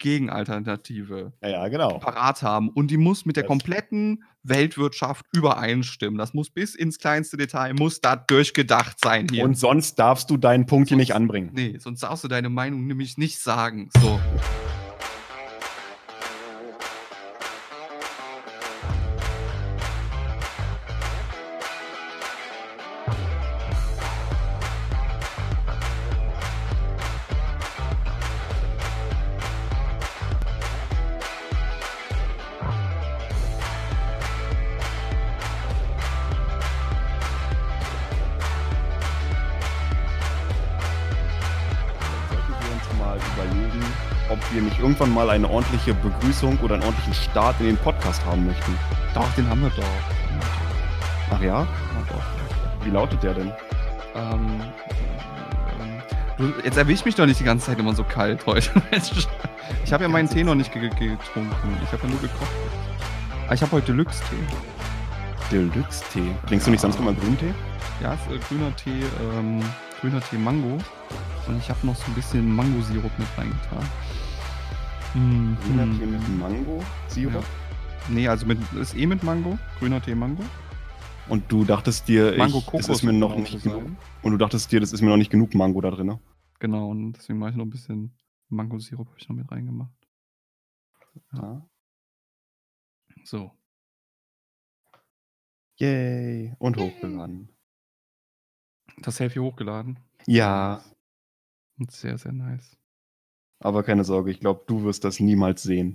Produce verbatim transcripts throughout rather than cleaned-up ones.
Gegenalternative Ja, ja, genau. parat haben. Und die muss mit der Das- kompletten Weltwirtschaft übereinstimmen. Das muss bis ins kleinste Detail, muss da durchgedacht sein hier. Und sonst darfst du deinen Punkt hier Sonst- nicht anbringen. Nee, sonst darfst du deine Meinung nämlich nicht sagen. So. Sollten wir uns mal überlegen, ob wir nicht irgendwann mal eine ordentliche Begrüßung oder einen ordentlichen Start in den Podcast haben möchten. Doch, den haben wir doch. Ach ja? Ja, doch. Wie lautet der denn? Ähm, ähm, du, jetzt erwisch mich doch nicht die ganze Zeit immer so kalt heute. Ich habe ja meinen Tee noch nicht ge ge getrunken. Ich habe ja nur gekocht. Aber ich habe heute Deluxe-Tee. Deluxe-Tee. Trinkst du nicht Ja. sonst immer Grüntee? Ja, ist, äh, grüner Tee, ähm, grüner Tee Mango. Und ich habe noch so ein bisschen Mangosirup mit reingetan. Mm, Grüner mm. Tee mit Mango, Sirup? Ja. Nee, also mit, ist eh mit Mango. Grüner Tee Mango. Und du dachtest dir, Mango ich, Kokos. das ist mir noch muss nicht sein. genug. Und du dachtest dir, das ist mir noch nicht genug Mango da drin. Ne? Genau, und deswegen mache ich noch ein bisschen Mangosirup habe ich noch mit reingemacht. Ja. So. Yay. Und hochgeladen. Das Selfie hochgeladen. Ja, Und sehr, sehr nice. aber keine Sorge, ich glaube, du wirst das niemals sehen.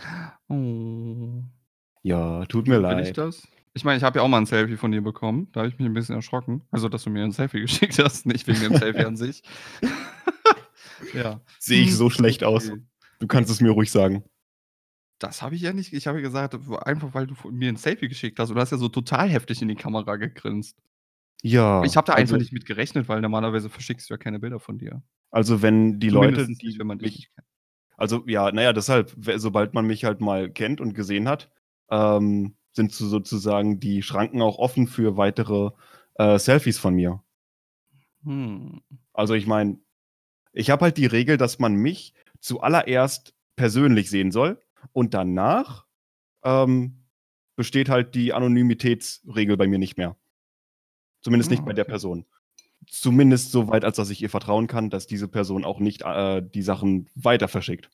Oh. Ja, tut mir Will ich leid. das? Ich meine, ich habe ja auch mal ein Selfie von dir bekommen. Da habe ich mich ein bisschen erschrocken. Also, dass du mir ein Selfie geschickt hast, nicht wegen dem Selfie an sich. Ja. Sehe ich so Hm, schlecht aus? okay. Du kannst es mir ruhig sagen. Das habe ich ja nicht. Ich habe ja gesagt, einfach weil du von mir ein Selfie geschickt hast. Und du hast ja so total heftig in die Kamera gegrinst. Ja. Ich habe da also, einfach nicht mit gerechnet, weil normalerweise verschickst du ja keine Bilder von dir. Also wenn die Leute, Zumindest die nicht, wenn man dich mich, nicht kennt. also ja, naja, deshalb, we- sobald man mich halt mal kennt und gesehen hat, ähm, sind so sozusagen die Schranken auch offen für weitere äh, Selfies von mir. Hm. Also ich meine, ich habe halt die Regel, dass man mich zuallererst persönlich sehen soll und danach ähm, besteht halt die Anonymitätsregel bei mir nicht mehr. Zumindest nicht Ah, bei der okay. Person. Zumindest so weit, als dass ich ihr vertrauen kann, dass diese Person auch nicht äh, die Sachen weiter verschickt.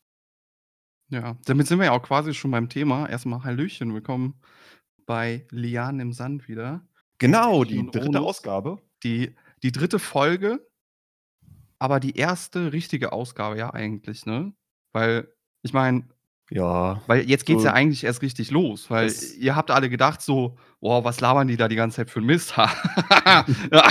Ja, damit sind wir ja auch quasi schon beim Thema. Erstmal Hallöchen, willkommen bei Lianen im Sand wieder. Genau, Mit die und dritte Onus. Ausgabe. Die, die dritte Folge, aber die erste richtige Ausgabe ja eigentlich, ne? Weil, ich meine, Ja. weil jetzt geht's So- ja eigentlich erst richtig los, weil Das- ihr habt alle gedacht so, boah, was labern die da die ganze Zeit für einen Mist? Ja.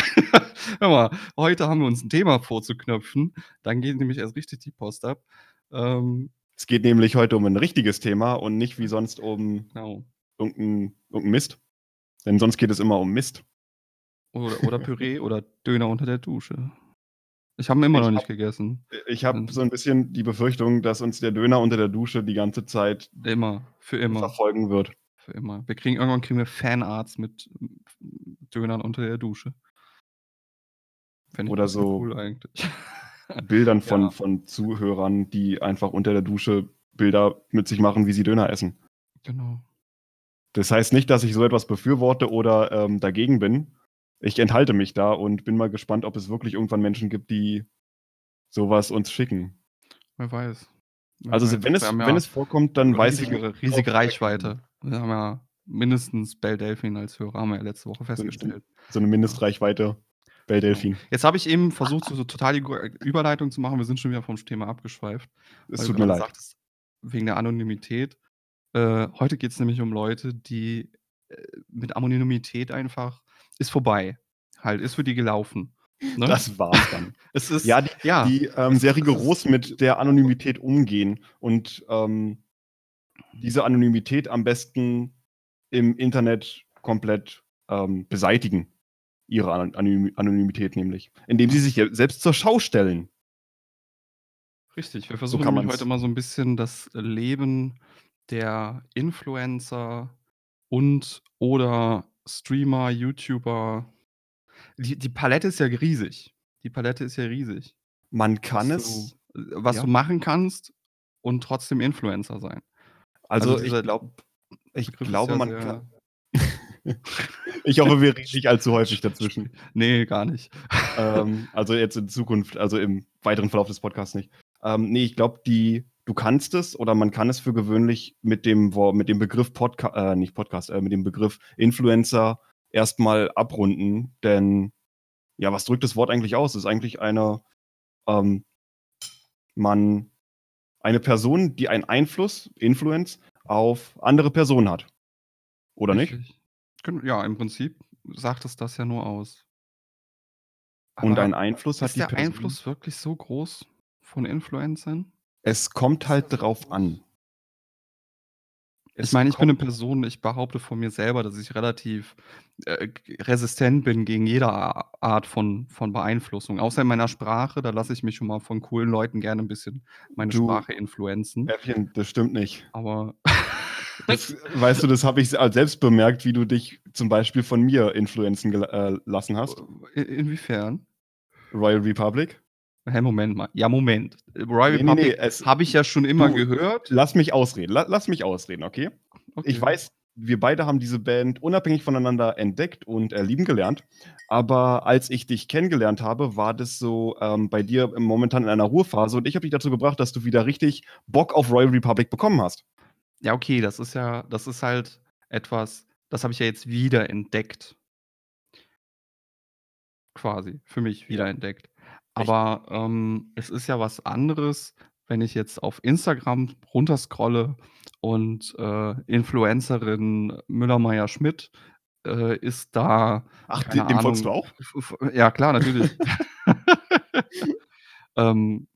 Hör mal, heute haben wir uns ein Thema vorzuknöpfen, dann geht nämlich erst richtig die Post ab. Ähm, Es geht nämlich heute um ein richtiges Thema und nicht wie sonst um genau. irgendeinen irgendein Mist. Denn sonst geht es immer um Mist. Oder, oder Püree oder Döner unter der Dusche. Ich habe ihn immer Ich noch hab- nicht gegessen. Ich habe so ein bisschen die Befürchtung, dass uns der Döner unter der Dusche die ganze Zeit Immer, für immer, verfolgen wird. für immer. Wir kriegen irgendwann kriegen wir Fanarts mit Dönern unter der Dusche. Fänd ich Oder ein bisschen so cool eigentlich. Bildern von, Ja. von Zuhörern, die einfach unter der Dusche Bilder mit sich machen, wie sie Döner essen. Genau. Das heißt nicht, dass ich so etwas befürworte oder ähm, dagegen bin. Ich enthalte mich da und bin mal gespannt, ob es wirklich irgendwann Menschen gibt, die sowas uns schicken. Wer weiß. Wer Also weiß. wenn es, Wir haben ja wenn es vorkommt, dann weiß ich riesige, nicht, riesige worauf ich Reichweite. Wir haben ja mindestens Bell Delfin als Hörer, haben wir ja letzte Woche festgestellt. so eine Mindestreichweite bei Delfin. Jetzt habe ich eben versucht, so, so total die Gu- Überleitung zu machen. Wir sind schon wieder vom Thema abgeschweift. Es weil tut du mir gerade leid. sagtest, wegen der Anonymität. Äh, heute geht es nämlich um Leute, die äh, mit Anonymität einfach ist vorbei. Halt, ist für die gelaufen. Ne? Das war's dann. es ist, Ja, die, ja, die ähm, es- sehr es rigoros ist- mit der Anonymität umgehen und ähm, diese Anonymität am besten im Internet komplett ähm, beseitigen. Ihre An Anony Anonymität nämlich. Indem sie sich selbst zur Schau stellen. Richtig, wir versuchen kann nämlich man's- heute mal so ein bisschen das Leben der Influencer und oder Streamer, YouTuber. Die, die Palette ist ja riesig. Die Palette ist ja riesig. Man kann was es. du, was ja. du machen kannst und trotzdem Influencer sein. Also, Also, ich dieser glaube ich Begriff ist glaube, ja man kann sehr ich hoffe, wir reden nicht allzu häufig Sp sp dazwischen. ne, gar nicht. Ähm, also, jetzt in Zukunft, also, im weiteren Verlauf des Podcasts nicht. Ähm, ne, ich glaube, die du kannst es oder man kann es für gewöhnlich mit dem Wo mit dem Begriff Podca äh, nicht Podcast, äh, mit dem Begriff Influencer erst mal abrunden, denn ja, was drückt das Wort eigentlich aus? Es ist eigentlich eine, ähm man eine Person, die einen Einfluss, Influence, auf andere Personen hat. Oder nicht? Richtig. Gen ja, im Prinzip sagt es das ja nur aus. Und Aber einen Einfluss hat ist die der Person Einfluss wirklich so groß von Influencern? Es kommt Ist der halt so drauf groß? an. Ich Es meine, ich bin 'ne kommt Person, ich behaupte von mir selber, dass ich relativ, äh, g resistent bin gegen jede A Art von von Beeinflussung. Außer in meiner Sprache, da lasse ich mich schon mal von coolen Leuten gerne 'n bisschen meine Du, Sprache influenzen. Äffchen, das stimmt nicht. Aber Das weißt du, das habe ich s selbst bemerkt, wie du dich zum Beispiel von mir influenzen gel äh, lassen hast. I inwiefern? Royal Republic? Hä, Moment mal. Ja, Moment. Royal Ne, ne, ne, Republic es habe ich ja schon immer du, gehört. lass mich ausreden. La lass mich ausreden, okay? Ich Okay. weiß, wir beide haben diese Band unabhängig voneinander entdeckt und, äh, lieben gelernt. Aber als ich dich kennengelernt habe, war das so, ähm, bei dir momentan in einer Ruhephase und ich habe dich dazu gebracht, dass du wieder richtig Bock auf Royal Republic bekommen hast. Ja, okay, das ist ja das ist halt etwas, das habe ich ja jetzt wiederentdeckt. Quasi, für mich Ja. wiederentdeckt. Echt? Aber, ähm, es ist ja was anderes, wenn ich jetzt auf Instagram runterscrolle und, äh, Influencerin Müller-Mayer-Schmidt, äh, ist da, Ach, de keine dem folgst du Ahnung, auch? f f ja klar, natürlich. Ähm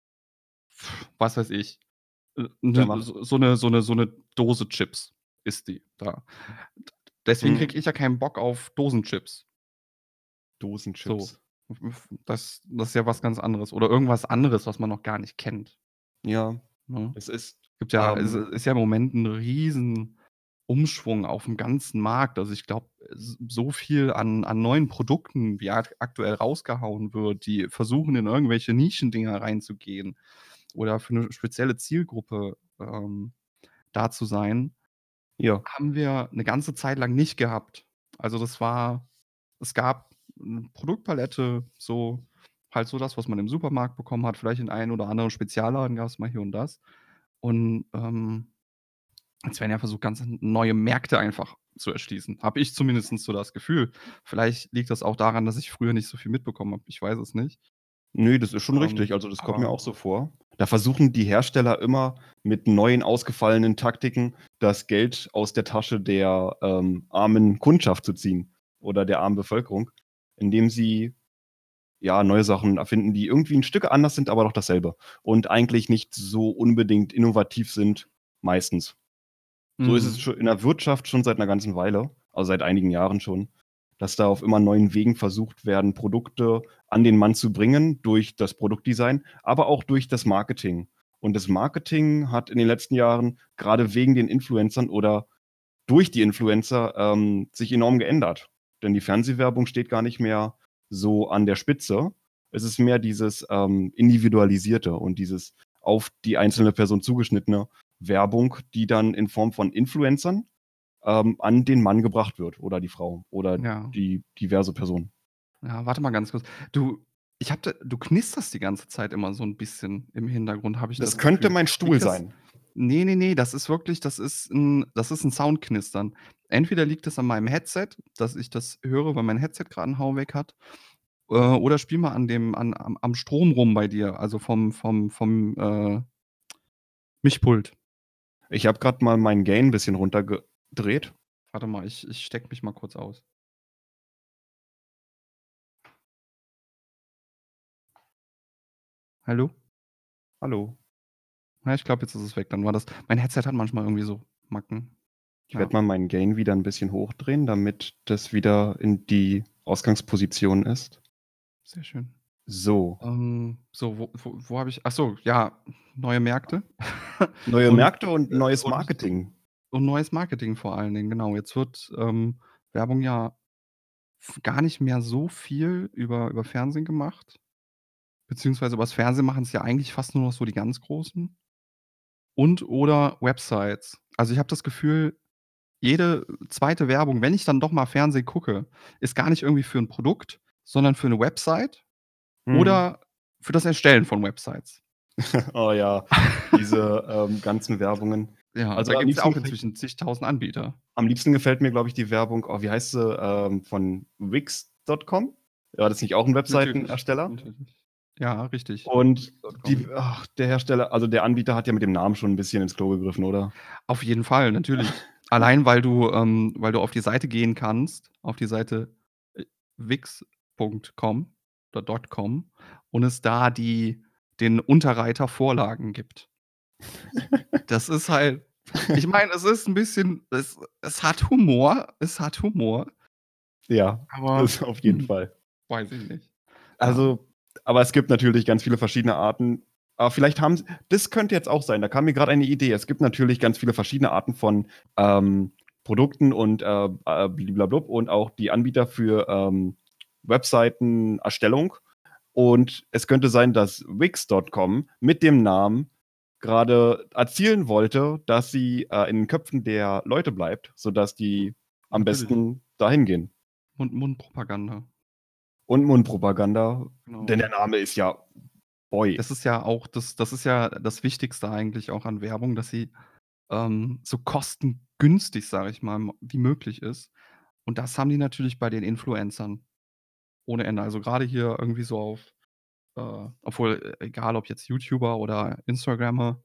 was weiß ich, äh, Ja, 'ne mach. so so 'ne so 'ne so 'ne Dose Chips isst die da. D deswegen Mhm. kriege ich ja keinen Bock auf Dosenchips. So, Dosenchips. f f das das ist ja was ganz anderes oder irgendwas anderes, was man noch gar nicht kennt. Ja, Ne? es ist, Gibt ja ist ähm ist ja im Moment 'n Riesenumschwung aufm ganzen Markt. Also, ich glaube, s so viel an an neuen Produkten, wie ak aktuell rausgehauen wird, die versuchen, in irgendwelche Nischendinger reinzugehen oder für 'ne spezielle Zielgruppe, ähm, da zu sein, Ja. haben wir 'ne ganze Zeit lang nicht gehabt. Also, das war es gab 'ne Produktpalette, so halt so das, was man im Supermarkt bekommen hat, vielleicht in einen oder anderen Spezialladen gab's mal hier und das. Und, ähm, jetzt werden ja versucht, ganz n neue Märkte einfach zu erschließen. Habe ich zumindest so das Gefühl. Vielleicht liegt das auch daran, dass ich früher nicht so viel mitbekommen habe. Ich weiß es nicht. Ne, das ist schon richtig. Ähm, Also, das kommt mir aber auch so vor. Da versuchen die Hersteller immer mit neuen ausgefallenen Taktiken das Geld aus der Tasche der, ähm, armen Kundschaft zu ziehen oder der armen Bevölkerung, indem sie, ja, neue Sachen erfinden, die irgendwie 'n Stück anders sind, aber doch dasselbe und eigentlich nicht so unbedingt innovativ sind, meistens. So ist es Mhm. scho in der Wirtschaft schon seit 'ner ganzen Weile, also, seit einigen Jahren schon, dass da auf immer neuen Wegen versucht werden, Produkte an den Mann zu bringen durch das Produktdesign, aber auch durch das Marketing. Und das Marketing hat in den letzten Jahren grade wegen den Influencern oder durch die Influencer, ähm, sich enorm geändert. Denn die Fernsehwerbung steht gar nicht mehr so an der Spitze. Es ist mehr dieses, ähm, Individualisierte und dieses auf die einzelne Person zugeschnittene Werbung, die dann in Form von Influencern, ähm, an den Mann gebracht wird oder die Frau oder Ja. die diverse Person. Ja, warte mal ganz kurz. Du, ich habe da du knisterst die ganze Zeit immer so 'n bisschen im Hintergrund, habe ich Das das könnte Gefühl. mein Stuhl Liegt das sein. ne, ne, ne, das ist wirklich das ist 'n das ist 'n Soundknistern. Entweder liegt es an meinem Headset, dass ich das höre, weil mein Headset grad 'n Hau weg hat, äh, oder spiele mal an dem an am am Strom rum bei dir, also, vom vom vom, äh Mischpult. Ich habe grad mal mein Gain 'n bisschen runtergedreht. Warte mal, ich ich stecke mich mal kurz aus. Hallo? Hallo. Ja, ich glaube, jetzt ist es weg. Dann war das mein Headset hat manchmal irgendwie so Macken. Ich Ja. werde mal meinen Gain wieder 'n bisschen hochdrehen, damit das wieder in die Ausgangsposition ist. Sehr schön. So. Ähm, so, wo wo wo habe ich ach so, ja, neue Märkte Neue und, Märkte und äh, neues und Marketing. und neues Marketing vor allen Dingen, genau. Jetzt wird, ähm, Werbung ja f gar nicht mehr so viel über über Fernsehen gemacht, beziehungsweise übers Fernsehen machen's ja eigentlich fast nur noch so die ganz Großen. und oder Websites. Also, ich habe das Gefühl, jede zweite Werbung, wenn ich dann doch mal Fernsehen gucke, ist gar nicht irgendwie für 'n Produkt, sondern für 'ne Website Mhm. oder für das Erstellen von Websites. Oh ja, diese, ähm, ganzen Werbungen. Ja, Also, da am gibt's ja liebsten auch gefällt inzwischen zigtausend Anbieter. am liebsten gefällt mir, glaube ich, die Werbung oh, wie heißt sie, ähm, von Wix Punkt com? War das nicht auch 'n Natürlich, Webseitenersteller? natürlich. Ja, richtig. Und Wix Punkt com. die ach, der Hersteller also, der Anbieter hat ja mit dem Namen schon 'n bisschen ins Klo gegriffen, oder? Auf jeden Fall, natürlich. Allein, weil du ähm, weil du auf die Seite gehen kannst, auf die Seite, äh, Wix Punkt com oder .com und es da die den Unterreiter Vorlagen gibt. Das ist halt ich meine, es ist 'n bisschen es es hat Humor es hat Humor. Ja, Aber, das auf jeden hm, Fall. weiß ich nicht. Ja. Also aber es gibt natürlich ganz viele verschiedene Arten. Aber vielleicht haben s das könnte jetzt auch sein, da kam mir grad eine Idee. Es gibt natürlich ganz viele verschiedene Arten von, ähm, Produkten und, äh, äh, bliblablub und auch die Anbieter für, ähm, Webseitenerstellung. Und es könnte sein, dass Wix Punkt com mit dem Namen grade erzielen wollte, dass sie, äh, in den Köpfen der Leute bleibt, sodass die am Natürlich. besten dahin gehen. Mund Mundpropaganda. Und Mundpropaganda, denn Genau. der Name ist ja Boy. Das ist ja auch das das ist ja das Wichtigste eigentlich auch an Werbung, dass sie, ähm, so kostengünstig, sage ich mal, m wie möglich ist. Und das haben die natürlich bei den Influencern ohne Ende. Also, grade hier irgendwie so auf äh, obwohl, e egal ob jetzt YouTuber oder Instagrammer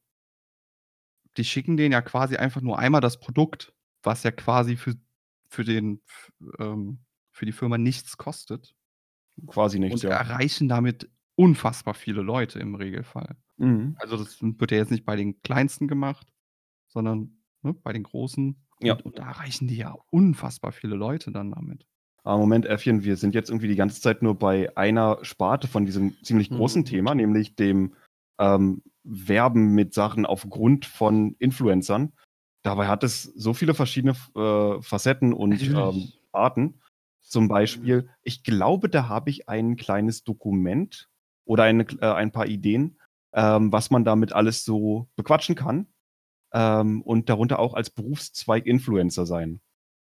die schicken denen ja quasi einfach nur einmal das Produkt, was ja quasi für für den f ähm, für die Firma nichts kostet Quasi nichts, und ja. erreichen damit unfassbar viele Leute im Regelfall. Mhm. Also, das wird ja jetzt nicht bei den Kleinsten gemacht, sondern, ne, bei den Großen Ja. und und da erreichen die ja unfassbar viele Leute dann damit. Aber Moment, Äffchen, wir sind jetzt irgendwie die ganze Zeit nur bei einer Sparte von diesem ziemlich großen Mhm. Thema, nämlich dem, ähm, Werben mit Sachen aufgrund von Influencern. Dabei hat es so viele verschiedene f äh, Facetten und, ähm, Natürlich. Arten. Zum Beispiel, ich glaube, da habe ich ein kleines Dokument oder eine kl äh, ein paar Ideen, ähm, was man damit alles so bequatschen kann, ähm, und darunter auch als Berufszweig Influencer sein.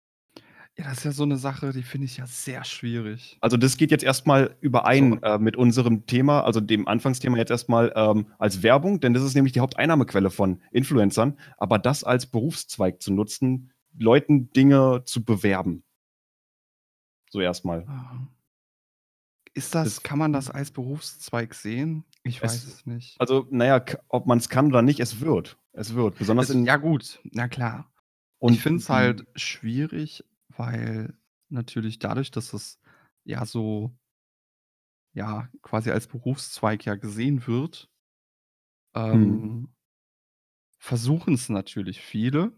Ja, das ist ja so 'ne Sache, die finde ich ja sehr schwierig. Also, das geht jetzt erst mal So überein, äh, mit unserem Thema, also dem Anfangsthema jetzt erst mal, ähm, als Werbung, denn das ist nämlich die Haupteinnahmequelle von Influencern. Aber das als Berufszweig zu nutzen, Leuten Dinge zu bewerben. So erst mal. Ah. Ist das Das kann man das als Berufszweig sehen? Ich weiß Es es nicht. also, na ja, k ob man's kann oder nicht, es wird. Es wird, besonders Es in ja gut, na klar. Ich Und finde es halt die schwierig, weil natürlich dadurch, dass es ja so ja, quasi als Berufszweig ja gesehen wird Mhm. ähm versuchen's natürlich viele.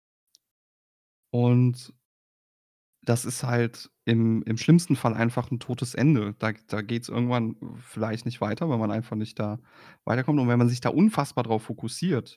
Und das ist halt im im schlimmsten Fall einfach 'n totes Ende. Da da geht's irgendwann vielleicht nicht weiter, weil man einfach nicht da weiterkommt. Und wenn man sich da unfassbar drauf fokussiert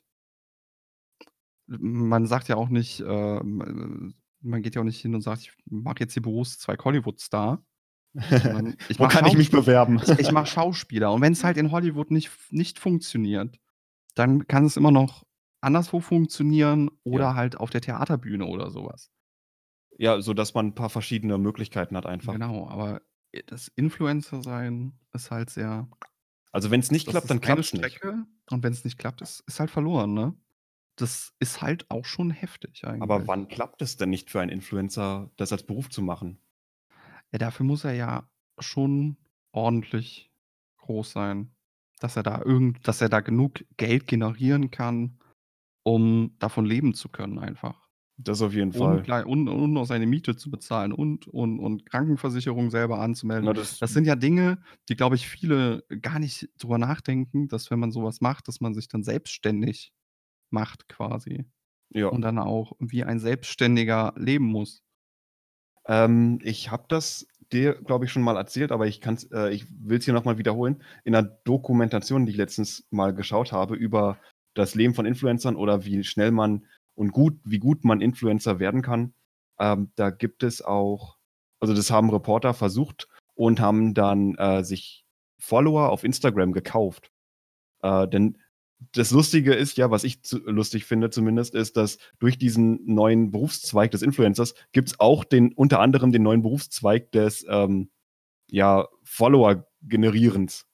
m man sagt ja auch nicht, ähm man geht ja auch nicht hin und sagt: „Ich mache jetzt hier Berufszweig Hollywood-Star“, sondern ich Wo mache kann ich mich Schauspiel bewerben? ich ich mache Schauspieler. Und wenn's halt in Hollywood nicht f nicht funktioniert, dann kann es immer noch anderswo funktionieren Ja. oder halt auf der Theaterbühne oder so was. Ja, sodass man 'n paar verschiedene Möglichkeiten hat einfach. Genau, aber, äh, das Influencer-Sein ist halt sehr Also, wenn's nicht das klappt, ist dann eine klappt's nicht. Strecke und wenn's nicht klappt, ist ist halt verloren, ne? Das ist halt auch schon heftig Aber eigentlich. wann klappt es denn nicht für einen Influencer, das als Beruf zu machen? Ja, dafür muss er ja schon ordentlich groß sein, dass er da irgend dass er da genug Geld generieren kann, um davon leben zu können einfach. Das auf jeden Und Fall. klei und und noch seine Miete zu bezahlen und und und Krankenversicherung selber anzumelden. Na, das Das sind ja Dinge, die, glaube ich, viele gar nicht drüber nachdenken, dass wenn man so was macht, dass man sich dann selbstständig macht quasi Ja. und dann auch wie ein Selbstständiger leben muss. Ähm, ich habe das dir, glaube ich, schon mal erzählt, aber ich kann's äh, ich will's hier noch mal wiederholen. In 'ner Dokumentation, die ich letztens mal geschaut habe über das Leben von Influencern oder wie schnell man und gut wie gut man Influencer werden kann, ähm, da gibt es auch also, das haben Reporter versucht und haben dann, äh, sich Follower auf Instagram gekauft. Äh, denn das Lustige ist ja, was ich zu lustig finde zumindest, ist, dass durch diesen neuen Berufszweig des Influencers gibt es auch den, unter anderem den neuen Berufszweig des ähm, ja, Follower-Generierens.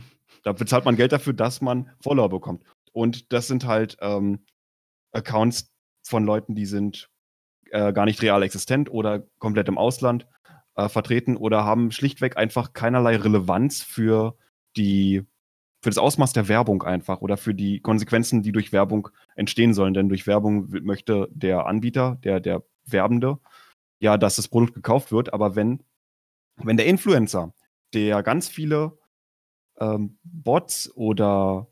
Da bezahlt man Geld dafür, dass man Follower bekommt. Und das sind halt ähm, Accounts von Leuten, die sind äh, gar nicht real existent oder komplett im Ausland äh, vertreten oder haben schlichtweg einfach keinerlei Relevanz für die für das Ausmaß der Werbung einfach oder für die Konsequenzen, die durch Werbung entstehen sollen. Denn durch Werbung w- möchte der Anbieter, der, der Werbende, ja, dass das Produkt gekauft wird. Aber wenn, wenn der Influencer, der ganz viele ähm, Bots oder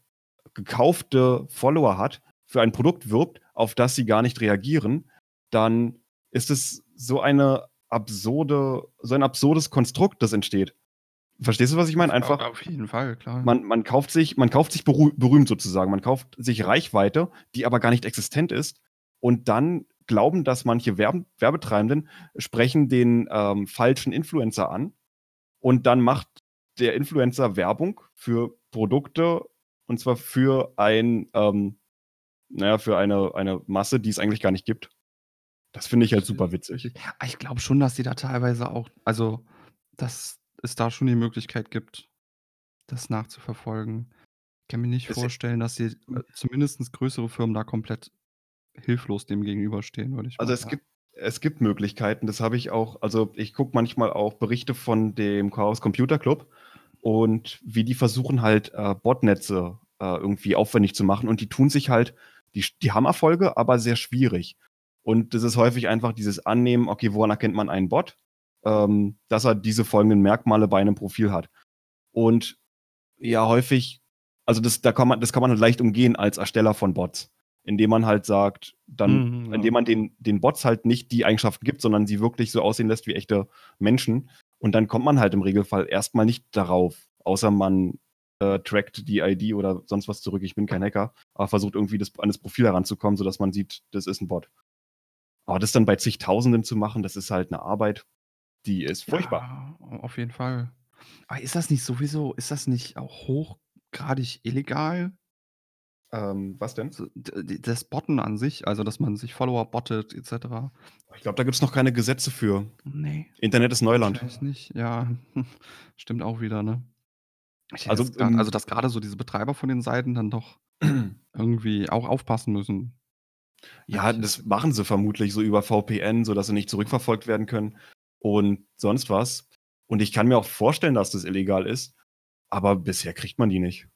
gekaufte Follower hat, für ein Produkt wirbt, auf das sie gar nicht reagieren, dann ist es so eine absurde, so ein absurdes Konstrukt, das entsteht. Verstehst du, was ich meine? Auf, Einfach, auf jeden Fall, klar. man, man kauft sich, man kauft sich berüh- berühmt sozusagen. Man kauft sich Reichweite, die aber gar nicht existent ist. Und dann glauben, dass manche Werb Werbetreibenden sprechen den ähm, falschen Influencer an. Und dann macht der Influencer Werbung für Produkte und zwar für ein, ähm, naja, für eine, eine Masse, die es eigentlich gar nicht gibt. Das finde ich halt super witzig. Richtig. Ah, ich glaube schon, dass die da teilweise auch, also, dass es da schon die Möglichkeit gibt, das nachzuverfolgen. Ich kann mir nicht Es, vorstellen, dass die äh, zumindest größere Firmen da komplett hilflos dem gegenüberstehen, würde ich Also mal es sagen. gibt, es gibt Möglichkeiten, das habe ich auch, also ich gucke manchmal auch Berichte von dem Chaos Computer Club und wie die versuchen halt äh, Botnetze äh, irgendwie aufwendig zu machen und die tun sich halt, die, die haben Erfolge, aber sehr schwierig. Und das ist häufig einfach dieses Annehmen, okay, woran erkennt man einen Bot? Ähm, dass er diese folgenden Merkmale bei einem Profil hat. Und ja, häufig, also das, da kann man, das kann man halt leicht umgehen als Ersteller von Bots, indem man halt sagt, dann, Mhm, indem ja. man den, den Bots halt nicht die Eigenschaften gibt, sondern sie wirklich so aussehen lässt wie echte Menschen. Und dann kommt man halt im Regelfall erstmal nicht darauf, außer man äh, trackt die I D oder sonst was zurück. Ich bin kein Hacker, aber versucht irgendwie das, an das Profil heranzukommen, sodass man sieht, das ist ein Bot. Aber das dann bei zigtausenden zu machen, das ist halt eine Arbeit, die ist furchtbar. Ja, auf jeden Fall. Aber ist das nicht sowieso, ist das nicht auch hochgradig illegal? Ähm, was denn? So, d d das Botten an sich, also, dass man sich Follower bottet et cetera. Ich glaube, da gibt es noch keine Gesetze für. Ne, Internet ist Neuland. wahrscheinlich nicht. Ja, stimmt auch wieder, ne? Ich hätte Also jetzt grad, also, im dass grade so diese Betreiber von den Seiten dann doch irgendwie auch aufpassen müssen, hätte ja, ich jetzt das machen sie vermutlich so über V P N, sodass sie nicht zurückverfolgt werden können und sonst was. Und ich kann mir auch vorstellen, dass das illegal ist, aber bisher kriegt man die nicht.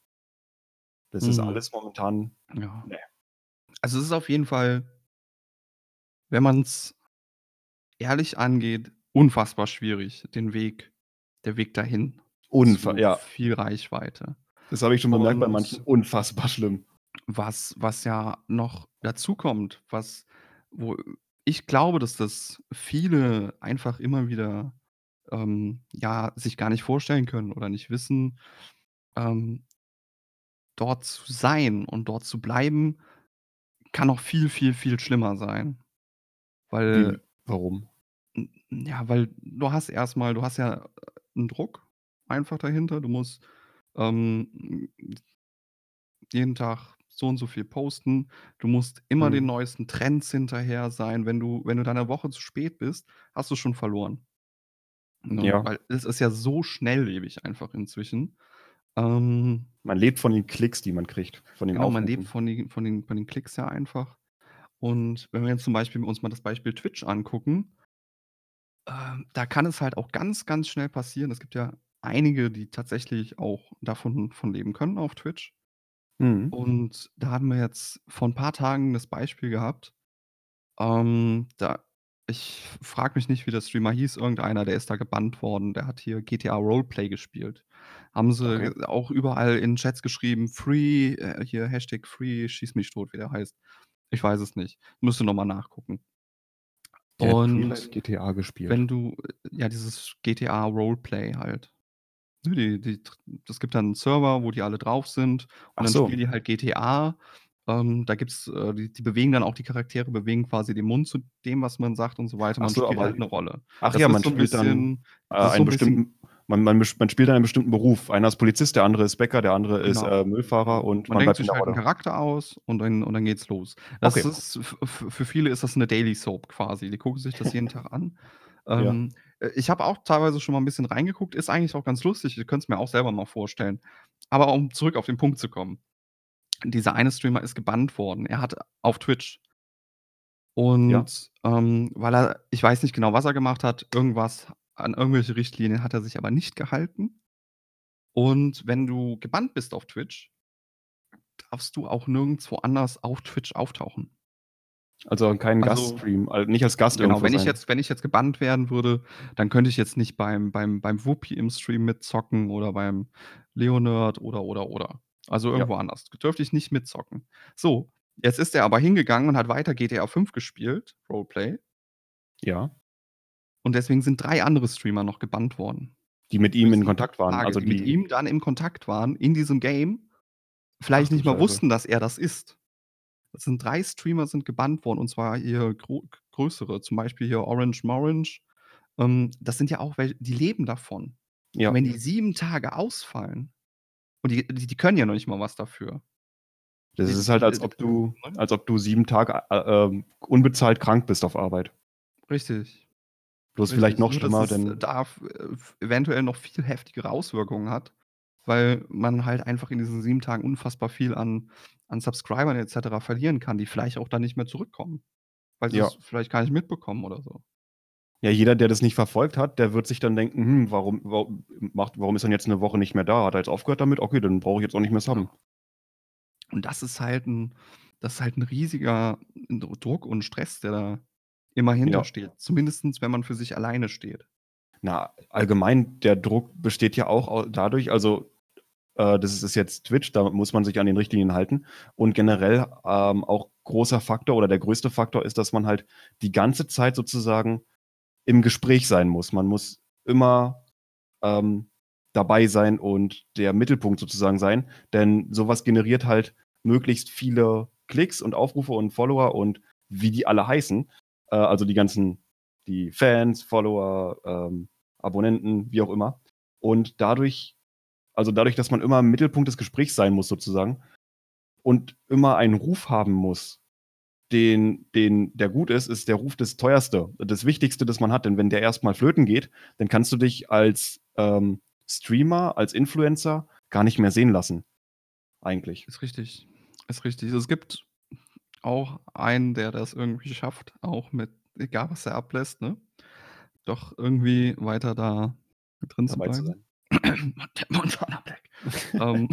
Das ist mhm, alles momentan ja. ne, Also, es ist auf jeden Fall, wenn man's ehrlich angeht, unfassbar schwierig, den Weg der Weg dahin unfa zu ja, viel Reichweite. das habe ich schon bemerkt bei manchen, Und unfassbar schlimm. was was ja noch dazukommt, was wo ich glaube, dass das viele einfach immer wieder, ähm, ja, sich gar nicht vorstellen können oder nicht wissen, ähm, dort zu sein und dort zu bleiben, kann noch viel, viel, viel schlimmer sein. Wie Weil warum? Hm, ja, weil du hast erst mal, du hast ja, äh, 'n Druck einfach dahinter. Du musst, ähm, jeden Tag so und so viel posten. Du musst immer den Mhm. neuesten Trends hinterher sein. Wenn du wenn du da 'ne Woche zu spät bist, hast du schon verloren, ne? Ja, Weil es ist ja so schnelllebig einfach inzwischen. Ähm, man lebt von den Klicks, die man kriegt, von den genau, man lebt Aufrufen. von den von den von den Klicks ja einfach. Und wenn wir jetzt zum Beispiel uns mal das Beispiel Twitch angucken, Ähm, da kann es halt auch ganz, ganz schnell passieren. Es gibt ja einige, die tatsächlich auch davon von leben können auf Twitch. Mhm. Und da hatten wir jetzt vor 'n paar Tagen das Beispiel gehabt, ähm, da ich frage mich nicht, wie der Streamer hieß, irgendeiner, der ist da gebannt worden, der hat hier G T A Roleplay gespielt. Haben sie Okay. ge auch überall in Chats geschrieben: „Free“, äh, hier Hashtag Free schieß mich tot, wie der heißt. Ich weiß es nicht. Müsste noch mal nachgucken. Der hat Real Life Und G T A gespielt. wenn du äh, ja, dieses G T A Roleplay halt. Ne, die die tr es gibt dann 'n Server, wo die alle drauf sind und Ach dann so. spielen die halt G T A. Ähm, da gibt's äh, die die bewegen dann auch, die Charaktere bewegen quasi den Mund zu dem, was man sagt und so weiter. Ach Man so, spielt aber halt 'ne Rolle. ach Das ja, ist man so 'n spielt dann bisschen äh, das ist so einen 'n bisschen bestimmten Man, man, man spielt einen bestimmten Beruf. Einer ist Polizist, der andere ist Bäcker, der andere ist Genau. äh, Müllfahrer und Man man denkt bleibt in sich der halt 'n Rolle. Charakter aus und dann und dann geht's los. Das Okay. ist f f für viele ist das 'ne Daily Soap quasi. Die gucken sich das jeden Tag an. Ja. Ähm, äh, ich habe auch teilweise schon mal 'n bisschen reingeguckt, ist eigentlich auch ganz lustig. Ich könnte es mir auch selber mal vorstellen. Aber um zurück auf den Punkt zu kommen. Dieser eine Streamer ist gebannt worden. Er hat auf Twitch Ja. und, ähm, weil er ich weiß nicht genau, was er gemacht hat, irgendwas an irgendwelche Richtlinien hat er sich aber nicht gehalten. Und wenn du gebannt bist auf Twitch darfst du auch nirgendswo anders auf Twitch auftauchen. Also kein Also Gaststream, al nicht als Gast genau, irgendwo wenn ich sein. jetzt wenn ich jetzt gebannt werden würde, dann könnte ich jetzt nicht beim beim beim Wuppi im Stream mitzocken oder beim Leonerd oder, oder, oder. Also Ja. irgendwo anders. Dürfte ich nicht mitzocken. So, jetzt ist er aber hingegangen und hat weiter G T A fünf gespielt, Roleplay. Ja. Und deswegen sind drei andere Streamer noch gebannt worden. Die mit ihm Für in sieben Kontakt waren, Tage, also die mit die ihm dann im Kontakt waren in diesem Game, Ach vielleicht du nicht mal Scheiße. wussten, dass er das ist. Das sind drei Streamer sind gebannt worden und zwar eher gro größere, zum Beispiel hier Orange Morange. Ähm, das sind ja auch welche, die leben davon. Ja. Und wenn die sieben Tage ausfallen und die die die können ja noch nicht mal was dafür. Das Die ist halt, als d ob du ne? als ob du sieben Tage, äh, ähm, unbezahlt krank bist auf Arbeit. Richtig. Bloß vielleicht Richtig. noch Nur, dass schlimmer, es denn da f äh, f eventuell noch viel heftigere Auswirkungen hat, weil man halt einfach in diesen sieben Tagen unfassbar viel an an Subscribern et cetera verlieren kann, die vielleicht auch dann nicht mehr zurückkommen, weil Ja. sie's vielleicht gar nicht mitbekommen oder so. Ja, jeder, der das nicht verfolgt hat, der wird sich dann denken: „Hm, warum warum macht warum ist er denn jetzt 'ne Woche nicht mehr da? Hat er jetzt aufgehört damit? Okay, dann brauche ich jetzt auch nicht mehr subben.“ Genau. Und das ist halt 'n das ist halt 'n riesiger Dr Druck und Stress, der da immer Ja. hintersteht, zumindestens wenn man für sich alleine steht. Na, allgemein, der Druck besteht ja auch au dadurch also, äh, das ist ist jetzt Twitch, da muss man sich an den Richtlinien halten. Und generell, ähm, auch großer Faktor oder der größte Faktor ist, dass man halt die ganze Zeit sozusagen im Gespräch sein muss. Man muss immer, ähm, dabei sein und der Mittelpunkt sozusagen sein, denn so was generiert halt möglichst viele Klicks und Aufrufe und Follower und wie die alle heißen. Äh, also die ganzen die Fans, Follower, ähm, Abonnenten, wie auch immer. Und dadurch also dadurch, dass man immer im Mittelpunkt des Gesprächs sein muss sozusagen und immer einen Ruf haben muss, den den der gut ist, ist der Ruf das Teuerste, das Wichtigste, das man hat. Denn wenn der erst mal flöten geht, dann kannst du dich als, ähm, Streamer, als Influencer gar nicht mehr sehen lassen, eigentlich. Ist richtig. Ist richtig. Es gibt auch einen, der das irgendwie schafft, auch mit egal was er ablässt, ne, doch irgendwie weiter da mit drin zu Dabei zu bleiben. sein. Montana Black. Ähm.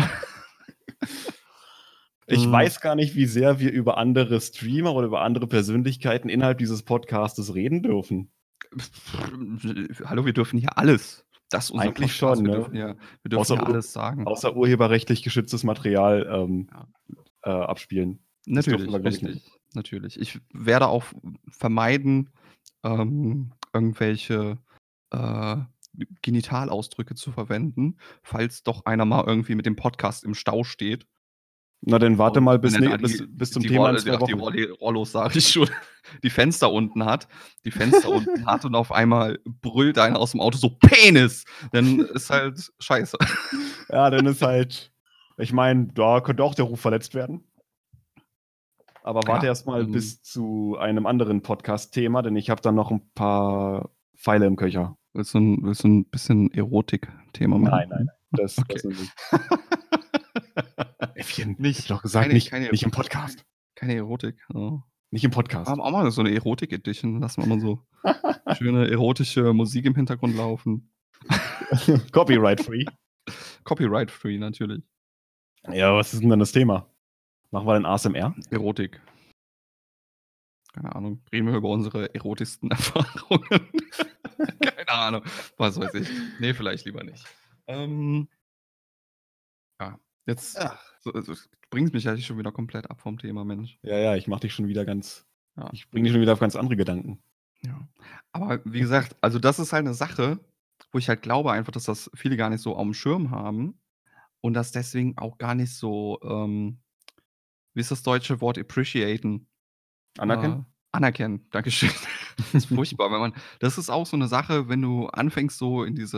Ich Hm. weiß gar nicht, wie sehr wir über andere Streamer oder über andere Persönlichkeiten innerhalb dieses Podcastes reden dürfen. Hallo, wir dürfen hier alles. Das ist unser Eigentlich Podcast. schon, Wir ne? dürfen hier wir dürfen Außer hier ur alles sagen. außer urheberrechtlich geschütztes Material, ähm, Ja. äh, abspielen. Das dürfen wir, Natürlich, glaube ich, nicht. richtig, natürlich. Ich werde auch vermeiden, ähm, irgendwelche, äh, Genitalausdrücke zu verwenden, falls doch einer mal irgendwie mit dem Podcast im Stau steht. Na, dann warte Und mal wenn bis er ne da bis die bis zum die Thema in Roll zwei ach, die Wochen. Rolli Rollos sage ich schon, die Fenster unten hat die Fenster unten hat und auf einmal brüllt einer aus'm Auto so: „Penis!“ Dann ist halt scheiße. Ja, dann ist halt ich meine, da könnte auch der Ruf verletzt werden. Aber warte Ja, erst mal ähm bis zu einem anderen Podcast-Thema, denn ich habe da noch 'n paar Pfeile im Köcher. Willst du 'n willst du 'n bisschen Erotik-Thema machen? Nein, nein, nein. Das Okay. das noch nicht. Äffchen, ich habe Nicht doch gesagt, keine nicht keine nicht im keine Podcast. keine Erotik, oh. Nicht im Wir haben Podcast. auch mal so 'ne Erotik-Edition, lassen wir mal so schöne erotische Musik im Hintergrund laufen. Copyright free. Copyright free, natürlich. Ja, was ist 'n denn das Thema? Machen wir denn A S M R? Erotik. Keine Ahnung. Reden wir über unsere erotischsten Erfahrungen? Keine Ahnung. Was weiß ich. Ne, vielleicht lieber nicht. Ähm Ja, jetzt Ach. so also, du bringst mich eigentlich schon wieder komplett ab vom Thema, Mensch. Ja, ja, ich mache dich schon wieder ganz Ja. ich bringe dich schon wieder auf ganz andere Gedanken. Ja. Aber wie gesagt, also das ist halt 'ne Sache, wo ich halt glaube einfach, dass das viele gar nicht so aufm Schirm haben und das deswegen auch gar nicht so, ähm wie ist das deutsche Wort appreciaten? Äh, Anerkennen? anerkennen, Dankeschön. Das ist furchtbar, wenn man das ist auch so 'ne Sache, wenn du anfängst, so in diese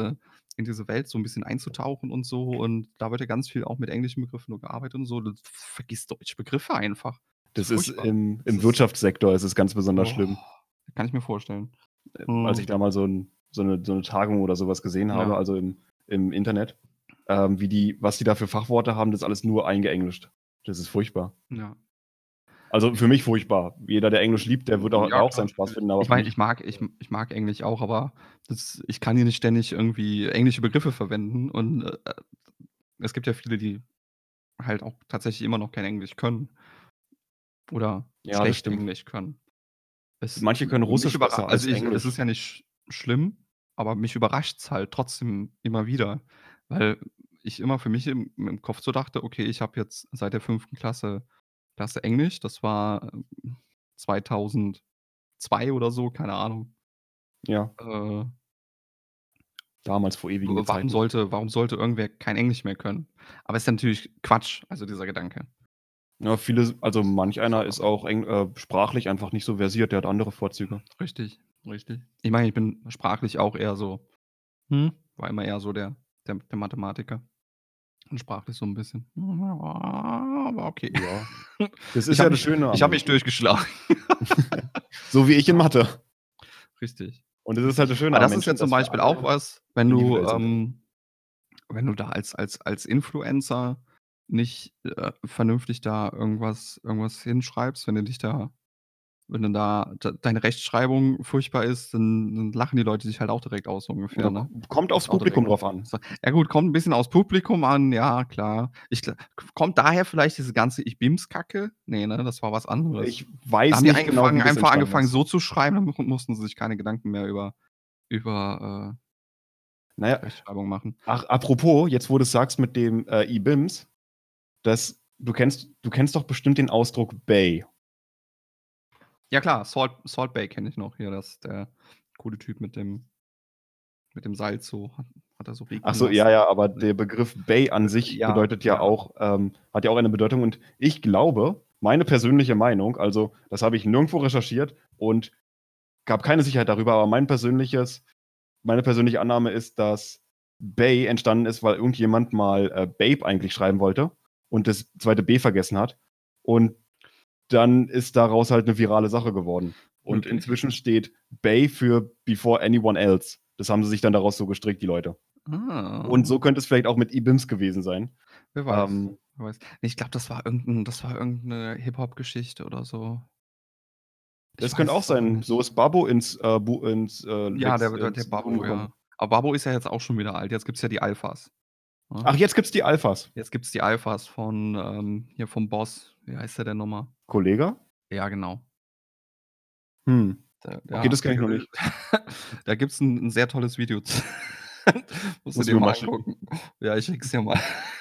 in diese Welt so 'n bisschen einzutauchen und so. Und da wird ja ganz viel auch mit englischen Begriffen nur gearbeitet und so. Du v vergisst deutsche Begriffe einfach. Das Das ist ist furchtbar. im Das im ist Wirtschaftssektor ist es ganz besonders boah, schlimm. kann ich mir vorstellen. Ähm, als ich Mhm. da mal so 'n so 'ne so 'ne Tagung oder so was gesehen habe, Ja. also im im Internet, ähm, wie die was die da für Fachworte haben, das ist alles nur eingeenglischt. Das ist furchtbar. Ja. Also, Ich für mich furchtbar. Jeder, der Englisch liebt, der wird auch da Ja, auch klar, seinen Spaß natürlich. finden, aber Ich für meine, mich ich mag ich m ich mag Englisch auch, aber das ich kann hier nicht ständig irgendwie englische Begriffe verwenden und, äh, äh, es gibt ja viele, die halt auch tatsächlich immer noch kein Englisch können oder Ja, das schlecht stimmt. Englisch können. Es Manche können mich Russisch überra besser also, als ich es ist Englisch. ja nicht sch schlimm, aber mich überrascht's halt trotzdem immer wieder, weil ich immer für mich im im Kopf so dachte: „Okay, ich habe jetzt seit der fünften Klasse Klasse Englisch.“ Das war, ähm, zweitausendzwei oder so, keine Ahnung. Ja. Äh Damals vor ewigen W warum Gezeiten. sollte warum sollte irgendwer kein Englisch mehr können? Aber ist ja natürlich Quatsch, also dieser Gedanke. Ja, viele s also, Das manch ist einer einfach ist so. auch eng äh, sprachlich einfach nicht so versiert, der hat andere Vorzüge. Richtig, richtig. Ich meine, ich bin sprachlich auch eher so hm, war immer eher so der der der Mathematiker und sprachlich so 'n bisschen, aber okay. Ja. Das ist Ich ja habe das mich Schöne ich am habe mich Menschen. durchgeschlagen. So wie ich in Ja. Mathe. Richtig, Und das ist halt richtig. das Schöne Aber am das ist ja Menschen, zum dass wir Beispiel auch alle was, wenn du, individuell sind. ähm wenn du da als als als Influencer nicht, äh, vernünftig da irgendwas irgendwas hinschreibst, wenn du dich da wenn du da d deine Rechtschreibung furchtbar ist, dann dann lachen die Leute dich halt auch direkt aus, so ungefähr, Ja, ne? ko kommt aufs Kriegst auch direkt Publikum drauf an. so ja gut, kommt 'n bisschen aufs Publikum an, ja klar. Ich gl k kommt daher vielleicht diese ganze Ich-Bims-Kacke? Ne, ne, das war was anderes. Ich Da weiß haben die nicht genau, angefangen wie das einfach entstanden angefangen, ist. so zu schreiben, dann mu mussten sie sich keine Gedanken mehr über über, äh Na ja, Rechtschreibung machen. ach, apropos, jetzt wo du's sagst mit dem, äh, I-Bims, das du kennst du kennst doch bestimmt den Ausdruck Bay. Ja klar, Salt Salt Bae kenne ich noch hier, das der coole Typ mit dem mit dem Salz so hat hat er so Ach regnen so, ja, lassen. ja, aber der Begriff Bay an sich Ja, bedeutet ja ja. auch ähm, hat ja auch eine Bedeutung und ich glaube, meine persönliche Meinung, also, das habe ich nirgendwo recherchiert und habe keine Sicherheit darüber, aber mein persönliches meine persönliche Annahme ist, dass Bay entstanden ist, weil irgendjemand mal, äh, Babe eigentlich schreiben wollte und das zweite B vergessen hat. Und dann ist daraus halt 'ne virale Sache geworden. Und Möglich. inzwischen steht Bay für Before Anyone Else. Das haben sie sich dann daraus so gestrickt, die Leute. Und Ah. so könnte es vielleicht auch mit I-Bims gewesen sein. Wer weiß, Ähm wer weiß. Ne, ich glaube, das war irgend 'n das war irgend 'ne Hip-Hop-Geschichte oder so. Ich Das könnte weiß auch es aber sein. So nicht. ist Babbo ins, äh, Bu ins, äh, Ja, Lex der der der ins Lexikon Babbo, gekommen. ja. Aber Babbo ist ja jetzt auch schon wieder alt. Jetzt gibt's ja die Alphas, ne? Ach, jetzt gibt's die Alphas? Jetzt gibt's die Alphas von, ähm hier vom Boss. Wie heißt der denn noch mal? Kollega? Ja, genau. Hm. Da Okay, ja, das kenne ich noch nicht. da gibt's 'n 'n sehr tolles Video z musst du Musst du dir mir mal mal schicken. angucken. Ja, ich schicke es dir mal.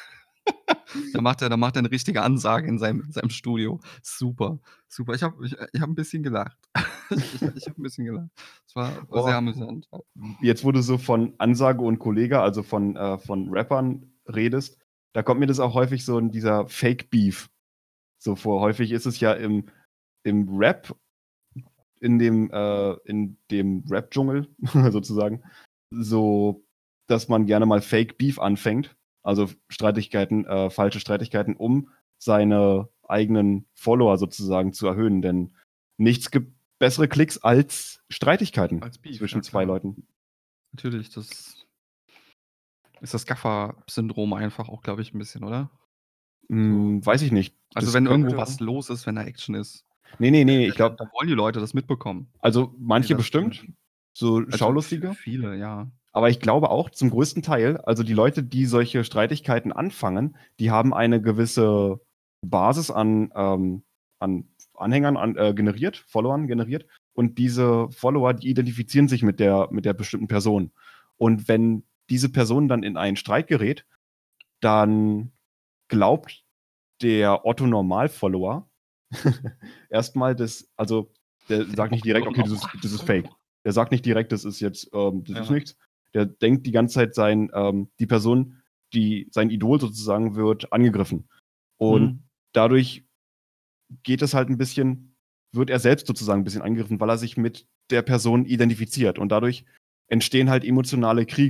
Da macht er da macht er 'ne richtige Ansage in seinem in seinem Studio. Super, super. Ich habe ich ich habe 'n bisschen gelacht. Ich ich ich habe 'n bisschen gelacht. Es war war Oh. sehr amüsant, ja. Jetzt, wo du so von Ansage und Kollega, also von äh, von Rappern redest, da kommt mir das auch häufig so in dieser Fake Beef so vor. Häufig ist es ja im im Rap in dem äh, in dem Rap-Dschungel sozusagen so, dass man gerne mal Fake Beef anfängt, also Streitigkeiten äh, falsche Streitigkeiten, um seine eigenen Follower sozusagen zu erhöhen, denn nichts gibt bessere Klicks als Streitigkeiten Als Beef, ja zwischen zwei klar. Leuten. Natürlich, das ist das Gaffer-Syndrom einfach auch, glaube ich, 'n bisschen, oder? So. Hm, weiß ich nicht. Also, Das wenn irgendwo könnte was los ist, wenn da Action ist, Ne, ne, äh, ne, ich dann glaube dann wollen die Leute das mitbekommen. Also, Wollen die manche das bestimmt, irgendwie so also, v Schaulustige. viele, ja. Aber ich glaube auch zum größten Teil also, die Leute, die solche Streitigkeiten anfangen, die haben eine gewisse Basis an ähm, an Anhängern an äh, generiert, Followern generiert. Und diese Follower, die identifizieren sich mit der mit der bestimmten Person. Und wenn diese Person dann in einen Streit gerät, dann glaubt der Otto-Normal-Follower erst mal, dass also, der Der sagt nicht direkt: „Okay, das ist das ist Fake.“ Otto-Normal-Follower. Der sagt nicht direkt: „Das ist jetzt ähm, das ist Ja. nichts.“ Der denkt die ganze Zeit, sein ähm, die Person, die sein Idol sozusagen, wird angegriffen. Und Mhm. dadurch geht es halt 'n bisschen wird er selbst sozusagen 'n bisschen angegriffen, weil er sich mit der Person identifiziert. Und dadurch entstehen halt emotionale Kriege.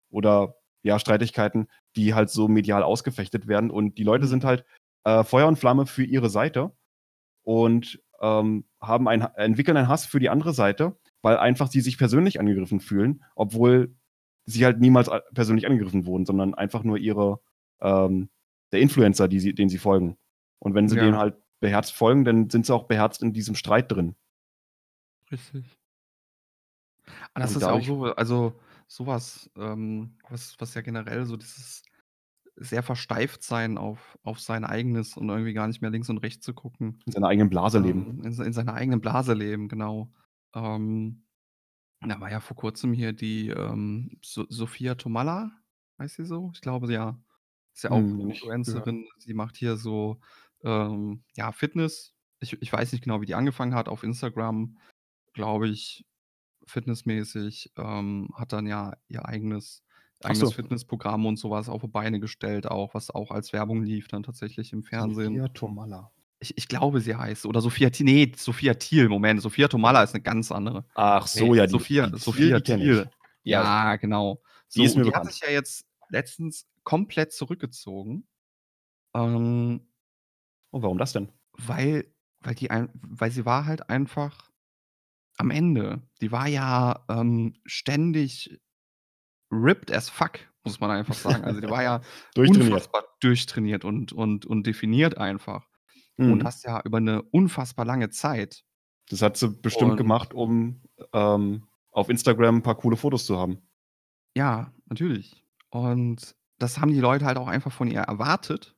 oder ja, Streitigkeiten, die halt so medial ausgefechtet werden. Und die Leute Mhm. sind halt äh, Feuer und Flamme für ihre Seite und ähm, haben ein, entwickeln einen Hass für die andere Seite, weil einfach sie sich persönlich angegriffen fühlen, obwohl sie halt niemals a- persönlich angegriffen wurden, sondern einfach nur ihre ähm, der Influencer, die sie, denen sie folgen. Und wenn sie denen Ja, halt beherzt folgen, dann sind sie auch beherzt in diesem Streit drin. richtig. Ah, das Und ist ja auch dadurch, so, also sowas, ähm, was was ja generell so dieses sehr versteift sein auf auf sein Eigenes und irgendwie gar nicht mehr links und rechts zu gucken, in seiner eigenen Blase leben. ähm, in se in seiner eigenen Blase leben, genau. Ähm, da war ja vor Kurzem hier die, ähm, So Sophia Tomalla, heißt sie so? Ich glaube, ja. Ist ja auch Hm, nicht gehört. Influencerin. Sie macht hier so, ähm, ja, Fitness. Ich ich weiß nicht genau, wie die angefangen hat auf Instagram, glaube ich, fitnessmäßig, ähm, hat dann ja ihr eigenes Ach eigenes so. Fitnessprogramm und so was auf die Beine gestellt auch, was auch als Werbung lief dann tatsächlich im Fernsehen. Sophia Tomalla. Ich ich glaube, sie heißt so oder Sophia Thiel, ne, Sophia Thiel, Moment, Sophia Tomalla ist 'ne ganz andere. Ach Ne, so, ja, die, Sophia die Thiel, Sophia die kenne ich. Thiel. Ja, Ja, genau. die So, ist mir und die hat bekannt. sich ja jetzt letztens komplett zurückgezogen, ähm, Und warum das denn? weil weil die ein weil sie war halt einfach am Ende. Die war ja, ähm, ständig ripped as fuck, muss man einfach sagen. Also, die war ja Durchtrainiert. unfassbar durchtrainiert und und und definiert einfach und Mhm. das ja über 'ne unfassbar lange Zeit. Das hat sie bestimmt Und gemacht, um ähm, auf Instagram ein paar coole Fotos zu haben. ja, natürlich. Und das haben die Leute halt auch einfach von ihr erwartet.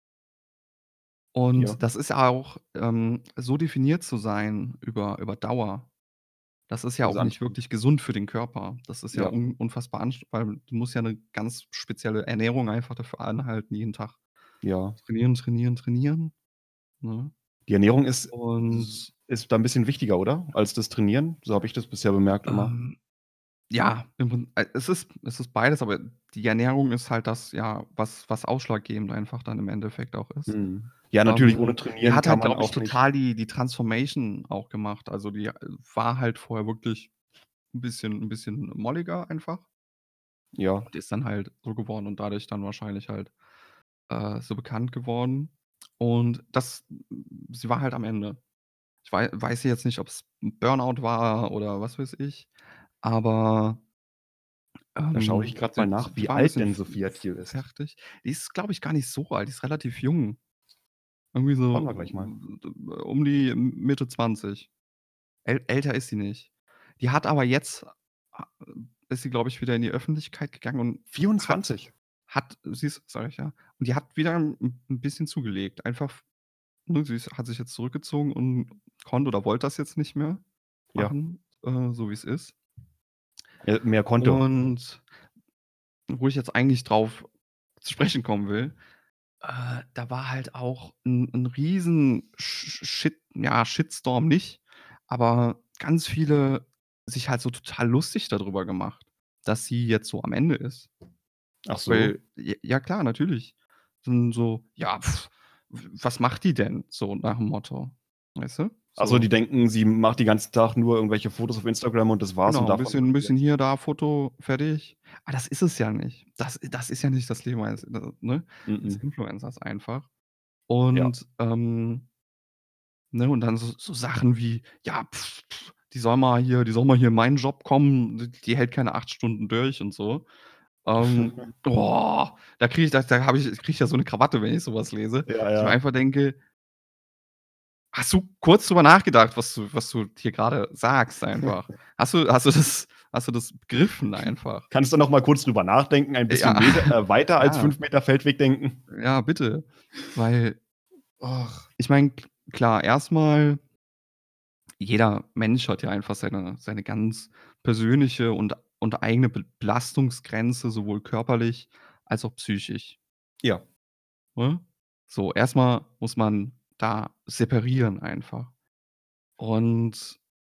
Ja, Und das ist ja auch, ähm, so definiert zu sein über über Dauer. Das ist ja das ist auch nicht anstrengend. wirklich gesund für den Körper. Das ist ja Ja, un unfassbar anst weil du musst ja 'ne ganz spezielle Ernährung einfach dafür anhalten, jeden Tag. ja. Trainieren, trainieren, trainieren, ne? Die Ernährung ist Und, s ist da 'n bisschen wichtiger, oder? Als das Trainieren? So habe ich das bisher bemerkt immer. ähm, ja, im Prin äh, es ist es ist beides, aber die Ernährung ist halt das, ja, was was ausschlaggebend einfach dann im Endeffekt auch ist. Mhm. Ja, natürlich, ohne Ähm, die Trainieren hat kann halt, man glaube ich, auch nicht. total die die Transformation auch gemacht. Also, die, äh, war halt vorher wirklich 'n bisschen 'n bisschen molliger einfach Ja, und ist dann halt so geworden und dadurch dann wahrscheinlich halt, äh, so bekannt geworden. Und das sie war halt am Ende. Ich wei weiß jetzt nicht, ob's 'n Burnout war oder was weiß ich, aber, da schaue ich ähm, grad mal sie nach, sie wie war 'n alt bisschen denn f Sophia f Thiel ist. fertig. Die ist, glaube ich, gar nicht so alt, die ist relativ jung. Irgendwie Schauen so, wir gleich mal. um die Mitte zwanzig. Äl älter ist sie nicht. Die hat aber jetzt a ist sie, glaube ich, wieder in die Öffentlichkeit gegangen und hat vierundzwanzig. hat siehst sage ich ja. Und die hat wieder 'n 'n bisschen zugelegt. Einfach, ne, sie ist hat sich jetzt zurückgezogen und konnte oder wollte das jetzt nicht mehr Ja, machen, äh, so wie's ist. ja, mehr konnte. Und wo ich jetzt eigentlich drauf zu sprechen kommen will, äh, da war halt auch 'n 'n riesen Sh Shit ja, Shitstorm nicht, aber ganz viele sich halt so total lustig da drüber gemacht, dass sie jetzt so am Ende ist. Ach so. Weil j ja klar, natürlich. Dann so: „Ja, pf, w was macht die denn?“ So nach dem Motto, weißt du? Ach so, die So, denken, sie macht den ganzen Tag nur irgendwelche Fotos auf Instagram und das war's und genau, 'n davon bisschen 'n leben sie bisschen jetzt. hier, da Foto, fertig. Aber das ist es ja nicht. Das das ist ja nicht das Leben eines, äh, ne, des Mhm. Influencers einfach. Ja. Und, ähm ne, und dann so so Sachen wie: „Ja, pf, pf, die soll mal hier die soll mal hier in meinen Job kommen, d die hält keine acht Stunden durch“ und so. Ähm, boah, da kriege ich da da habe ich kriege ich ja so 'ne Krawatte, wenn ich so was lese. Ja, Ich mir ja. einfach denke: „Hast du kurz drüber nachgedacht, was du was du hier grade sagst einfach? Hast du hast du das hast du das begriffen einfach?“ Kannst du noch mal kurz drüber nachdenken, ein Ja, bisschen Meter äh, weiter als ja, fünf Meter Feldweg denken? ja, bitte. Weil Och. ich meine, k klar, erst mal jeder Mensch hat ja einfach seine seine ganz persönliche und und eigene Be Belastungsgrenze, sowohl körperlich als auch psychisch, Ja. ne? So, erst mal muss man da separieren einfach. Und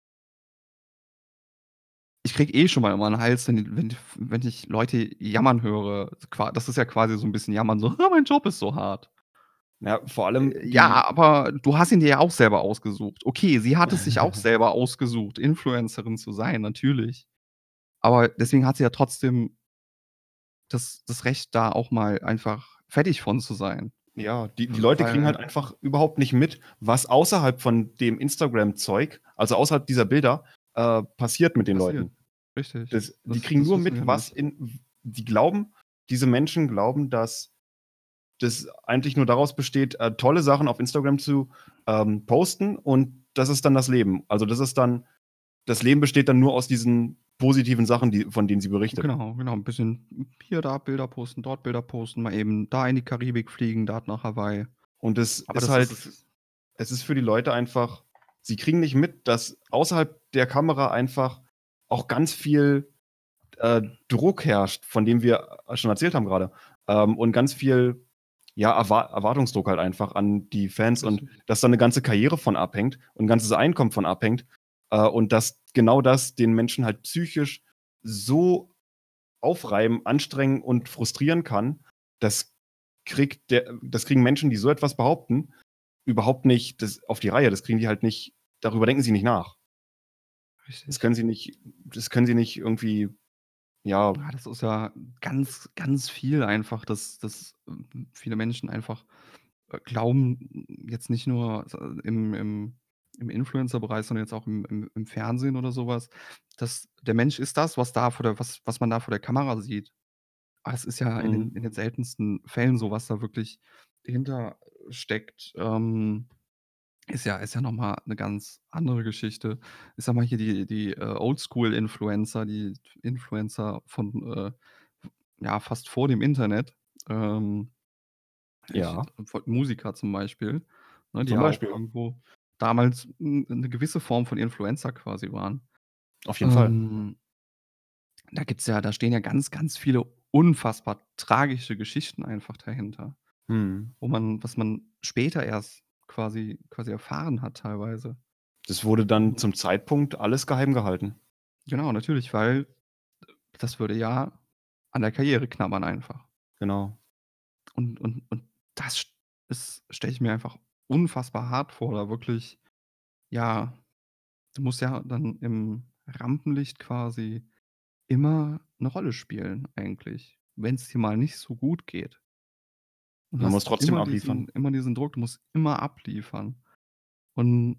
ich kriege eh schon mal immer 'n Hals, wenn die wenn die wenn ich Leute jammern höre. Qua Das ist ja quasi so 'n bisschen jammern, so: „Ah, mein Job ist so hart.“ Ja, vor allem Äh, ja, die aber du hast ihn dir ja auch selber ausgesucht. Okay, sie hat es sich auch selber ausgesucht, Influencerin zu sein, natürlich. Aber deswegen hat sie ja trotzdem das das Recht, da auch mal einfach fertig von zu sein. Ja, die die W Leute kriegen halt weil einfach überhaupt nicht mit, was außerhalb von dem Instagram-Zeug, also außerhalb dieser Bilder, äh, passiert mit den passiert. Leuten. Richtig. Das die Das kriegen das nur wissen wir mit, was nicht. in w die glauben diese Menschen glauben, dass das eigentlich nur daraus besteht, äh, tolle Sachen auf Instagram zu, ähm, posten und das ist dann das Leben. Also, das ist dann das Leben besteht dann nur aus diesen positiven Sachen, die von denen sie berichtet. Genau, genau. 'N bisschen hier, da Bilder posten, dort Bilder posten, mal eben da in die Karibik fliegen, dort nach Hawaii. Und es Aber ist das ist halt f es es ist für die Leute einfach sie kriegen nicht mit, dass außerhalb der Kamera einfach auch ganz viel, äh, Druck herrscht, von dem wir äh, schon erzählt haben grade. Ähm, und ganz viel, ja, Erwar Erwartungsdruck halt einfach an die Fans und Richtig. dass da 'ne ganze Karriere von abhängt und 'n ganzes Einkommen von abhängt, äh, und dass genau das den Menschen halt psychisch so aufreiben, anstrengen und frustrieren kann, das kriegt der das kriegen Menschen, die so etwas behaupten, überhaupt nicht das auf die Reihe. Das kriegen die halt nicht darüber denken sie nicht nach. Das Richtig. können sie nicht das können sie nicht irgendwie, ja Ja, das ist ja ganz, ganz viel einfach, dass dass, ähm, viele Menschen einfach, äh, glauben, jetzt nicht nur s im im im Influencer-Bereich, sondern jetzt auch im im im Fernsehen oder so was, dass der Mensch ist das, was da vor der was was man da vor der Kamera sieht. Aber es ist ja in Mhm. den in den seltensten Fällen so, was da wirklich dahinter steckt, ähm, ist ja ist ja noch mal 'ne ganz andere Geschichte. Ich sage mal hier die die, äh, Oldschool-Influencer, die Influencer von, äh, ja, fast vor dem Internet, ähm, ich Ja. von Musiker zum Beispiel, ne, die Zum ja auch Beispiel. irgendwo damals 'n 'ne gewisse Form von Influencer quasi waren. Auf jeden Fall. Ähm da gibt's ja da stehen ja ganz, ganz viele unfassbar tragische Geschichten einfach dahinter, Mhm. wo man was man später erst quasi quasi erfahren hat teilweise. Das wurde dann Mhm. zum Zeitpunkt alles geheim gehalten. Genau, natürlich, weil das würde ja an der Karriere knabbern einfach. Genau. Und und und das st das stelle ich mir einfach unfassbar hart vor, da wirklich ja, du musst ja dann im Rampenlicht quasi immer 'ne Rolle spielen eigentlich, wenn's dir mal nicht so gut geht. Und Man muss hast trotzdem immer abliefern. diesen immer diesen Druck, du musst immer abliefern. Und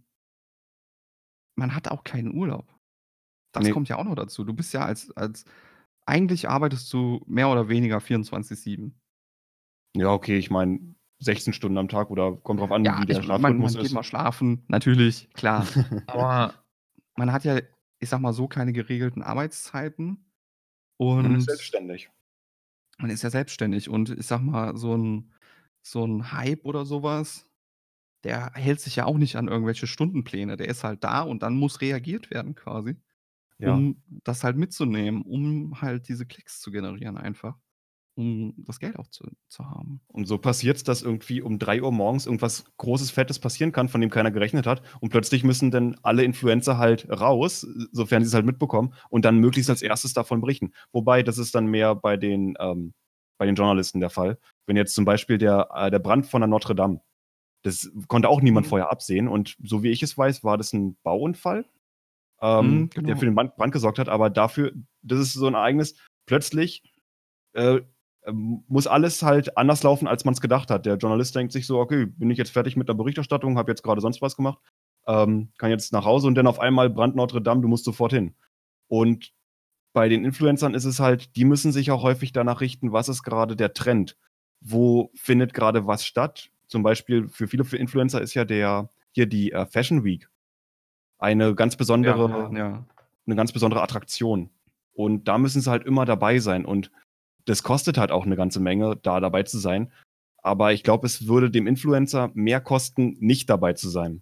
man hat auch keinen Urlaub. Das Ne. kommt ja auch noch dazu. Du bist ja als als eigentlich arbeitest du mehr oder weniger vierundzwanzig sieben. Ja, okay, ich meine, sechzehn Stunden am Tag oder kommt drauf an, Ja, wie der ich man Schlafrhythmus man geht ist. mal schlafen, natürlich, klar. Aber man hat ja, ich sage mal so, keine geregelten Arbeitszeiten Man ist und selbstständig. man ist ja selbstständig und ich sage mal, so 'n so 'n Hype oder so was, der hält sich ja auch nicht an irgendwelche Stundenpläne. Der ist halt da und dann muss reagiert werden quasi, Ja. um das halt mitzunehmen, um halt diese Klicks zu generieren einfach, um das Geld auch zu zu haben. Und so passiert's, dass irgendwie um drei Uhr morgens irgendwas Großes, Fettes passieren kann, von dem keiner gerechnet hat. Und plötzlich müssen dann alle Influencer halt raus, s sofern sie's halt mitbekommen und dann möglichst als Richtig. erstes davon berichten. Wobei, das ist dann mehr bei den, ähm bei den Journalisten der Fall. Wenn jetzt zum Beispiel der äh, der Brand von der Notre Dame, das konnte auch niemand Mhm. vorher absehen und so wie ich es weiß, war das 'n Bauunfall, ähm, Mhm, der für genau. den Brand Brand gesorgt hat, aber dafür das ist so 'n Ereignis, plötzlich, äh, ähm, muss alles halt anders laufen, als man's gedacht hat. Der Journalist denkt sich so: „Okay, bin ich jetzt fertig mit der Berichterstattung, habe jetzt grade sonst was gemacht, ähm, kann jetzt nach Hause“ und dann auf einmal Brand Notre Dame, du musst sofort hin. Und bei den Influencern ist es halt die müssen sich auch häufig danach richten, was ist grade der Trend? Wo findet grade was statt? Zum Beispiel für viele für Influencer ist ja der hier die, äh, Fashion Week eine ganz Ja, besondere ja. 'ne ganz besondere Attraktion. Und da müssen sie halt immer dabei sein und das kostet halt auch 'ne ganze Menge, da dabei zu sein. Aber ich glaube, es würde dem Influencer mehr kosten, nicht dabei zu sein.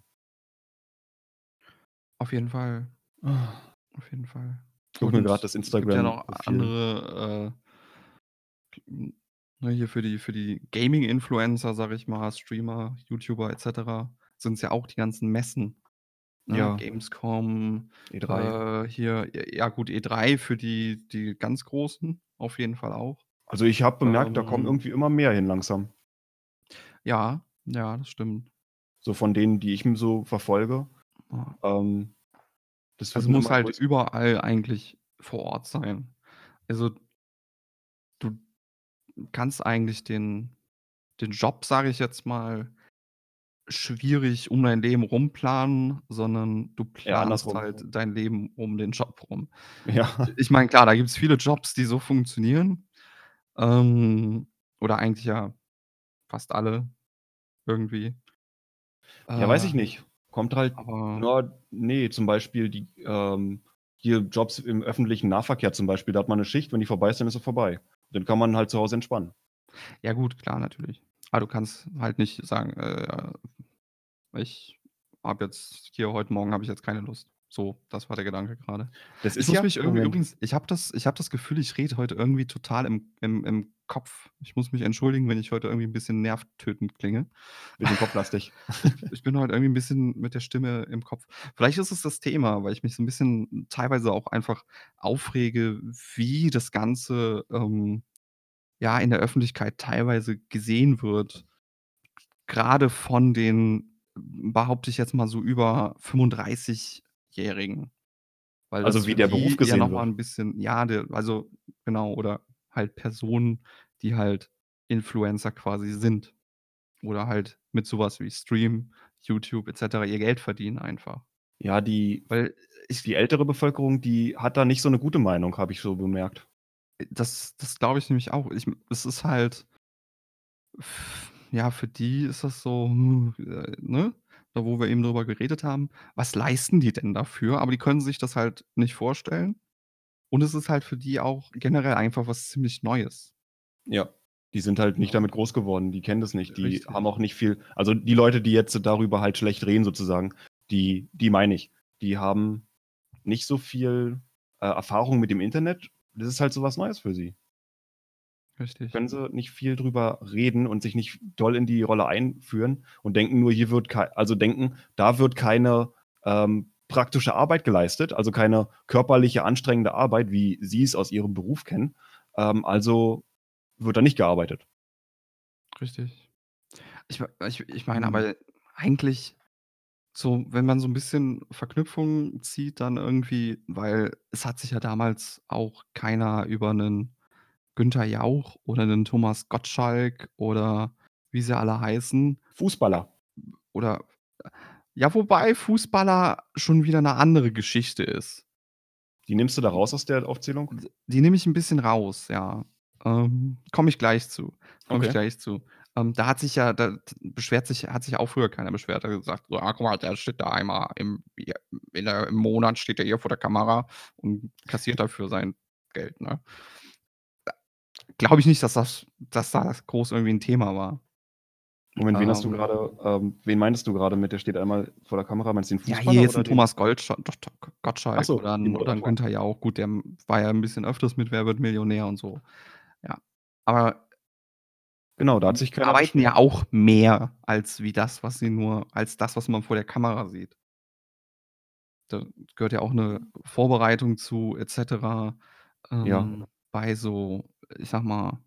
Auf jeden Fall. Auf jeden Fall. Ich gucke mir grad Und das es gibt ja noch Instagram-Profil andere, äh hm, ne, hier für die für die Gaming-Influencer, sage ich mal, Streamer, YouTuber et cetera, sind's ja auch die ganzen Messen, ne? Ja. Gamescom, E3. äh, hier, ja gut, E3 für die die ganz Großen auf jeden Fall auch. Also, ich habe bemerkt, da kommen Ähm irgendwie immer mehr hin langsam. Ja, ja, das stimmt. So von denen, die ich m so verfolge. Ja. Ähm, das wird Es 'n muss immer halt größer überall eigentlich vor Ort sein. Also du kannst eigentlich den den Job, sage ich jetzt mal, schwierig um dein Leben rumplanen, sondern du Eher planst andersrum. halt dein Leben um den Job rum. Ja. Ich meine, klar, da gibt's viele Jobs, die so funktionieren, ähm, oder eigentlich ja fast alle irgendwie. Ja, weiß Äh, ich nicht. Kommt halt aber ja, ne, zum Beispiel die, ähm hier Jobs im öffentlichen Nahverkehr zum Beispiel, da hat man 'ne Schicht, wenn die vorbei ist, dann ist sie vorbei. Dann kann man halt zu Hause entspannen. Ja gut, klar, natürlich. Aber du kannst halt nicht sagen, äh: „Ich habe jetzt hier heute Morgen habe ich jetzt keine Lust.“ So, das war der Gedanke grade. Das Ich ist muss ja mich irgendwie Moment. übrigens ich habe das ich habe das Gefühl, ich rede heute irgendwie total im im im Kopf. Ich muss mich entschuldigen, wenn ich heute irgendwie 'n bisschen nervtötend klinge. Bisschen kopflastig. Ich ich bin heute irgendwie 'n bisschen mit der Stimme im Kopf. Vielleicht ist es das Thema, weil ich mich so 'n bisschen teilweise auch einfach aufrege, wie das Ganze, ähm, ja, in der Öffentlichkeit teilweise gesehen wird. Grade von den, behaupte ich jetzt mal so, über fünfunddreißig-Jährigen. Weil das Also, wie für der Beruf die ja gesehen noch mal wird. 'n bisschen ja, der also genau, oder halt Personen, die halt Influencer quasi sind oder halt mit so was wie Stream, YouTube et cetera ihr Geld verdienen einfach. Ja, die Weil ich die ältere Bevölkerung, die hat da nicht so 'ne gute Meinung, habe ich so bemerkt. Äh, das das glaube ich nämlich auch. Ich es ist halt f ja, für die ist das so, hm, äh, ne? Da, wo wir eben drüber geredet haben, was leisten die denn dafür? Aber die können sich das halt nicht vorstellen. Und es ist halt für die auch generell einfach was ziemlich Neues. Ja, die sind halt nicht Ja. damit groß geworden. Die kennen das nicht. Die haben Richtig. auch nicht viel also, die Leute, die jetzt darüber halt schlecht reden sozusagen, die die meine ich. Die haben nicht so viel, äh, Erfahrung mit dem Internet. Das ist halt so was Neues für sie. Richtig. Können sie nicht viel drüber reden und sich nicht doll in die Rolle einführen und denken nur, hier wird kei also, denken, da wird keine, ähm, praktische Arbeit geleistet, also, keine körperliche, anstrengende Arbeit, wie sie es aus ihrem Beruf kennen. Ähm, also, wird da nicht gearbeitet. Richtig. Ich mei ich ich meine Mhm. aber eigentlich so, wenn man so 'n bisschen Verknüpfungen zieht, dann irgendwie weil es hat sich ja damals auch keiner über 'nen Günther Jauch oder 'nen Thomas Gottschalk oder wie sie alle heißen Fußballer. oder ja, wobei Fußballer schon wieder 'ne andere Geschichte ist. Die nimmst du da raus aus der Aufzählung? D die nehme ich 'n bisschen raus, ja. Ähm, komme ich gleich zu komme ich Okay. gleich zu. Ähm, da hat sich ja da d beschwert sich hat sich auch früher keiner beschwert. Da hat gesagt: „Ja, guck mal, der steht da einmal im ja, in der im Monat steht der hier vor der Kamera und kassiert dafür sein Geld“, ne? Glaube ich nicht, dass das dass das groß irgendwie 'n Thema war. Moment, wen hast du Ähm grade ähm, wen meintest du grade mit, der steht einmal vor der Kamera? Meinst du den Ja, hier Fußballer jetzt oder 'n den Thomas Goldsch doch doch Ach Gottschalk so, oder die 'n oder 'n Moderatoren. Günther Jauch. Gut, der war ja 'n bisschen öfters mit „Wer wird Millionär“ und so. Ja. Aber Genau, da hat die sich keiner arbeiten ja beschwert. auch mehr als wie das, was sie nur als das, was man vor der Kamera sieht. Da gehört ja auch 'ne Vorbereitung zu et cetera. Ja. Ähm, bei so, ich sage mal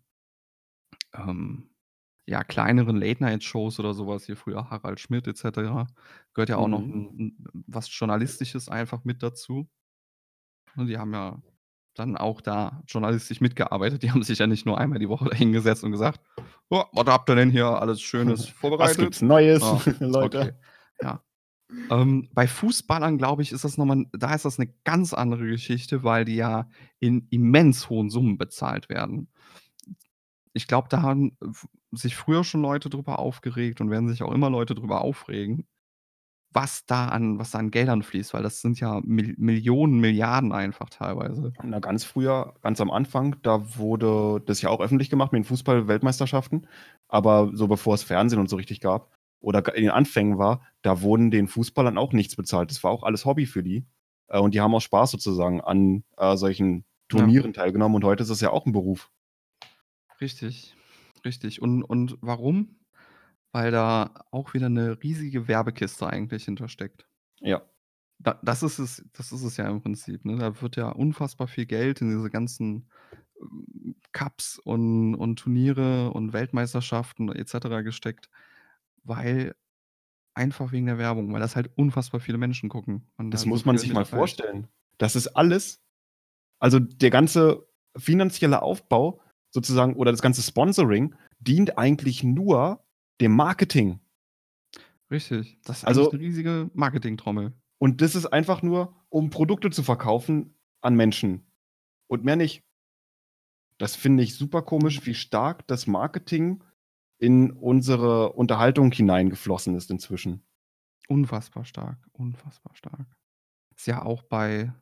ähm, ja, kleineren Late-Night-Shows oder so was, hier früher Harald Schmidt et cetera, gehört ja auch noch Mhm. 'n 'n was Journalistisches einfach mit dazu. Ne, die haben ja dann auch da journalistisch mitgearbeitet. Die haben sich ja nicht nur einmal die Woche da hingesetzt und gesagt: „So, was habt ihr denn hier alles Schönes Was vorbereitet?“ gibt's Neues, Ja, okay, Leute? ja. Ähm, bei Fußballern, glaube ich, ist das noch mal 'n da ist das 'ne ganz andere Geschichte, weil die ja in immens hohen Summen bezahlt werden. Ich glaube, da haben f sich früher schon Leute drüber aufgeregt und werden sich auch immer Leute drüber aufregen, was da an was da an Geldern fließt, weil das sind ja Mil Millionen, Milliarden einfach teilweise. Na, ganz früher, ganz am Anfang, da wurde das ja auch öffentlich gemacht mit den Fußball-Weltmeisterschaften. Aber so bevor es Fernsehen und so richtig gab oder g in den Anfängen war, da wurden den Fußballern auch nichts bezahlt. Das war auch alles Hobby für die. Äh, und die haben auch Spaß sozusagen an, äh, solchen Ja. Turnieren teilgenommen und heute ist es ja auch 'n Beruf. Richtig, richtig. Und und warum? Weil da auch wieder 'ne riesige Werbekiste eigentlich hinter steckt. Ja. Da das ist es das ist es ja im Prinzip, ne? Da wird ja unfassbar viel Geld in diese ganzen, ähm, Cups und und Turniere und Weltmeisterschaften et cetera gesteckt, weil einfach wegen der Werbung, weil das halt unfassbar viele Menschen gucken und Das da so muss man viel sich mal mit reißt. vorstellen. Das ist alles also, der ganze finanzielle Aufbau, sozusagen oder das ganze Sponsoring dient eigentlich nur dem Marketing. Richtig. Das ist eigentlich Also 'ne riesige Marketingtrommel. und das ist einfach nur, um Produkte zu verkaufen an Menschen und mehr nicht. Das finde ich super komisch, wie stark das Marketing in unsere Unterhaltung hineingeflossen ist inzwischen. Unfassbar stark, unfassbar stark. Ist ja auch bei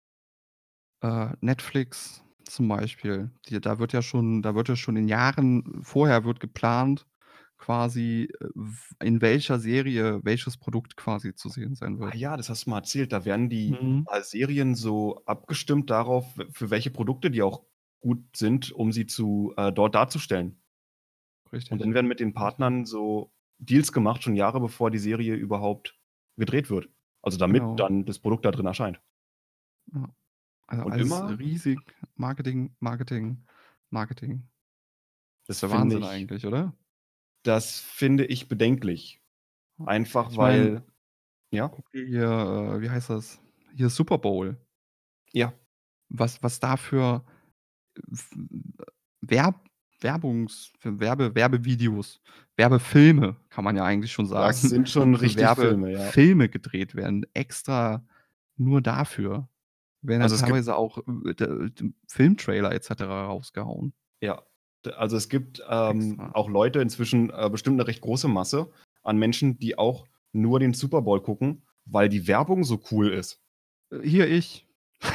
äh, Netflix zum Beispiel. Die da wird ja schon da wird ja schon in Jahren vorher wird geplant, quasi, äh, w in welcher Serie welches Produkt quasi zu sehen sein Ah wird. ja, das hast du mal erzählt. Da werden die, Mhm. äh, Serien so abgestimmt darauf, w für welche Produkte die auch gut sind, um sie zu äh, dort darzustellen. Und Richtig. dann werden mit den Richtig. Partnern so Deals gemacht, schon Jahre bevor die Serie überhaupt gedreht wird. Also, damit Genau. dann das Produkt da drin erscheint. Ja. Also, Und alles immer riesig Marketing, Marketing, Marketing. Das Ist der finde Wahnsinn ich eigentlich, oder? das finde ich bedenklich. Ja. Einfach Ich meine, weil ja? guck dir hier, äh, wie heißt das? Hier Super Bowl. Ja. Was was da für w Werb Werbungs für Werbe Werbevideos, Werbefilme, kann man ja eigentlich schon Das sagen, sind schon für richtig Filme, ja. Werbefilme gedreht werden, extra nur dafür. Werden ja Also, es gibt teilweise auch, äh, d d Filmtrailer et cetera rausgehauen. Ja, d also, es gibt, ähm, Extra. auch Leute inzwischen äh, bestimmt 'ne recht große Masse an Menschen, die auch nur den Super Bowl gucken, weil die Werbung so cool ist. Äh, hier ich.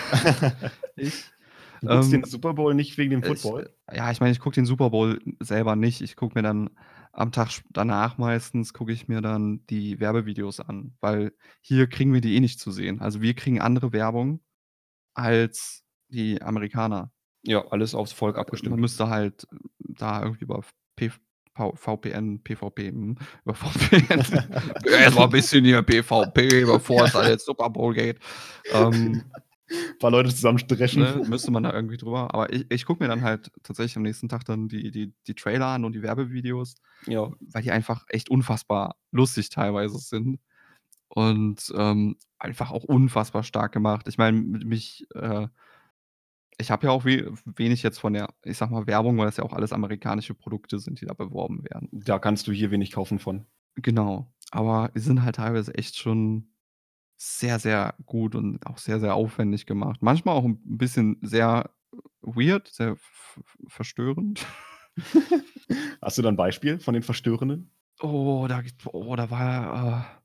Ich, Du guckst den ähm Super Bowl nicht wegen dem ich Football? ja, ich meine, ich gucke den Super Bowl selber nicht. Ich gucke mir dann am Tag sch danach meistens gucke ich mir dann die Werbevideos an, weil hier kriegen wir die eh nicht zu sehen. Also, wir kriegen andere Werbung als die Amerikaner. Ja, alles aufs Volk Äh, man abgestimmt. müsste halt da irgendwie über P V VPN, PVP, mhm, über VPN erst mal 'n bisschen hier PVP, bevor es an den Super Bowl geht. Ähm Paar Leute zusammen ne, dreschen. müsste man da irgendwie drüber. Aber ich ich gucke mir dann halt tatsächlich am nächsten Tag dann die die die Trailer an und die Werbevideos, Ja. weil die einfach echt unfassbar lustig teilweise sind und, ähm, einfach auch unfassbar stark gemacht. Ich meine, m mich, äh ich habe ja auch we wenig jetzt von der, ich sage mal, Werbung, weil das ja auch alles amerikanische Produkte sind, die da beworben werden. Da kannst du hier wenig kaufen von. Genau, aber die sind halt teilweise echt schon sehr, sehr gut und auch sehr, sehr aufwendig gemacht. Manchmal auch 'n bisschen sehr weird, sehr v v verstörend. Hast du da 'n Beispiel von den verstörenden? Oh, da gibt oh, da war, äh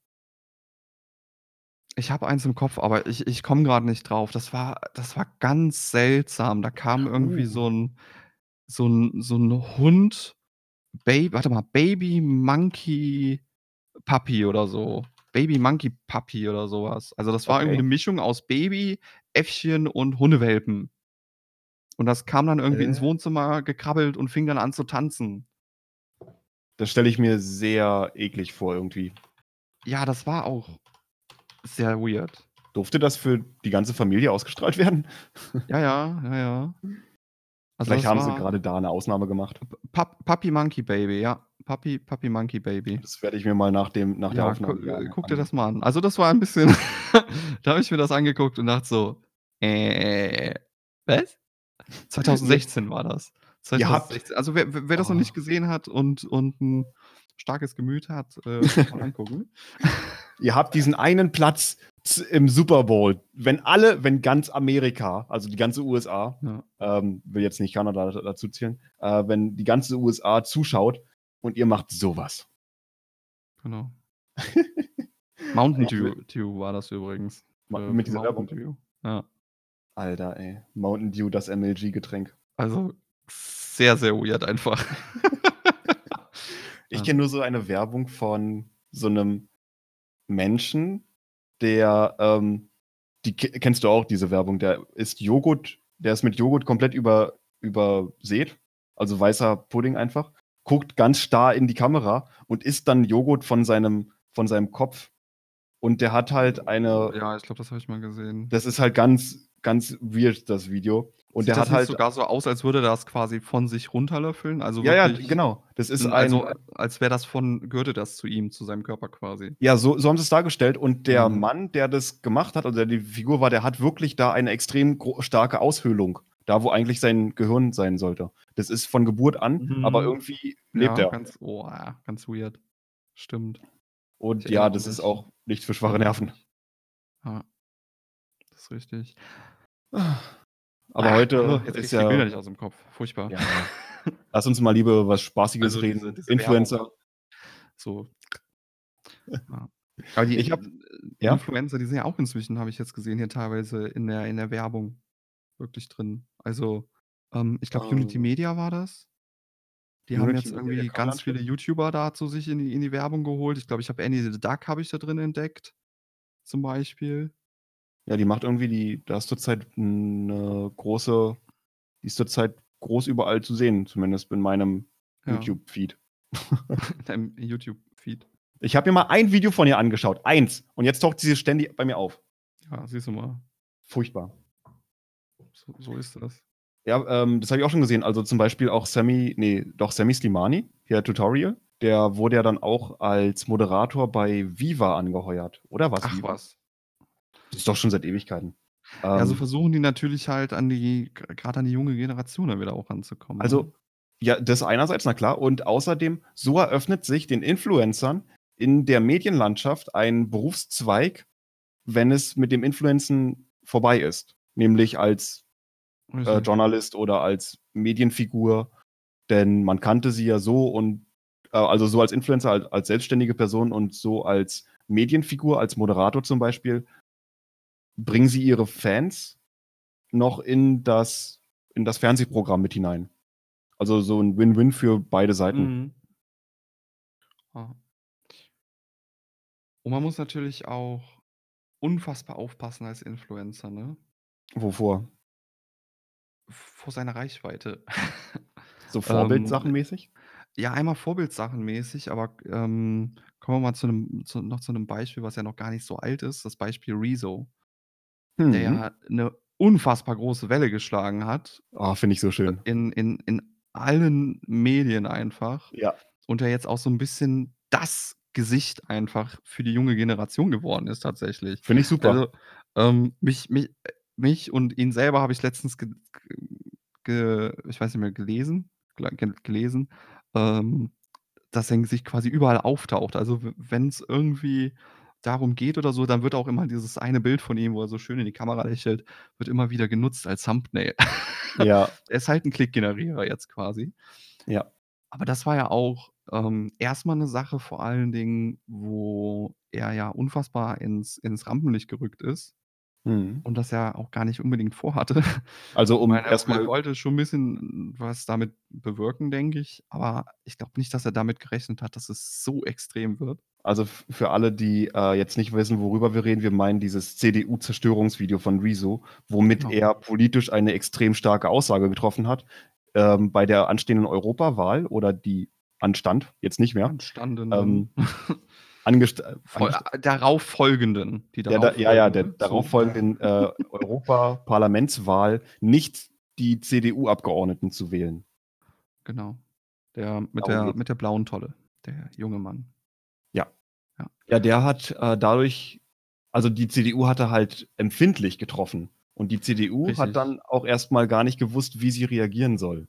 ich habe eins im Kopf, aber ich ich komme grad nicht drauf. Das war das war ganz seltsam. Da kam irgendwie Oh. so 'n so 'n so 'n Hund, Ba warte mal, Baby Monkey Puppy oder so. Baby Monkey Puppy oder so was. Also, das war irgendwie 'ne Okay. Mischung aus Baby, Äffchen und Hundewelpen. Und das kam dann irgendwie ins Äh. Wohnzimmer gekrabbelt und fing dann an zu tanzen. Das stelle ich mir sehr eklig vor irgendwie. Ja, das war auch sehr weird. Durfte das für die ganze Familie ausgestrahlt werden? Ja, ja, ja, ja. Also, Vielleicht das haben sie war grade da 'ne Ausnahme gemacht. P Pup Puppy Monkey Baby, ja. Puppy Puppy Monkey Baby. Das werde ich mir mal nach dem nach der Ja, gu Aufnahme äh, gerne guck dir ansehen. das mal an. Also, das war ein bisschen da habe ich mir das angeguckt und dachte so: „Äh, was?“ Ihr zweitausendsechzehn war das. ihr habt zweitausendsechzehn. Also, wer wer wer das noch oh. nicht gesehen hat und und 'n starkes Gemüt hat, äh, mal angucken. Ihr habt diesen einen Platz z im Super Bowl. Wenn alle wenn ganz Amerika, also, die ganze USA, Ja. ähm, will jetzt nicht Kanada da dazu zählen, äh, wenn die ganze USA zuschaut und ihr macht so was. Genau. Mountain Ich will Dew Dew war das übrigens. Ma Für mit für dieser Mountain Werbung? Dew, ja. Alter, ey. Mountain Dew, das M L G-Getränk. Also, sehr, sehr weird einfach. Ich Ja. kenne nur so eine Werbung von so 'nem Menschen, der, ähm die ke kennst du auch diese Werbung, der isst Joghurt der ist mit Joghurt komplett über übersät, also, weißer Pudding einfach, guckt ganz starr in die Kamera und isst dann Joghurt von seinem von seinem Kopf. Und der hat halt Oh, eine ja, ich glaube, das habe ich mal gesehen. das ist halt ganz, ganz weird, das Video. Und Sieht der das hat nicht halt sogar so aus, als würde er das quasi von sich runterlöffeln? Also, Ja, ja, d wirklich genau. Das ist n ein also, als wäre das von gehörte das zu ihm, zu seinem Körper quasi. Ja, so so haben sie's dargestellt. Und der Mhm. Mann, der das gemacht hat, also, der die Figur war, der hat wirklich da eine extrem gro starke Aushöhlung Da, wo eigentlich sein Gehirn sein sollte. Das ist von Geburt an, aber Mhm. irgendwie lebt Ja, er. ganz oh, ja, ganz weird. Stimmt. Ich Und ja, erinnere das ist mich. auch nichts für Ich schwache erinnere Nerven. mich. Ja. Das ist richtig. Aber Ah, heute jetzt kriege ist ich die Bilder ja nicht aus dem Kopf. Furchtbar. ja. Lass uns mal lieber über was Spaßiges Also, diese reden. diese Werbung. Influencer. So. Ja. Aber die, Ich habe äh, ja? Influencer, die sind ja auch inzwischen, habe ich jetzt gesehen, hier teilweise in der in der Werbung wirklich drin. Also, ähm, ich glaube, Unity Ähm, Media war das. Die haben Unity jetzt Media, der irgendwie ganz viele Kameranschnitt? YouTuber da zu sich in die in die Werbung geholt. Ich glaube, ich habe Annie the Duck habe ich da drin entdeckt, zum Beispiel. Ja, die macht irgendwie die da ist zurzeit 'ne große die ist zurzeit groß überall zu sehen, zumindest in meinem Ja. YouTube-Feed. In deinem YouTube-Feed. Ich habe mir mal ein Video von ihr angeschaut, eins. Und jetzt taucht sie ständig bei mir auf. Ja, siehst du mal. Furchtbar. So so ist das. Ja, ähm, das habe ich auch schon gesehen. Also, zum Beispiel auch Sammy ne, doch Sammy Slimani, hier Tutorial, der wurde ja dann auch als Moderator bei Viva angeheuert. Oder war's Ach Viva? was. Das ist doch schon seit Ewigkeiten. Ja, so Ähm, versuchen die natürlich halt an die g grad an die junge Generation dann wieder auch ranzukommen, ne? also, ja, das einerseits, na klar. Und außerdem, so eröffnet sich den Influencern in der Medienlandschaft ein Berufszweig, wenn es mit dem Influencen vorbei ist. Nämlich als, äh, Richtig. Journalist oder als Medienfigur. Denn man kannte sie ja so und äh, also so als Influencer, als als selbstständige Person und so als Medienfigur, als Moderator zum Beispiel bringen sie ihre Fans noch in das in das Fernsehprogramm mit hinein. Also, so 'n Win-Win für beide Seiten. Mhm. Ja. Und man muss natürlich auch unfassbar aufpassen als Influencer, ne? Wovor? Vor seiner Reichweite. So Ähm, Vorbildsachen-mäßig? ja, einmal Vorbildsachen-mäßig, aber, ähm, kommen wir mal zu 'nem zu noch zu 'nem Beispiel, was ja noch gar nicht so alt ist, das Beispiel Rezo, der Mhm. ja 'ne unfassbar große Welle geschlagen hat, Ah, finde ich so äh, schön. in in in allen Medien einfach Ja. und der jetzt auch so 'n bisschen das Gesicht einfach für die junge Generation geworden ist tatsächlich. Finde ich super. Also, ähm, mich mich äh, mich und ihn selber habe ich letztens ge g ge ich weiß nicht mehr, gelesen gla gel gelesen, ähm, dass sein Gesicht quasi überall auftaucht. Also, w wenn's irgendwie darum geht oder so, dann wird auch immer dieses eine Bild von ihm, wo er so schön in die Kamera lächelt, wird immer wieder genutzt als Thumbnail. Ja. Er ist halt 'n Klickgenerierer jetzt quasi. Ja. Aber das war ja auch, ähm, erst mal 'ne Sache vor allen Dingen, wo er ja unfassbar ins ins Rampenlicht gerückt ist Mhm. und das er auch gar nicht unbedingt vorhatte. Also, Ich um meine, er erst er mal wollte schon 'n bisschen was damit bewirken, denke ich, aber ich glaube nicht, dass er damit gerechnet hat, dass es so extrem wird. Also, f für alle, die, äh, jetzt nicht wissen, worüber wir reden, wir meinen dieses C D U-Zerstörungsvideo von Rezo, womit Genau. er politisch eine extrem starke Aussage getroffen hat, ähm, bei der anstehenden Europawahl oder die anstand, jetzt nicht mehr, Anstandenen. ähm, angest äh, Voll angest a darauf folgenden, die der da darauf ja, ja, der folgende, darauf so. folgenden, äh, Europaparlamentswahl nicht die C D U-Abgeordneten zu wählen. Genau. Der mit Darum der geht's. mit der blauen Tolle, der junge Mann. Ja. Ja. Ja, der hat, äh, dadurch also, die C D U hatte halt empfindlich getroffen und die C D U hat Richtig. dann auch erst mal gar nicht gewusst, wie sie reagieren soll.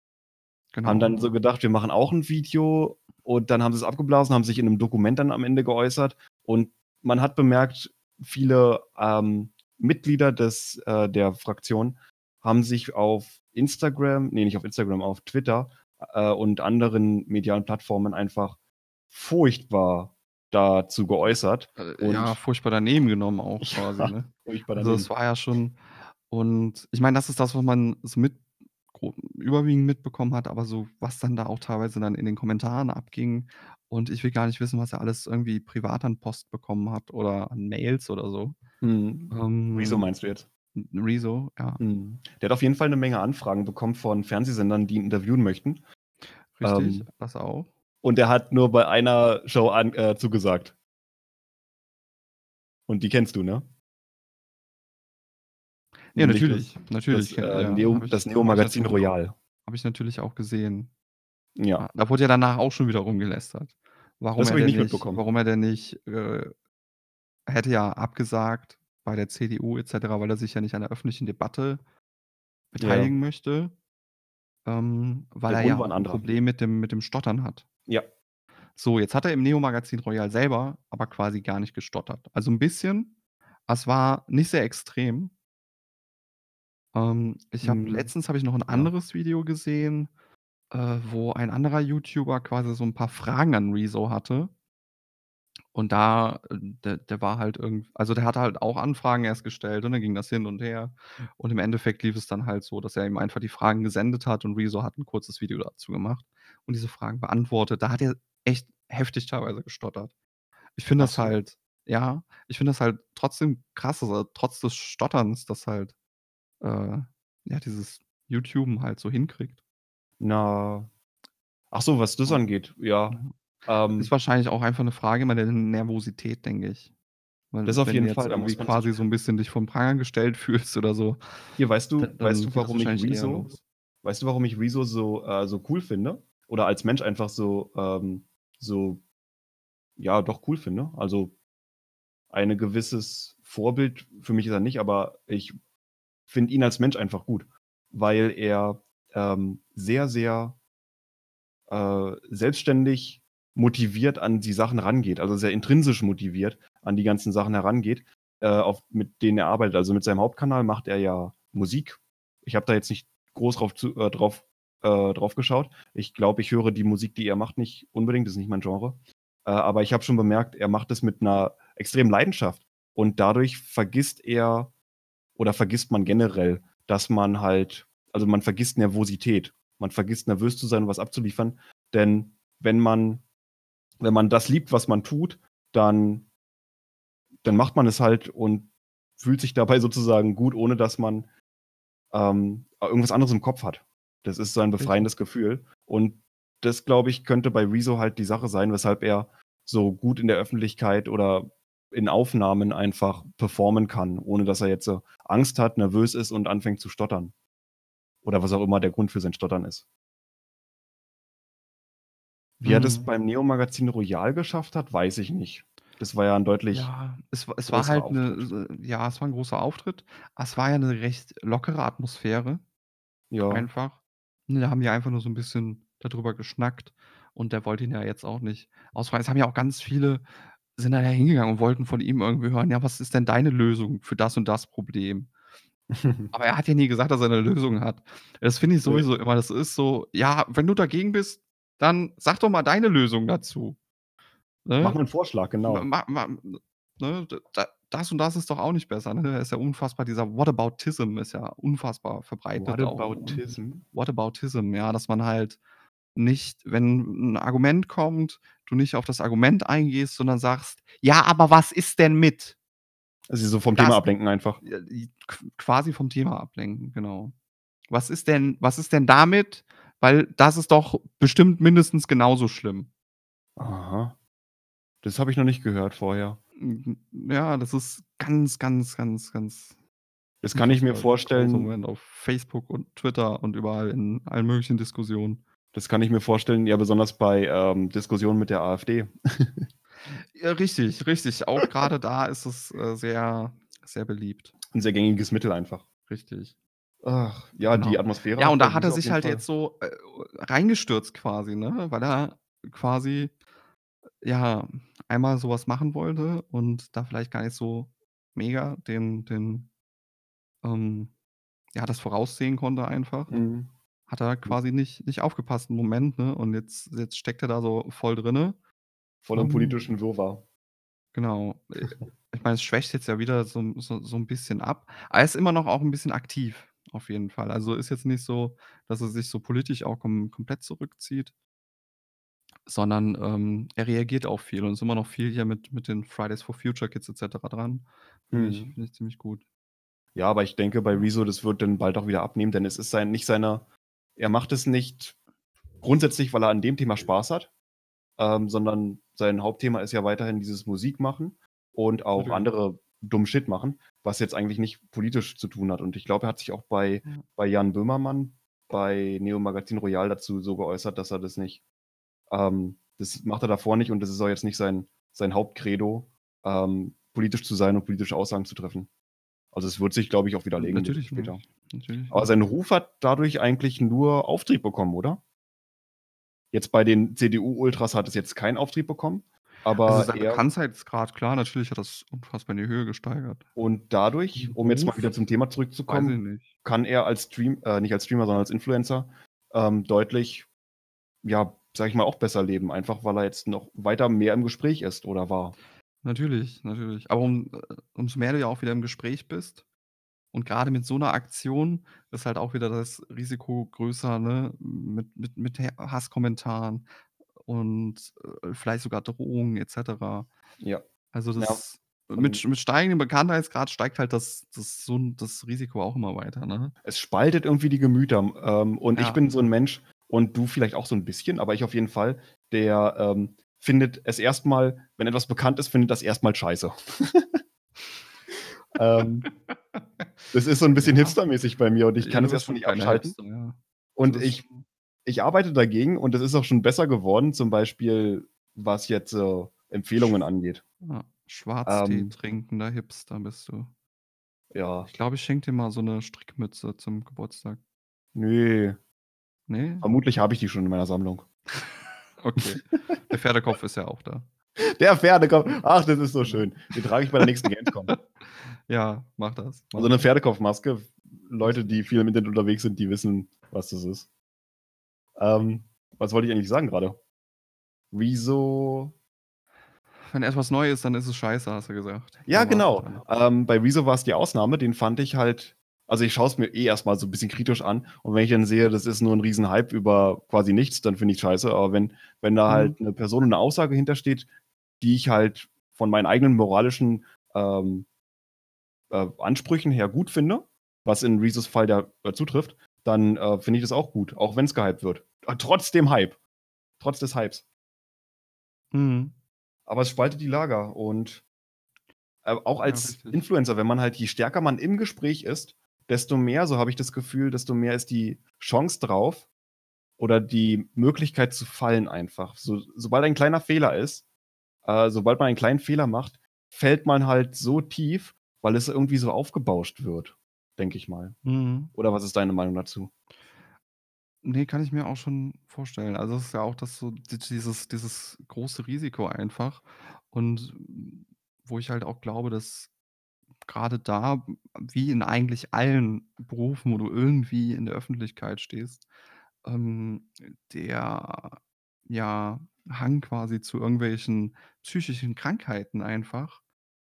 Haben Genau. dann so gedacht: „Wir machen auch 'n Video“, und dann haben sie's abgeblasen, haben sich in 'nem Dokument dann am Ende geäußert und man hat bemerkt, viele, ähm, Mitglieder des äh, der Fraktion haben sich auf Instagram ne, nicht auf Instagram, auf Twitter, äh, und anderen medialen Plattformen einfach furchtbar dazu geäußert Äh, ja, und furchtbar daneben genommen auch quasi, ja, ne? furchtbar Also, es daneben. war ja schon und ich meine, das ist das, was man so mit gro überwiegend mitbekommen hat, aber so, was dann da auch teilweise dann in den Kommentaren abging und ich will gar nicht wissen, was er alles irgendwie privat an Post bekommen hat oder an Mails oder so. Mhm. Rezo Ähm, meinst du jetzt? R Rezo, ja. Mhm. Der hat auf jeden Fall 'ne Menge Anfragen bekommen von Fernsehsendern, die ihn interviewen möchten. Richtig, Ähm, das auch. und er hat nur bei einer Show an äh, zugesagt. Und die kennst du, ne? Ja, Nämlich das natürlich. Natürlich das, ken äh, ja, Neo habe das ich habe ich Neo-Magazin natürlich auch Royal. habe ich natürlich auch gesehen. Ja. Ja, da wurde ja danach auch schon wieder rumgelästert. Warum Das er habe ich denn nicht nicht mitbekommen. warum er denn nicht äh, er hätte ja abgesagt bei der C D U et cetera, weil er sich ja nicht an der öffentlichen Debatte beteiligen Ja. möchte, ähm, weil Der er Grund ja war 'n auch 'n anderer. Problem mit dem mit dem Stottern hat. Ja. So, jetzt hat er im Neo Magazin Royal selber aber quasi gar nicht gestottert. Also 'n bisschen, aber es war nicht sehr extrem. Ähm, ich habe Mhm. letztens habe ich noch 'n Ja. anderes Video gesehen, äh, wo ein anderer YouTuber quasi so 'n paar Fragen an Rezo hatte. Und da äh, der der war halt irgend also, der hatte halt auch Anfragen erst gestellt und dann ging das hin und her. Und im Endeffekt lief es dann halt so, dass er ihm einfach die Fragen gesendet hat und Rezo hat 'n kurzes Video dazu gemacht und diese Fragen beantwortet. Da hat er echt heftig teilweise gestottert. Ich finde Ach das so. halt ja, ich finde das halt trotzdem krass, dass er trotz des Stotterns das halt, äh, ja, dieses YouTuben halt so hinkriegt. Na. Ach so, was das Ja. angeht, ja. Ja. Ist Ähm wahrscheinlich auch einfach 'ne Frage immer der Nervosität, denke ich. Weil Das auf wenn du jeden jetzt Fall, da irgendwie muss man sich quasi so 'n bisschen dich vor 'n Pranger gestellt fühlst oder so, Hier, weißt da du weißt dann du, geht das warum ich wahrscheinlich eher Rezo los. weißt du, warum ich Rezo so äh, so cool finde oder als Mensch einfach so ähm, so, ja, doch cool finde? Also, eine gewisses Vorbild für mich ist er nicht, aber ich finde ihn als Mensch einfach gut, weil er, ähm, sehr, sehr äh, selbstständig motiviert an die Sachen rangeht, also, sehr intrinsisch motiviert an die ganzen Sachen herangeht, äh, auf mit denen er arbeitet. Also, mit seinem Hauptkanal macht er ja Musik. Ich habe da jetzt nicht groß drauf zu äh, drauf äh, drauf geschaut. Ich glaube, ich höre die Musik, die er macht, nicht unbedingt, das ist nicht mein Genre. Äh, aber ich habe schon bemerkt, er macht das mit 'ner extremen Leidenschaft und dadurch vergisst er oder vergisst man generell, dass man halt also, man vergisst Nervosität. Man vergisst nervös zu sein und was abzuliefern, denn wenn man wenn man das liebt, was man tut, dann dann macht man es halt und fühlt sich dabei sozusagen gut, ohne dass man, ähm, irgendwas anderes im Kopf hat. Das ist so ein Richtig. befreiendes Gefühl und das, glaube ich, könnte bei Rezo halt die Sache sein, weshalb er so gut in der Öffentlichkeit oder in Aufnahmen einfach performen kann, ohne dass er jetzt so Angst hat, nervös ist und anfängt zu stottern. Oder was auch immer der Grund für sein Stottern ist. Wie er das Mhm. beim Neo Magazin Royal geschafft hat, weiß ich nicht. Das war ja 'n deutlich Ja, es wa es war größerer halt 'ne Auftritt. s ja, es war 'n großer Auftritt. Es war ja 'ne recht lockere Atmosphäre Ja. einfach. Ne, da haben die einfach nur so 'n bisschen da drüber geschnackt und der wollte ihn ja jetzt auch nicht ausfragen. Es haben ja auch ganz viele sind da ja hingegangen und wollten von ihm irgendwie hören: „Ja, was ist denn deine Lösung für das und das Problem?“ Aber er hat ja nie gesagt, dass er 'ne Lösung hat. Das finde ich Ne. sowieso immer das ist so: „Ja, wenn du dagegen bist, dann sag doch mal deine Lösung dazu.“ Mach Ne? mal 'n Vorschlag, Ma genau. ma ma ne, d da das und das ist doch auch nicht besser, ne? Er ist ja unfassbar dieser Whataboutism ist ja unfassbar verbreitet auch, ne? Whataboutism? Whataboutism, ja, dass man halt nicht wenn 'n Argument kommt, du nicht auf das Argument eingehst, sondern sagst: „Ja, aber was ist denn mit?“ Also, so vom Thema Das ablenken einfach. äh, i qu quasi vom Thema ablenken, genau. „Was ist denn was ist denn damit? Weil das ist doch bestimmt mindestens genauso schlimm.“ Aha. Das habe ich noch nicht gehört vorher. Mhm, ja, das ist ganz, ganz, ganz, ganz Das kann ich mir unfassbar großer vorstellen Moment auf Facebook und Twitter und überall in allen möglichen Diskussionen. das kann ich mir vorstellen, ja, besonders bei, ähm, Diskussionen mit der AfD. Ja, richtig, richtig. Auch grade da ist es, äh, sehr, sehr beliebt. 'N sehr gängiges Mittel einfach. Richtig. Ach, ja, die Genau. Atmosphäre Ja, hat und bei da hat er Rezo auf sich jeden halt Fall jetzt so, äh, reingestürzt quasi, ne, weil er quasi, ja, einmal so was machen wollte und da vielleicht gar nicht so mega den den ähm, ja, das voraussehen konnte einfach. Mhm. Hat er quasi nicht nicht aufgepasst im Moment, ne, und jetzt jetzt steckt er da so voll drinnen. Voll im Ähm politischen Wirrwarr. Genau. Äh, ich meine, es schwächt jetzt ja wieder so 'n so so 'n bisschen ab. Aber er ist immer noch auch 'n bisschen aktiv auf jeden Fall. Also, ist jetzt nicht so, dass er sich so politisch auch kom komplett zurückzieht sondern, ähm, er reagiert auch viel und ist immer noch viel hier mit mit den Fridays for Future Kids et cetera dran. Finde ich Mhm. finde ich ziemlich gut. Ja, aber ich denke bei Ja. Rezo, das wird dann bald auch wieder abnehmen, denn es ist sein nicht seine er macht es nicht grundsätzlich, weil er an dem Thema Spaß hat, ähm, sondern sein Hauptthema ist ja weiterhin dieses Musik-Machen und auch Natürlich. andere dummen Shit machen, was jetzt eigentlich nicht politisch zu tun hat. Und ich glaube, er hat sich auch bei Ja. bei Jan Böhmermann bei Neo Magazin Royal dazu so geäußert, dass er das nicht ähm, das macht er davor nicht und das ist auch jetzt nicht sein sein Hauptcredo, ähm, politisch zu sein und politische Aussagen zu treffen. Also, es wird sich, glaube ich, auch widerlegen bisschen Natürlich später. nicht. Natürlich Aber nicht. sein Ruf hat dadurch eigentlich nur Auftrieb bekommen, oder? Jetzt bei den C D U-Ultras hat es jetzt keinen Auftrieb bekommen, Also, aber sein er Bekanntheitsgrad, klar, natürlich hat das unfassbar in die Höhe gesteigert. und dadurch, Hm, um jetzt mal Ruf? wieder zum Thema Weiß ich zurückzukommen, nicht. kann er als Stream äh, nicht als Streamer, sondern als Influencer, ähm, deutlich, ja, sage ich mal, auch besser leben, einfach weil er jetzt noch weiter mehr im Gespräch ist oder war. Natürlich, natürlich. Aber um äh, umso mehr du ja auch wieder im Gespräch bist und grade mit so 'ner Aktion ist halt auch wieder das Risiko größer, ne, mit mit mit Ha Hasskommentaren und, äh, vielleicht sogar Drohungen et cetera. Ja. Also, Ja, das mit von sch mit steigendem Bekanntheitsgrad steigt halt das das so 'n das Risiko auch immer weiter, ne? Es spaltet irgendwie die Gemüter, ähm, und ich Ja. bin so 'n Mensch und du vielleicht auch so 'n bisschen, aber ich auf jeden Fall, der, ähm, findet es erst mal wenn etwas bekannt ist, findet das erst mal scheiße. Ähm, das ist so 'n bisschen Ja. hipstermäßig bei mir und ich Ja, kann du es bist erst mal schon 'n nicht kleiner abschalten. Hipster, ja. Also, Und das ich schon ich arbeite dagegen und das ist auch schon besser geworden, zum Beispiel, was jetzt so Empfehlungen Sch angeht. ja, Schwarztee Ähm trinkender Hipster bist du. Ja. Ich glaube, ich schenke dir mal so 'ne Strickmütze zum Geburtstag. Ne. Ne? Vermutlich habe ich die schon in meiner Sammlung. Okay. Der Pferdekopf ist ja auch da. Der Pferdekopf. Ach, das ist so schön. Den trage ich bei der nächsten Gamescom. Ja, mach das, Also mach 'ne das. Pferdekopfmaske. Leute, die viel im Internet unterwegs sind, die wissen, was das ist. Ähm, was wollte ich eigentlich sagen grade? Rezo Wenn etwas neu ist, dann ist es scheiße, hast du gesagt. Ja, Da war's genau. dran. Ähm, bei Rezo war's die Ausnahme, den fand ich halt also, ich schaue es mir eh erst mal so 'n bisschen kritisch an und wenn ich dann sehe, das ist nur 'n Riesenhype über quasi nichts, dann finde ich's scheiße. Aber wenn wenn da Mhm. halt 'ne Person und 'ne Aussage hintersteht, die ich halt von meinen eigenen moralischen, ähm äh, Ansprüchen her gut finde, was in Rezos Fall ja, äh, zutrifft, dann, äh, finde ich das auch gut, auch wenn's gehypt wird. Äh, trotz dem Hype. Trotz des Hypes. Mhm. Aber es spaltet die Lager und äh, auch Ja, als richtig. Influencer, wenn man halt je stärker man im Gespräch ist, desto mehr, so habe ich das Gefühl, desto mehr ist die Chance drauf oder die Möglichkeit zu fallen einfach. So sobald ein kleiner Fehler ist äh, sobald man einen kleinen Fehler macht, fällt man halt so tief, weil es irgendwie so aufgebauscht wird, denke ich mal. Mhm. Oder was ist deine Meinung dazu? Ne, kann ich mir auch schon vorstellen. Also, es ist ja auch das so di dieses dieses große Risiko einfach und wo ich halt auch glaube, dass grade da, wie in eigentlich allen Berufen, wo du irgendwie in der Öffentlichkeit stehst, ähm, der, ja, Hang quasi zu irgendwelchen psychischen Krankheiten einfach,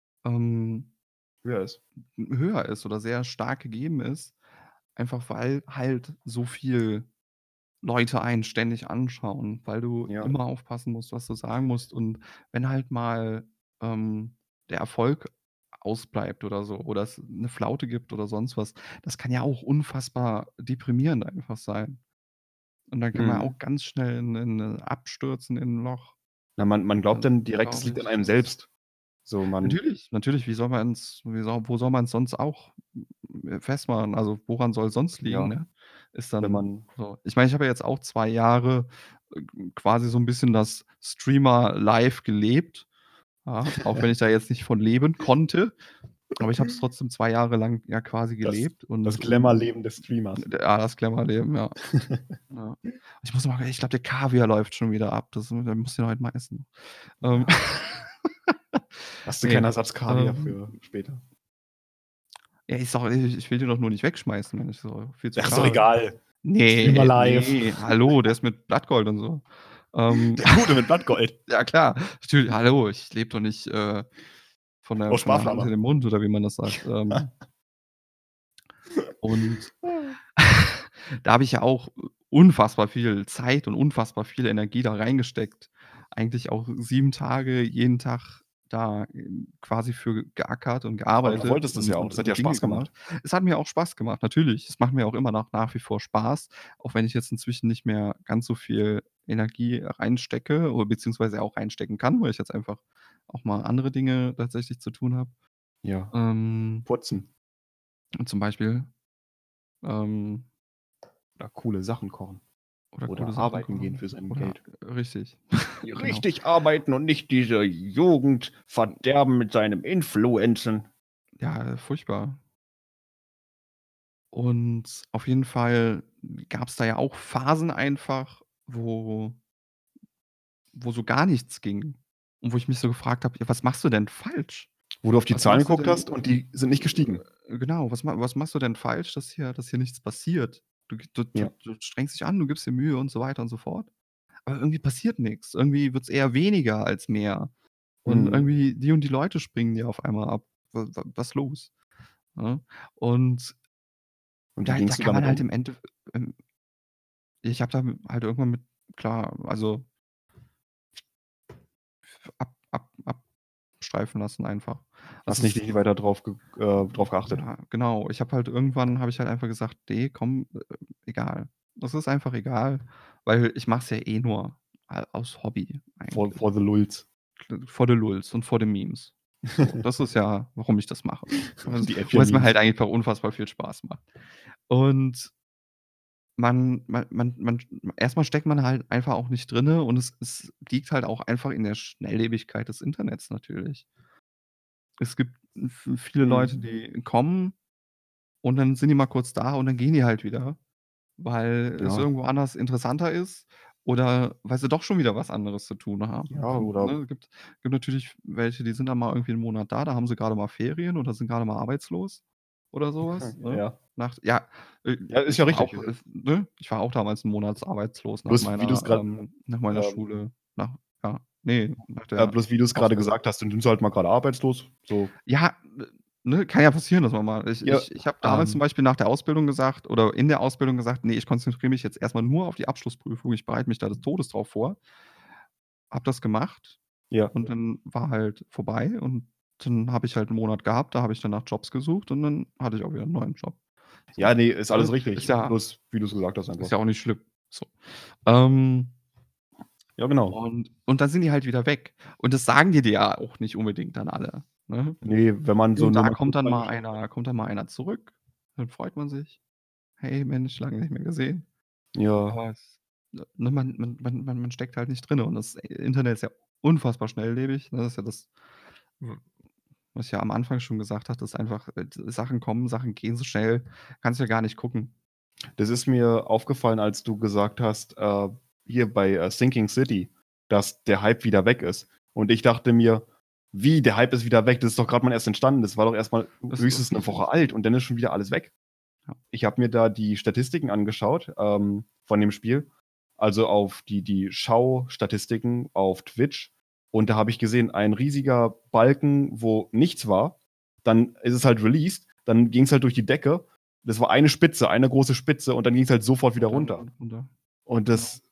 ähm Höher ist. höher ist oder sehr stark gegeben ist, einfach weil halt so viel Leute einen ständig anschauen, weil du Ja. immer aufpassen musst, was du sagen musst. Und wenn halt mal, ähm, der Erfolg ausbleibt oder so oder es 'ne Flaute gibt oder sonst was, das kann ja auch unfassbar deprimierend einfach sein. Und dann kann man Mhm. auch ganz schnell in in abstürzen in 'n Loch. Na, man man glaubt Also, dann direkt, es glaube liegt an ich, einem dass selbst. So, man Natürlich, natürlich, wie soll man's wie soll wo soll man's sonst auch, äh, festmachen? Also, woran soll's sonst liegen, Ja, ne? Ist wenn dann man so ich meine, ich habe ja jetzt auch zwei Jahre, äh, quasi so 'n bisschen das Streamer-Life gelebt, ja, auch wenn ich da jetzt nicht von leben konnte, aber ich habe es trotzdem zwei Jahre lang ja quasi Das gelebt und das und Glamour-Leben des Streamers. ja, das Glamour-Leben, ja. Ja. Ich muss mal ich glaube, der Kaviar läuft schon wieder ab. Das den muss ich heute mal essen. Ähm, Ja. Hast du ne, keinen Ersatz-Kaviar ähm für später? Ja, ist doch ich ich will den doch nur nicht wegschmeißen, wenn ich so viel zu Ja, ist doch schade. egal. Ne, Streamer-Life. ne, hallo, der ist mit Blattgold und so. Ähm, Der Gute mit Blattgold. ja klar, natür hallo, ich lebe doch nicht, äh, von der Aus von der Hand in Sparflamme. den Mund oder wie man das sagt. Ähm und da habe ich ja auch unfassbar viel Zeit und unfassbar viel Energie da reingesteckt. Eigentlich auch sieben Tage jeden Tag da, ähm, quasi für geackert und Aber du gearbeitet wolltest das ja und auch. und Das hat ja und Dinge Spaß gemacht. gemacht. Es hat mir auch Spaß gemacht, natürlich. Es macht mir auch immer noch nach wie vor Spaß, auch wenn ich jetzt inzwischen nicht mehr ganz so viel Energie reinstecke oder beziehungsweise auch reinstecken kann, weil ich jetzt einfach auch mal andere Dinge tatsächlich zu tun habe. Ja. Ähm Putzen. zum Beispiel, ähm Oder coole Sachen kochen. Oder coole Oder Sachen arbeiten gehen kochen für sein oder Geld. richtig, genau. Richtig arbeiten und nicht diese Jugend verderben mit seinem Influencen. Ja, furchtbar. Und auf jeden Fall gab's da ja auch Phasen einfach, wo wo so gar nichts ging und wo ich mich so gefragt habe: „Ja, was machst du denn falsch? Wo du auf die Was Zahlen machst du geguckt denn?“ hast und die sind nicht gestiegen. Äh, genau, was ma was machst du denn falsch, dass hier dass hier nichts passiert? Du g du du Ja. du strengst dich an, du gibst dir Mühe und so weiter und so fort. Aber irgendwie passiert nix. Irgendwie wird's eher weniger als mehr. Und Mhm. irgendwie die und die Leute springen dir auf einmal ab. Wa wa was los, ne? Und Und wie da da gingst du kann man damit halt um? im Endef ähm, ich habe da halt irgendwann mit klar, also ab ab abstreifen lassen einfach. Hast Also, nicht es nicht weiter drauf ge äh, drauf geachtet. ja, genau. Ich habe halt irgendwann habe ich halt einfach gesagt: „Ne, komm, äh, egal.“ Das ist einfach egal, weil ich mache es ja eh nur a aus Hobby For eigentlich. for the lulz. For the lulz und for the memes. So, das ist ja, warum ich das mache. Weil's Die weil's mir Äffchen-Memes. halt einfach unfassbar viel Spaß macht. Und man man man man erst mal steckt man halt einfach auch nicht drinne und es es liegt halt auch einfach in der Schnelllebigkeit des Internets natürlich. Es gibt v viele Mhm. Leute, die kommen und dann sind die mal kurz da und dann gehen die halt wieder, weil es Ja. irgendwo anders interessanter ist oder weil sie doch schon wieder was anderes zu tun haben. Ja, oder Ne, gibt gibt natürlich welche, die sind dann mal irgendwie 'n Monat da, da haben sie grade mal Ferien oder sind grade mal arbeitslos oder so was, ne? Ja. Nach ja, äh, Ja, ist ja ich war richtig. auch, äh, ne ich war auch damals 'n Monat arbeitslos nach Bloß wie du's meiner grad ähm, nach meiner ähm Schule, nach ja, ne, nach äh, der bloß wie du's grade Ausbildung. gesagt hast, dann sind sie halt mal grade arbeitslos, so. Ja, äh, ne, kann ja passieren, dass man mal ich Ja, ich ich habe damals zum ähm Beispiel nach der Ausbildung gesagt oder in der Ausbildung gesagt: „Ne, ich konzentriere mich jetzt erst mal nur auf die Abschlussprüfung. Ich bereite mich da des Todes drauf vor.“ Habe das gemacht Ja. und dann war halt vorbei und dann habe ich halt 'n Monat gehabt, da habe ich danach Jobs gesucht und dann hatte ich auch wieder 'n neuen Job. Ja, So, ne, ist ne? alles Ist richtig. ja Bloß wie du's gesagt hast ist einfach. ja auch nicht schlimm, so. Ähm Ja, genau. und und dann sind die halt wieder weg. Und das sagen dir die ja auch nicht unbedingt dann alle, ne? Ne, wenn man Hier so und nur da mal kommt kurz dann mal reingeschaut hat. einer kommt dann mal einer zurück, dann freut man sich: „Hey Mensch, lange nicht mehr gesehen.“ Ja. Aber es ne, man man man man man steckt halt nicht drinne und das Internet ist ja unfassbar schnelllebig, ne? Das ist ja das, w was ich ja am Anfang schon gesagt hatte, dass einfach, äh, Sachen kommen, Sachen gehen so schnell, kannst ja gar nicht gucken. Das ist mir aufgefallen, als du gesagt hast, äh, hier bei, äh, Sinking City, dass der Hype wieder weg ist. Und ich dachte mir: „Wie, der Hype ist wieder weg? Das ist doch grad mal erst entstanden. Das war doch erst mal Das höchstens ist 'ne richtig. Woche alt und dann ist schon wieder alles weg.“ Ja. Ich habe mir da die Statistiken angeschaut, ähm, von dem Spiel, also auf die die Schau-Statistiken auf Twitch und da habe ich gesehen, ein riesiger Balken, wo nichts war. Dann ist es halt released, dann ging's halt durch die Decke. Das war eine Spitze, eine große Spitze und dann ging's halt sofort wieder Und runter. dann runter. Und Genau. das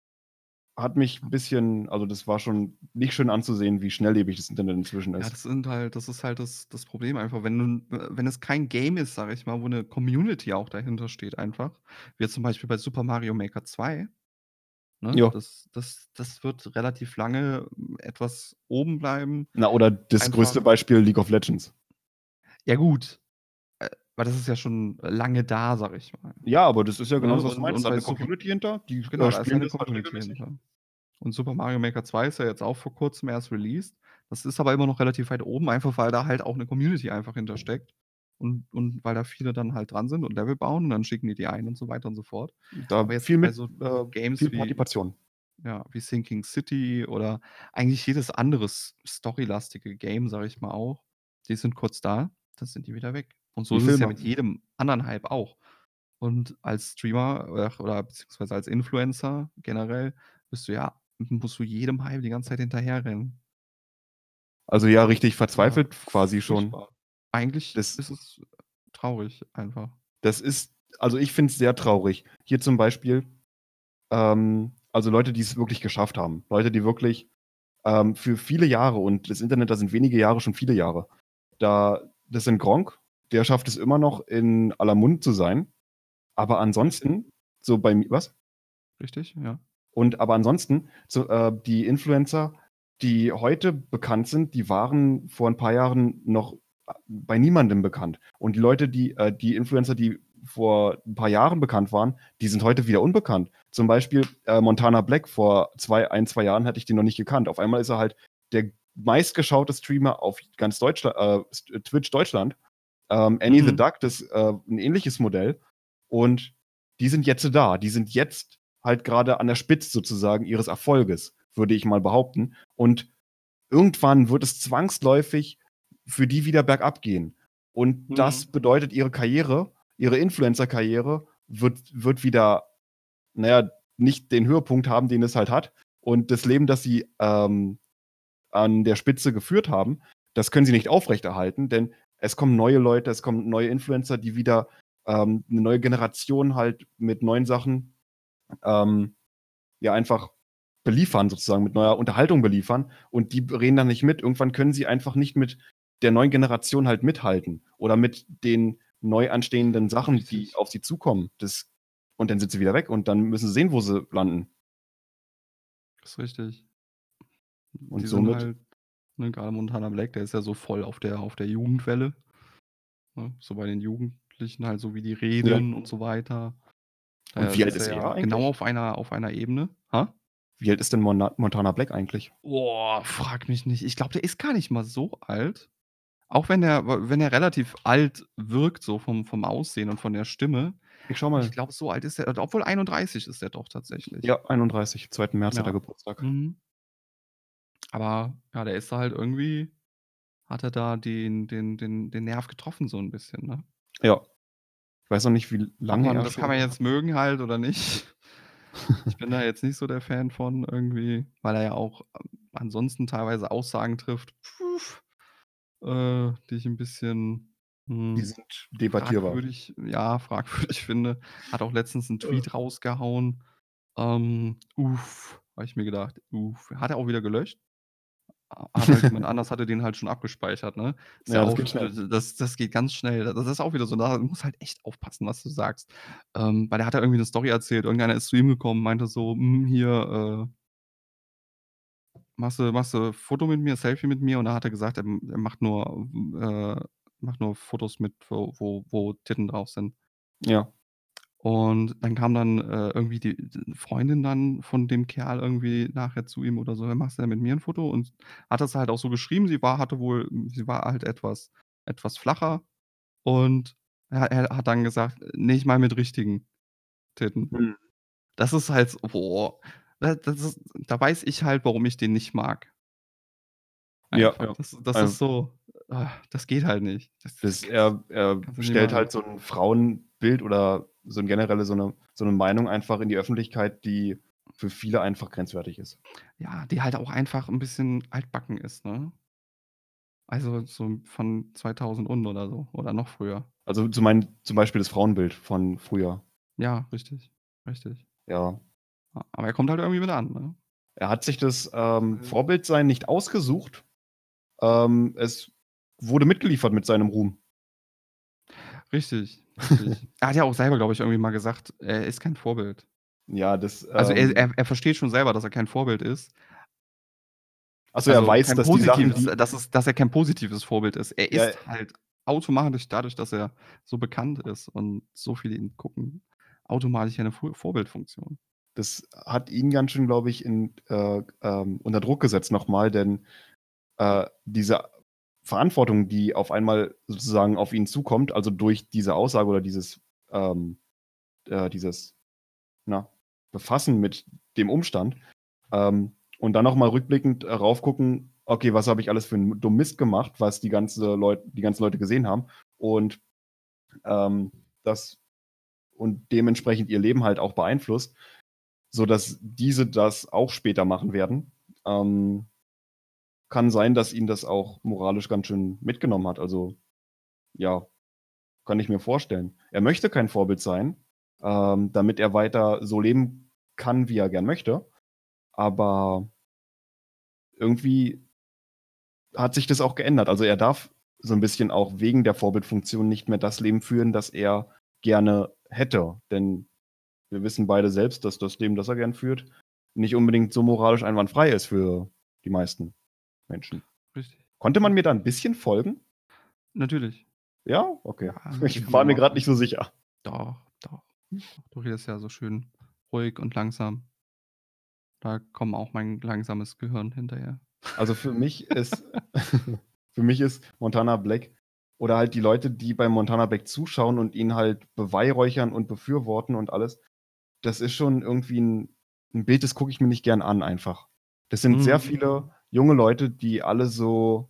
hat mich 'n Ja. bisschen also, das war schon nicht schön anzusehen, wie schnelllebig das Internet inzwischen Ja, ist. das sind halt das ist halt das das Problem einfach. Wenn du äh, wenn es kein Game ist, sage ich mal, wo 'ne Community auch dahinter steht einfach, wie jetzt zum Beispiel bei Super Mario Maker zwei, ne? Ja. Das das das wird relativ lange etwas oben bleiben. Na, oder das Einfach größte Beispiel League of Legends. Ja gut, äh, weil das ist ja schon lange da, sage ich mal, Ja, aber das ist ja genau ne? das, was du Und meinst. und Da ist bei 'ne Super Community hinter, die, genau, äh, da ist ja spielen 'ne das halt Community regelmäßig. hinter. Und Super Mario Maker zwei ist ja jetzt auch vor Kurzem erst released. Das ist aber immer noch relativ weit oben, einfach weil da halt auch 'ne Community einfach hintersteckt und und weil da viele dann halt dran sind und Level bauen und dann schicken die die ein und so weiter und so fort. Da Aber jetzt viel bei mit so äh, viel Games wie Partizipation. ja, wie Sinking City oder eigentlich jedes andere s storylastige Game, sage ich mal auch, die sind kurz da, dann sind die wieder weg. Und so Wie ist es ja Filme. mit jedem anderen Hype auch. Und als Streamer oder oder beziehungsweise als Influencer generell bist du ja musst du jedem Hype die ganze Zeit hinterherrennen. Also, ja, richtig Ja, verzweifelt quasi schon. furchtbar. Eigentlich Das ist es traurig einfach. Das ist also, ich finde es sehr traurig. Hier zum Beispiel, ähm also, Leute, die's wirklich geschafft haben. Leute, die wirklich, ähm, für viele Jahre und das Internet, da sind wenige Jahre schon viele Jahre. Da das sind Gronkh, der schafft es immer noch, in aller Munde zu sein. Aber Richtig. ansonsten, so bei mi was? Richtig, ja. Und aber ansonsten, so, äh, die Influencer, die heute bekannt sind, die waren vor 'n paar Jahren noch a bei niemandem bekannt. Und die Leute, die äh, die Influencer, die vor 'n paar Jahren bekannt waren, die sind heute wieder unbekannt. Zum Beispiel, äh, Montana Black vor zwei ein, zwei Jahren hätte ich den noch nicht gekannt. Auf einmal ist er halt der meistgeschaute Streamer auf ganz Deutschla äh, Twitch Deutschland. Ähm, Annie the Mhm. Duck, das äh, ein ähnliches Modell. Und die sind jetzt da. Die sind jetzt halt gerade an der Spitze sozusagen ihres Erfolges, würde ich mal behaupten. Und irgendwann wird es zwangsläufig für die wieder bergab gehen. Und das Mhm. bedeutet, ihre Karriere, ihre Influencer-Karriere wird, wird wieder, naja, nicht den Höhepunkt haben, den es halt hat. Und das Leben, das sie ähm, an der Spitze geführt haben, das können sie nicht aufrechterhalten, denn es kommen neue Leute, es kommen neue Influencer, die wieder ähm, eine neue Generation halt mit neuen Sachen ähm, ja einfach beliefern, sozusagen, mit neuer Unterhaltung beliefern und die reden dann nicht mit. Irgendwann können sie einfach nicht mit der neuen Generation halt mithalten oder mit den neu anstehenden Sachen, die Richtig. auf sie zukommen. Das, und dann sind sie wieder weg und dann müssen sie sehen, wo sie landen. Das ist richtig. Und Die sind somit, halt, ne, grade Montana Black, der ist ja so voll auf der auf der Jugendwelle, ne? So bei den Jugendlichen halt so, wie die ja. reden und so weiter. Und Da wie alt ist ist er er ja genau eigentlich? auf einer auf einer Ebene. Ha? Wie alt ist denn Mona Montana Black eigentlich? Boah, frag mich nicht. Ich glaube, der ist gar nicht mal so alt. Auch wenn er w wenn er relativ alt wirkt, so vom vom Aussehen und von der Stimme. Ich schau Ich mal. glaube, so alt ist er obwohl einunddreißig ist er doch tatsächlich. Ja, einunddreißig. zweiten März hat er Ja. Geburtstag. Mhm. Aber ja, der ist da halt irgendwie hat er da den den den den Nerv getroffen so 'n bisschen, ne? Ja. Ich weiß noch nicht, wie Kann lange man er das kann schon man jetzt mögen halt oder nicht. Ich bin da jetzt nicht so der Fan von irgendwie, weil er ja auch, ähm, ansonsten teilweise Aussagen trifft, äh, die ich 'n bisschen, Die hm, sind debattierbar. fragwürdig ja, fragwürdig finde. Hat auch letztens 'n Äh. Tweet rausgehauen. Ähm, uff, habe ich mir gedacht, uff. Hat er auch wieder gelöscht. Ha hat halt jemand anders hatte den halt schon abgespeichert, ne? Ist ja Ja, das auch geht schnell. d das das geht ganz schnell. Das ist auch wieder so, da musst halt echt aufpassen, was du sagst. Ähm, weil der hat da irgendwie 'ne Story erzählt. Irgendeiner ist zu ihm gekommen, meinte so: „Hm, hier, äh“ „machst du machst du Foto mit mir, Selfie mit mir?“ Und da hat er gesagt, er m er macht nur äh, macht nur Fotos mit, wo wo wo Titten drauf sind. Ja. Und dann kam dann, äh, irgendwie die d Freundin dann von dem Kerl irgendwie nachher zu ihm oder so: „Ja, machst du denn mit mir 'n Foto?“ Und hat das halt auch so geschrieben. Sie war hatte wohl sie war halt etwas etwas flacher und er er hat dann gesagt: „Ne, ich meine mit richtigen Titten.“ Mhm. Das ist halt so boah, da das ist da weiß ich halt, warum ich den nicht mag. Ja, Einfach. ja. Das das ist Ähm so das geht halt nicht. Das Das kannst er er kannst du nicht stellt halt machen. so 'n Frauenbild oder so 'n generelle so 'ne so 'ne Meinung einfach in die Öffentlichkeit, die für viele einfach grenzwertig ist. Ja, die halt auch einfach 'n bisschen altbacken ist, ne? Also, so von zweitausend und oder so oder noch früher. Also, zu meinen zum Beispiel das Frauenbild von früher. Ja, richtig, richtig. Ja. A aber er kommt halt irgendwie mit an, ne? Er hat sich das, ähm, Vorbildsein nicht ausgesucht. Ähm, es wurde mitgeliefert mit seinem Ruhm. Richtig, richtig. Er hat ja auch selber, glaube ich, irgendwie mal gesagt, er ist kein Vorbild. Ja, das, Also, er ähm er er versteht schon selber, dass er kein Vorbild ist. Ach so, er Also, weiß, kein dass die Sachen, positives die dass es dass er kein positives Vorbild ist. Er Ja. ist halt automatisch dadurch, dass er so bekannt ist und so viele ihn gucken, automatisch eine Vo Vorbildfunktion. Das hat ihn ganz schön, glaube ich, in äh, ähm, unter Druck gesetzt noch mal, denn, äh, diese Verantwortung, die auf einmal sozusagen auf ihn zukommt, also durch diese Aussage oder dieses, ähm, äh, dieses, na, Befassen mit dem Umstand, ähm, und dann noch mal rückblickend, äh, raufgucken: „Okay, was habe ich alles für 'n dummen Mist gemacht“, was die ganze Leut die ganzen Leute gesehen haben und, ähm, das und dementsprechend ihr Leben halt auch beeinflusst, sodass diese das auch später machen werden. Ähm, kann sein, dass ihn das auch moralisch ganz schön mitgenommen hat. Also, ja, kann ich mir vorstellen. Er möchte kein Vorbild sein, ähm, damit er weiter so leben kann, wie er gern möchte. Aber irgendwie hat sich das auch geändert. Also, er darf so 'n bisschen auch wegen der Vorbildfunktion nicht mehr das Leben führen, das er gerne hätte. Denn wir wissen beide selbst, dass das Leben, das er gern führt, nicht unbedingt so moralisch einwandfrei ist für die meisten Menschen. Richtig, Konnte man mir richtig. da 'n bisschen folgen? Natürlich. Ja? Okay. Ja, natürlich Ich kann man war da mir mal grad nicht folgen. so sicher. Doch, doch. Doch, du redest ja so schön ruhig und langsam. Da kommt auch mein langsames Gehirn hinterher. Also, für mich ist für mich ist Montana Black oder halt die Leute, die bei Montana Black zuschauen und ihn halt beweihräuchern und befürworten und alles, das ist schon irgendwie ein, ein Bild, das gucke ich mir nicht gern an einfach. Das sind sehr Mhm. viele junge Leute, die alle so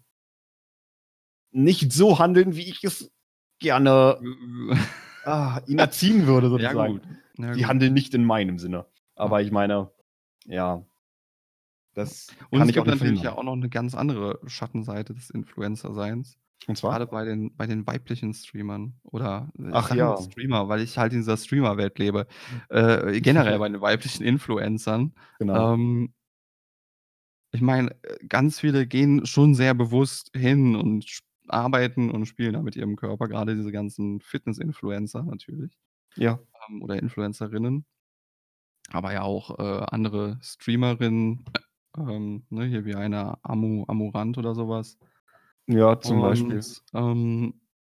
nicht so handeln, wie ich es gerne ah, ihnen erziehen würde, Ja, sozusagen. gut. Ja, Die gut. handeln nicht in meinem Sinne. Aber Ja. ich meine, ja, das Und kann es ich auch gibt nicht natürlich ja verhindern. auch noch eine ganz andere Schattenseite des Influencer-Seins. Und zwar? Grade bei den bei den weiblichen Streamern oder ich Ach sage mal ja, Streamer, weil ich halt in dieser Streamer-Welt lebe. Äh, generell bei den weiblichen Influencern. genau. Ähm, ich meine, äh, ganz viele gehen schon sehr bewusst hin und sch arbeiten und spielen da mit ihrem Körper, grade diese ganzen Fitness-Influencer natürlich, Ja. ähm, oder Influencerinnen. Aber ja auch, äh, andere Streamerinnen, ähm, ne, hier wie eine Amu Amorant oder so was. Ja, zum Beispiel. Und, ähm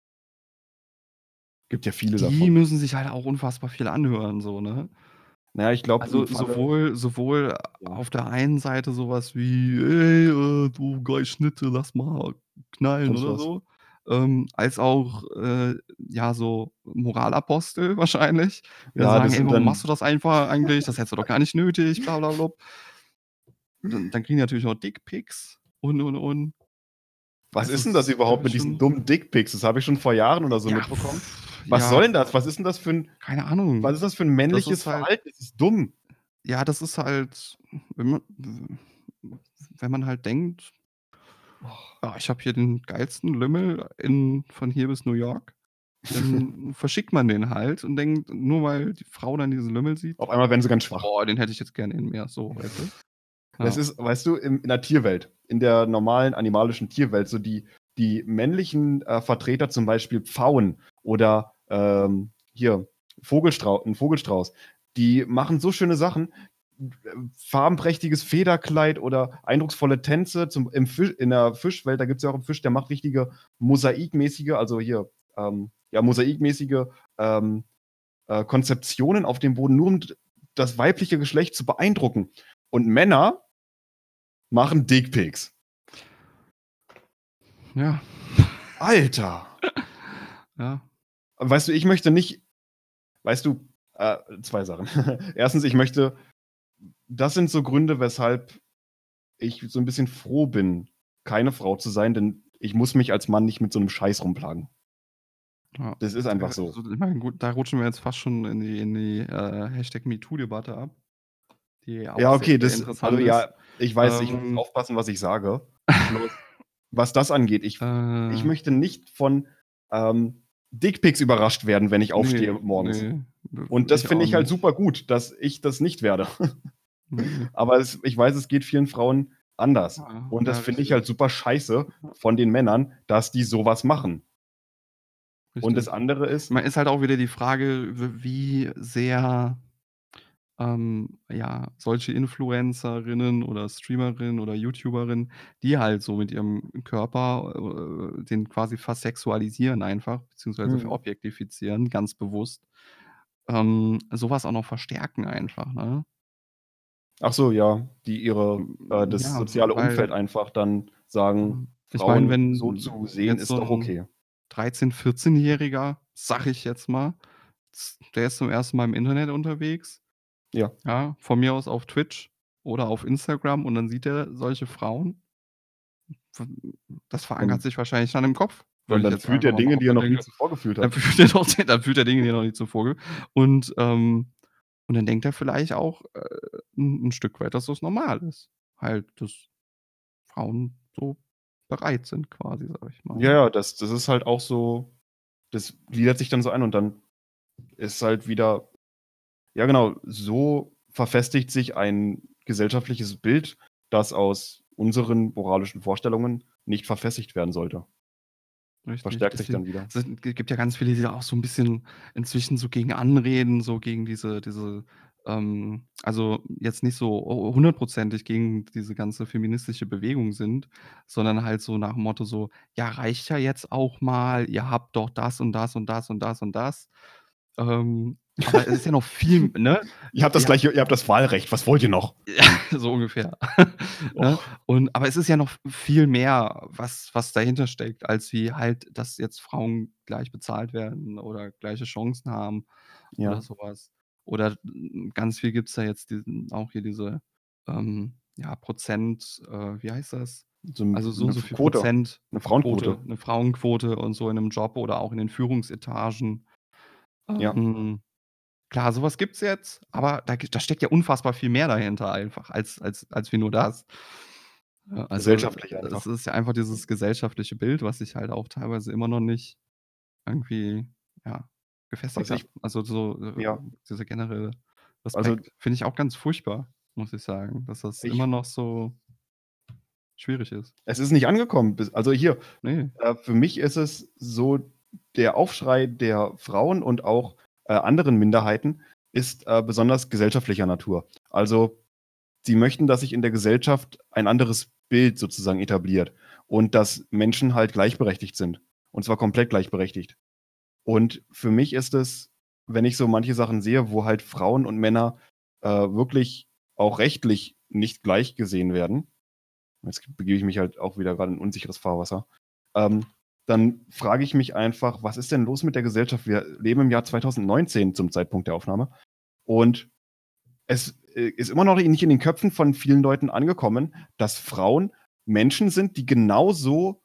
Gibt ja viele die davon. müssen sich halt auch unfassbar viel anhören so, ne? Na ja, ich glaube im Also, Falle sowohl sowohl ja. auf der einen Seite so was wie: „Ey, äh, du Geist-Schnitte, lass mal knallen“ Sonst oder was. so, ähm, als auch, äh, ja, so Moralapostel wahrscheinlich, die dann Ja, sagen: das „Ey, sind warum machst dann du das einfach eigentlich? Das hättest du doch gar nicht nötig, bla bla blub.“ Dann dann kriegen die natürlich noch Dickpics und, und, und. Was Also, ist denn es das ist überhaupt wirklich mit diesen schon dummen Dickpics? Das habe ich schon vor Jahren oder so ja, mitbekommen. Was ja, soll denn das? Was ist denn das für 'n keine was Ahnung. ist das für 'n Das männliches ist halt Verhalten? Das ist dumm. ja, das ist halt, wenn man w wenn man halt denkt: „Ja, ich habe hier den geilsten Lümmel in von hier bis New York“, dann verschickt man den halt und denkt, nur weil die Frau dann diesen Lümmel sieht: Auf einmal werden sie ganz schwach. „Boah, den hätte ich jetzt gerne in mir“, so, weißt du? Das Ja. ist, weißt du, im in der Tierwelt, in der normalen animalischen Tierwelt, so die die männlichen, äh, Vertreter, zum Beispiel Pfauen oder, ähm, hier Vogelstrau 'n Vogelstrauß, die machen so schöne Sachen, äh, farbenprächtiges Federkleid oder eindrucksvolle Tänze zum im Fi in der Fischwelt, da gibt's ja auch 'n Fisch, der macht richtige mosaikmäßige, also hier, ähm, ja, mosaikmäßige, ähm, äh, Konzeptionen auf dem Boden, nur um d das weibliche Geschlecht zu beeindrucken. Und Männer machen Dickpics. Ja. Alter! Ja. Weißt du, ich möchte nicht weißt du, äh, zwei Sachen. Erstens, ich möchte das sind so Gründe, weshalb ich so 'n bisschen froh bin, keine Frau zu sein, denn ich muss mich als Mann nicht mit so 'nem Scheiß rumplagen. Ja. Das ist einfach Ja, so. also, ich meine, gut, da rutschen wir jetzt fast schon in die in die, äh, Hashtag MeToo-Debatte ab, die auch Ja, sehr, okay, sehr das also, interessant ist. ja, ich weiß, ich muss Ähm aufpassen, was ich sage. Bloß, was das angeht, ich ich Äh möchte nicht von, ähm, Dickpics überrascht werden, wenn ich aufstehe Ne, morgens. ne, w Und das ich finde auch ich halt nicht. super gut, dass ich das nicht werde. Ne. Aber es ich weiß, es geht vielen Frauen anders. Ja, Und das ja, finde ich halt richtig. super scheiße Ja. von den Männern, dass die so was machen. Und das Richtig. andere Ich ist meine, ist halt auch wieder die Frage, w wie sehr, ähm, ja, solche Influencerinnen oder Streamerinnen oder YouTuberinnen, die halt so mit ihrem Körper, äh, den quasi versexualisieren einfach, beziehungsweise Mhm. verobjektifizieren, ganz bewusst, ähm, so was auch noch verstärken einfach, ne? Ach so, ja, die ihre äh, Hm, das ja, soziale weil Umfeld einfach dann sagen, hm, ich meine, Frauen so wenn zu sehen, jetzt so ist doch 'n okay. dreizehn Vierzehnjähriger, sage ich jetzt mal, z der ist zum ersten Mal im Internet unterwegs, Ja. ja, von mir aus auf Twitch oder auf Instagram und dann sieht er solche Frauen. W das verankert Dann sich wahrscheinlich dann im Kopf, dann würde ich dann jetzt fühlt einfach er mal Dinge, die behaupten er und noch nie denke zuvor gefühlt dann hat. fühlt er doch dann fühlt er Dinge, die er noch nie zuvor und, ähm und dann denkt er vielleicht auch, äh, 'n 'n Stück weit, dass das normal ist. Halt, dass Frauen so bereit sind quasi, sage ich mal, Ja, ne? ja, das das ist halt auch so das gliedert sich dann so ein und dann ist halt wieder ja genau, so verfestigt sich ein gesellschaftliches Bild, das aus unseren moralischen Vorstellungen nicht verfestigt werden sollte. Richtig, Verstärkt sich deswegen dann wieder. sind gi gibt ja ganz viele, die da auch so 'n bisschen inzwischen so gegen anreden, so gegen diese diese, ähm also, jetzt nicht so hu hundertprozentig gegen diese ganze feministische Bewegung sind, sondern halt so nach'm Motto so: „Ja, reicht ja jetzt auch mal, ihr habt doch das und das und das und das und das.“ Ähm Aber es ist ja noch viel, ne? Ihr habt das Ja, gleiche, ihr habt das Wahlrecht, was wollt ihr noch? ja, so ungefähr. Ne? Och, Und aber es ist ja noch viel mehr, was was dahinter steckt, als wie halt, dass jetzt Frauen gleich bezahlt werden oder gleiche Chancen haben oder ja, so was. Oder, hm, ganz viel gibt's da jetzt diesen auch hier diese, ähm, ja, Prozent äh, wie heißt das? so 'n Also, so und 'ne so viel Quote, Prozent 'ne Quote, Frauenquote. 'ne Frauenquote und so in 'nem Job oder auch in den Führungsetagen. Ja. Ähm, klar, so was gibt's jetzt, aber da g da steckt ja unfassbar viel mehr dahinter einfach als als als wie nur das. Ja, also, Gesellschaftlich es einfach. ist ja einfach dieses gesellschaftliche Bild, was sich halt auch teilweise immer noch nicht irgendwie, ja, Was gefestigt hat. ich Also, so, äh, ja, dieser generelle also, Aspekt finde ich auch ganz furchtbar, muss ich sagen, dass das immer ich noch so schwierig ist. es ist nicht angekommen. Bis also, hier, Ne. äh, für mich ist es so, der Aufschrei der Frauen und auch, äh, anderen Minderheiten ist, äh, besonders gesellschaftlicher Natur. Also, sie möchten, dass sich in der Gesellschaft ein anderes Bild sozusagen etabliert und dass Menschen halt gleichberechtigt sind, und zwar komplett gleichberechtigt. Und für mich ist es, wenn ich so manche Sachen sehe, wo halt Frauen und Männer, äh, wirklich auch rechtlich nicht gleich gesehen werden, jetzt begebe ich mich halt auch wieder gerade in unsicheres Fahrwasser, ähm, dann frage ich mich einfach, was ist denn los mit der Gesellschaft? Wir leben im Jahr zweitausendneunzehn zum Zeitpunkt der Aufnahme und es, äh, ist immer noch nicht in den Köpfen von vielen Leuten angekommen, dass Frauen Menschen sind, die genauso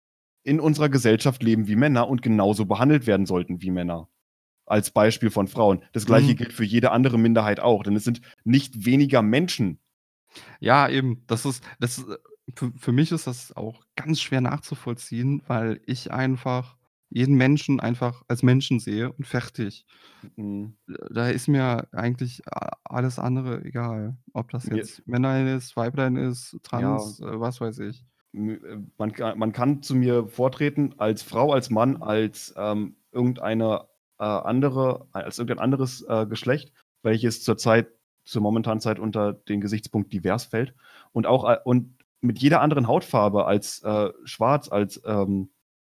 in unserer Gesellschaft leben wie Männer und genauso behandelt werden sollten wie Männer. Als Beispiel von Frauen. Das Gleiche Mhm. gilt für jede andere Minderheit auch, denn es sind nicht weniger Menschen. Ja, eben, das ist das äh, für für mich ist das auch ganz schwer nachzuvollziehen, weil ich einfach jeden Menschen einfach als Menschen sehe und fertig. Mhm. Äh, da ist mir eigentlich a alles andere egal, ob das Mir jetzt Männlein ist, Weiblein ist, ja, trans, äh, was weiß ich. m äh, man ka man kann zu mir vortreten als Frau, als Mann, als, ähm, irgendeine, äh, andere als irgendein anderes, äh, Geschlecht, welches zurzeit zur momentanen Zeit unter den Gesichtspunkt divers fällt und auch a und mit jeder anderen Hautfarbe als, äh, schwarz, als, ähm,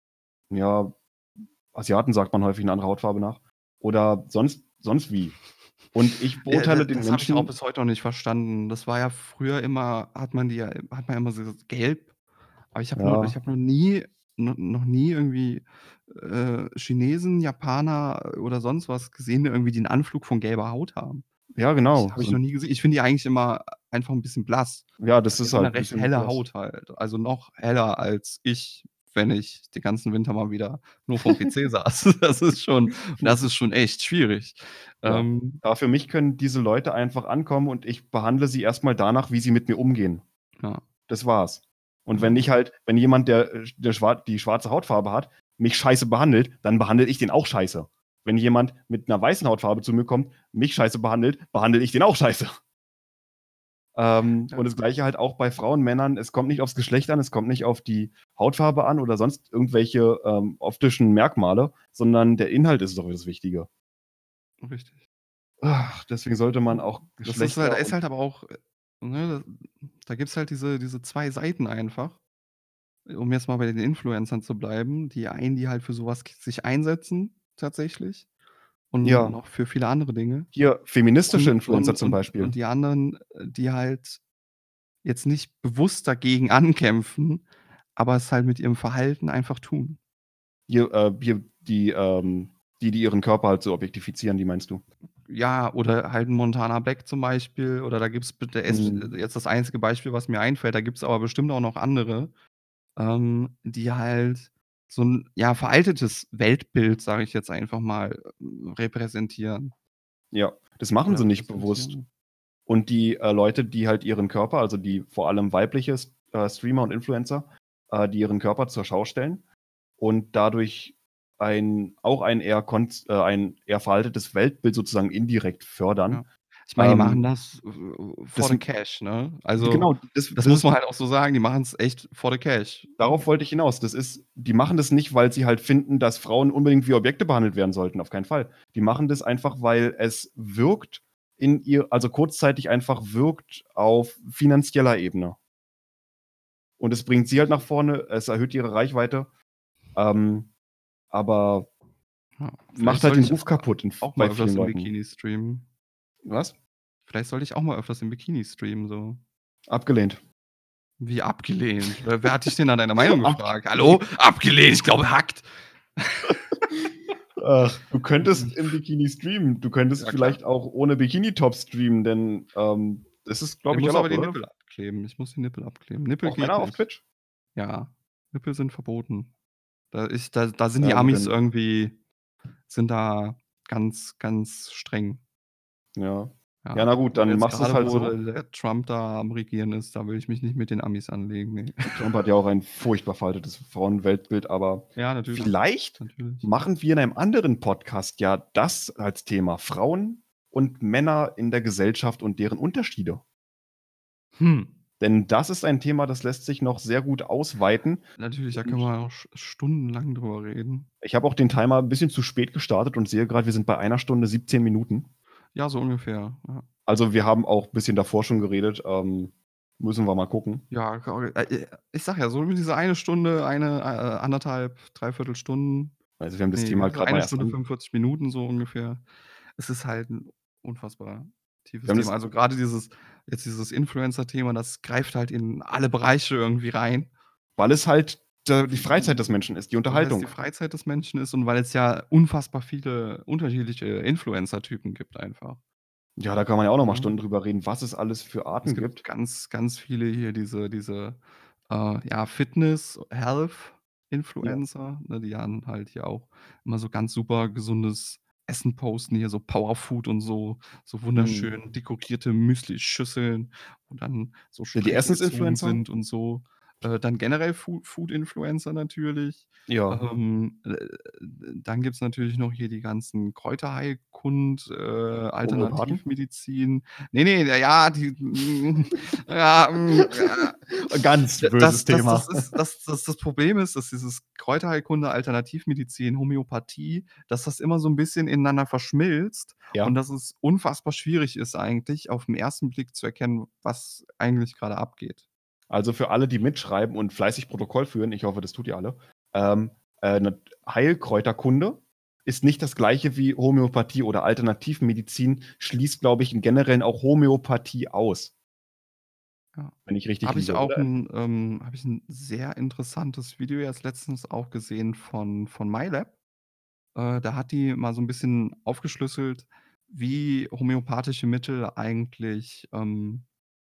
ja, Asiaten sagt man häufig 'ne andere Hautfarbe nach oder sonst sonst wie. Und ich Ja, da beurteile den das habe ich auch Menschen bis heute noch nicht verstanden. Das war ja früher immer hat man die ja hat man immer so gelb, aber ich habe noch ja, ich habe noch nie no noch nie irgendwie, äh, Chinesen, Japaner oder sonst was gesehen, die irgendwie den Anflug von gelber Haut haben. ja Habe ich genau. habe ich noch Und nie gesehen. Ich finde die eigentlich immer einfach 'n bisschen blass. ja, Weil das die ist haben 'ne halt 'n recht bisschen helle blass. Haut halt, also noch heller als ich, wenn ich den ganzen Winter mal wieder nur vorm P C saß. Das ist schon das ist schon echt schwierig. Ja. Ähm, Aber für mich können diese Leute einfach ankommen und ich behandle sie erst mal danach, wie sie mit mir umgehen. ja, Das war's. Und wenn ja. ich halt wenn jemand, der, äh, der schwa die schwarze Hautfarbe hat, mich scheiße behandelt, dann behandle ich den auch scheiße. Wenn jemand mit 'ner weißen Hautfarbe zu mir kommt, mich scheiße behandelt, behandle ich den auch scheiße. Ähm, Ja, und das Gleiche halt auch bei Frauen, Männern. Es kommt nicht aufs Geschlecht an, es kommt nicht auf die Hautfarbe an oder sonst irgendwelche, ähm, optischen Merkmale, sondern der Inhalt ist doch das Wichtige. richtig. Ach, deswegen sollte man Hm, auch das ist halt da Geschlechter ist und halt aber auch, äh, ne, da gibt's halt diese diese zwei Seiten einfach, um jetzt mal bei den Influencern zu bleiben. Die einen, die halt für so was k sich einsetzen tatsächlich und ja, noch für viele andere Dinge. hier feministische Und Influencer und zum und Beispiel. und die anderen, äh, die halt jetzt nicht bewusst dagegen ankämpfen, aber es halt mit ihrem Verhalten einfach tun. Hier, äh, hier die, ähm die, die ihren Körper halt so objektifizieren, die meinst du? Ja, oder halt 'n Montana Black zum Beispiel oder da gibt's b der ist Mhm. jetzt das einzige Beispiel, was mir einfällt, da gibt's aber bestimmt auch noch andere, ähm, die halt so 'n, ja, veraltetes Weltbild, sage ich jetzt einfach mal, ähm, repräsentieren Ja, das machen oder sie nicht bewusst. repräsentieren. Und die, äh, Leute, die halt ihren Körper, also die vor allem weibliche S äh, Streamer und Influencer, äh, die ihren Körper zur Schau stellen und dadurch ein auch ein eher konz äh, ein eher veraltetes Weltbild sozusagen indirekt Ja. fördern. Ich meine, die machen Ähm, das, äh, for das the cash, ne? Also, genau, das das das muss ist man halt auch so sagen, die machen's echt for the cash. darauf wollte ich hinaus. Das ist die machen das nicht, weil sie halt finden, dass Frauen unbedingt wie Objekte behandelt werden sollten, auf keinen Fall. Die machen das einfach, weil es wirkt in ihr also kurzzeitig einfach wirkt auf finanzieller Ebene. Und es bringt sie halt nach vorne, es erhöht ihre Reichweite. Ähm, aber Ja, macht vielleicht halt sollte den ich Ruf kaputt in, auch bei mal vielen öfters im Leuten. Bikini streamen. Was? Vielleicht sollte ich auch mal öfters im Bikini streamen, so. Abgelehnt. Wie abgelehnt? Wer, wer hat dich denn nach deiner Meinung gefragt? Abgelehnt. Hallo? Abgelehnt, ich glaube, hackt. Ach, du könntest im Bikini streamen. Du könntest Ja, vielleicht klar. auch ohne Bikini-Top streamen, denn ähm, das ist, Ich glaube ich, muss aber erlaubt, die oder? Nippel abkleben. Ich muss die Nippel abkleben. Nippel Auch geht Männer auf nicht. Twitch? Ja, Nippel sind verboten. Da, ist, da, da sind die Ja, gut, Amis dann, irgendwie, sind da ganz, ganz streng. ja. Ja, Ja, na gut, aber dann jetzt machst du es gerade, halt wo so. der, der Trump da am Regieren ist, da will ich mich nicht mit den Amis anlegen. Nee. Trump hat ja auch ein furchtbar veraltetes Frauenweltbild, aber Ja, natürlich. vielleicht natürlich. machen wir in einem anderen Podcast ja das als Thema Frauen und Männer in der Gesellschaft und deren Unterschiede. Hm. Denn das ist ein Thema, das lässt sich noch sehr gut ausweiten. Natürlich, da Und können wir auch sch- stundenlang drüber reden. ich habe auch den Timer ein bisschen zu spät gestartet und sehe gerade, wir sind bei einer Stunde siebzehn Minuten. Ja, so ungefähr. Ja, Also wir haben auch ein bisschen davor schon geredet. Ähm, müssen wir mal gucken. ja äh, ich sag ja, so über diese eine Stunde, eine, äh, anderthalb, dreiviertel Stunden. Also wir haben das Nee, Thema halt so gerade mal eine erst Stunde, an. fünfundvierzig Minuten so ungefähr. Es ist halt ein unfassbar tiefes Wir haben Thema. das, Also gerade dieses, jetzt dieses Influencer-Thema, das greift halt in alle Bereiche irgendwie rein. weil es halt äh, die Freizeit des Menschen ist, die Weil es die Unterhaltung. Freizeit des Menschen ist und weil es ja unfassbar viele unterschiedliche Influencer-Typen gibt einfach. Ja, da kann man ja auch noch mal Ja. Stunden drüber reden, was es alles für Es Arten gibt gibt. ganz, ganz viele hier diese, diese äh, ja, Fitness, Ja. Health-Influencer, ne, die dann halt hier auch immer so ganz super gesundes Essen posten, hier so Powerfood und so, so Mhm. wunderschön dekorierte Müsli-Schüsseln, wo dann so Ja, die Streifen gezogen Essensinfluencer? sind und so. Äh, dann generell Food- Food-Influencer natürlich. Ja. Ähm, äh, dann gibt es natürlich noch hier die ganzen Kräuterheilkund, äh, Homöopathen? Alternativmedizin. Nee, nee, ja, die, mm, ja, mm, ja. Ganz D- böses Das, das, Thema. das, ist, das, das, das Problem ist, dass dieses Kräuterheilkunde, Alternativmedizin, Homöopathie, dass das immer so ein bisschen ineinander verschmilzt und Ja. dass es unfassbar schwierig ist, eigentlich auf den ersten Blick zu erkennen, was eigentlich gerade abgeht. Also für alle, die mitschreiben und fleißig Protokoll führen, ich hoffe, das tut ihr alle, ähm, äh, ne Heilkräuterkunde ist nicht das gleiche wie Homöopathie oder Alternativmedizin, schließt, glaube ich, im Generellen auch Homöopathie aus. Ja. Wenn ich richtig Habe ich liege, auch oder? ein, ähm, habe ich ein sehr interessantes Video jetzt letztens auch gesehen von, von MyLab. Äh, da hat die mal so ein bisschen aufgeschlüsselt, wie homöopathische Mittel eigentlich ähm,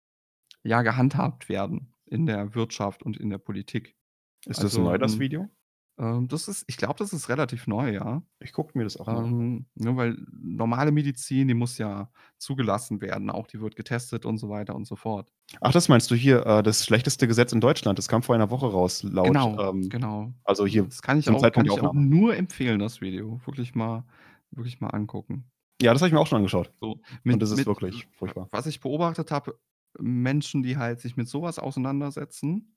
ja, gehandhabt werden in der Wirtschaft und in der Politik. Ist das Also, neu, das hm, Video? ähm, das ist, ich glaube, das ist relativ neu, ja. Ich gucke mir das auch mal an. Ähm, ne, weil normale Medizin, die muss ja zugelassen werden, auch die wird getestet und so weiter und so fort. Ach, das meinst du hier, äh, das schlechteste Gesetz in Deutschland. Das kam vor einer Woche raus, laut, Genau, ähm, genau. also hier Das kann ich zum auch kann Zeitpunkt der ich auch Aufnahme. nur empfehlen, das Video. Wirklich mal wirklich mal angucken. Ja, das habe ich mir auch schon angeschaut. So, Und mit das ist mit wirklich furchtbar. was ich beobachtet habe, Menschen, die halt sich mit so was auseinandersetzen,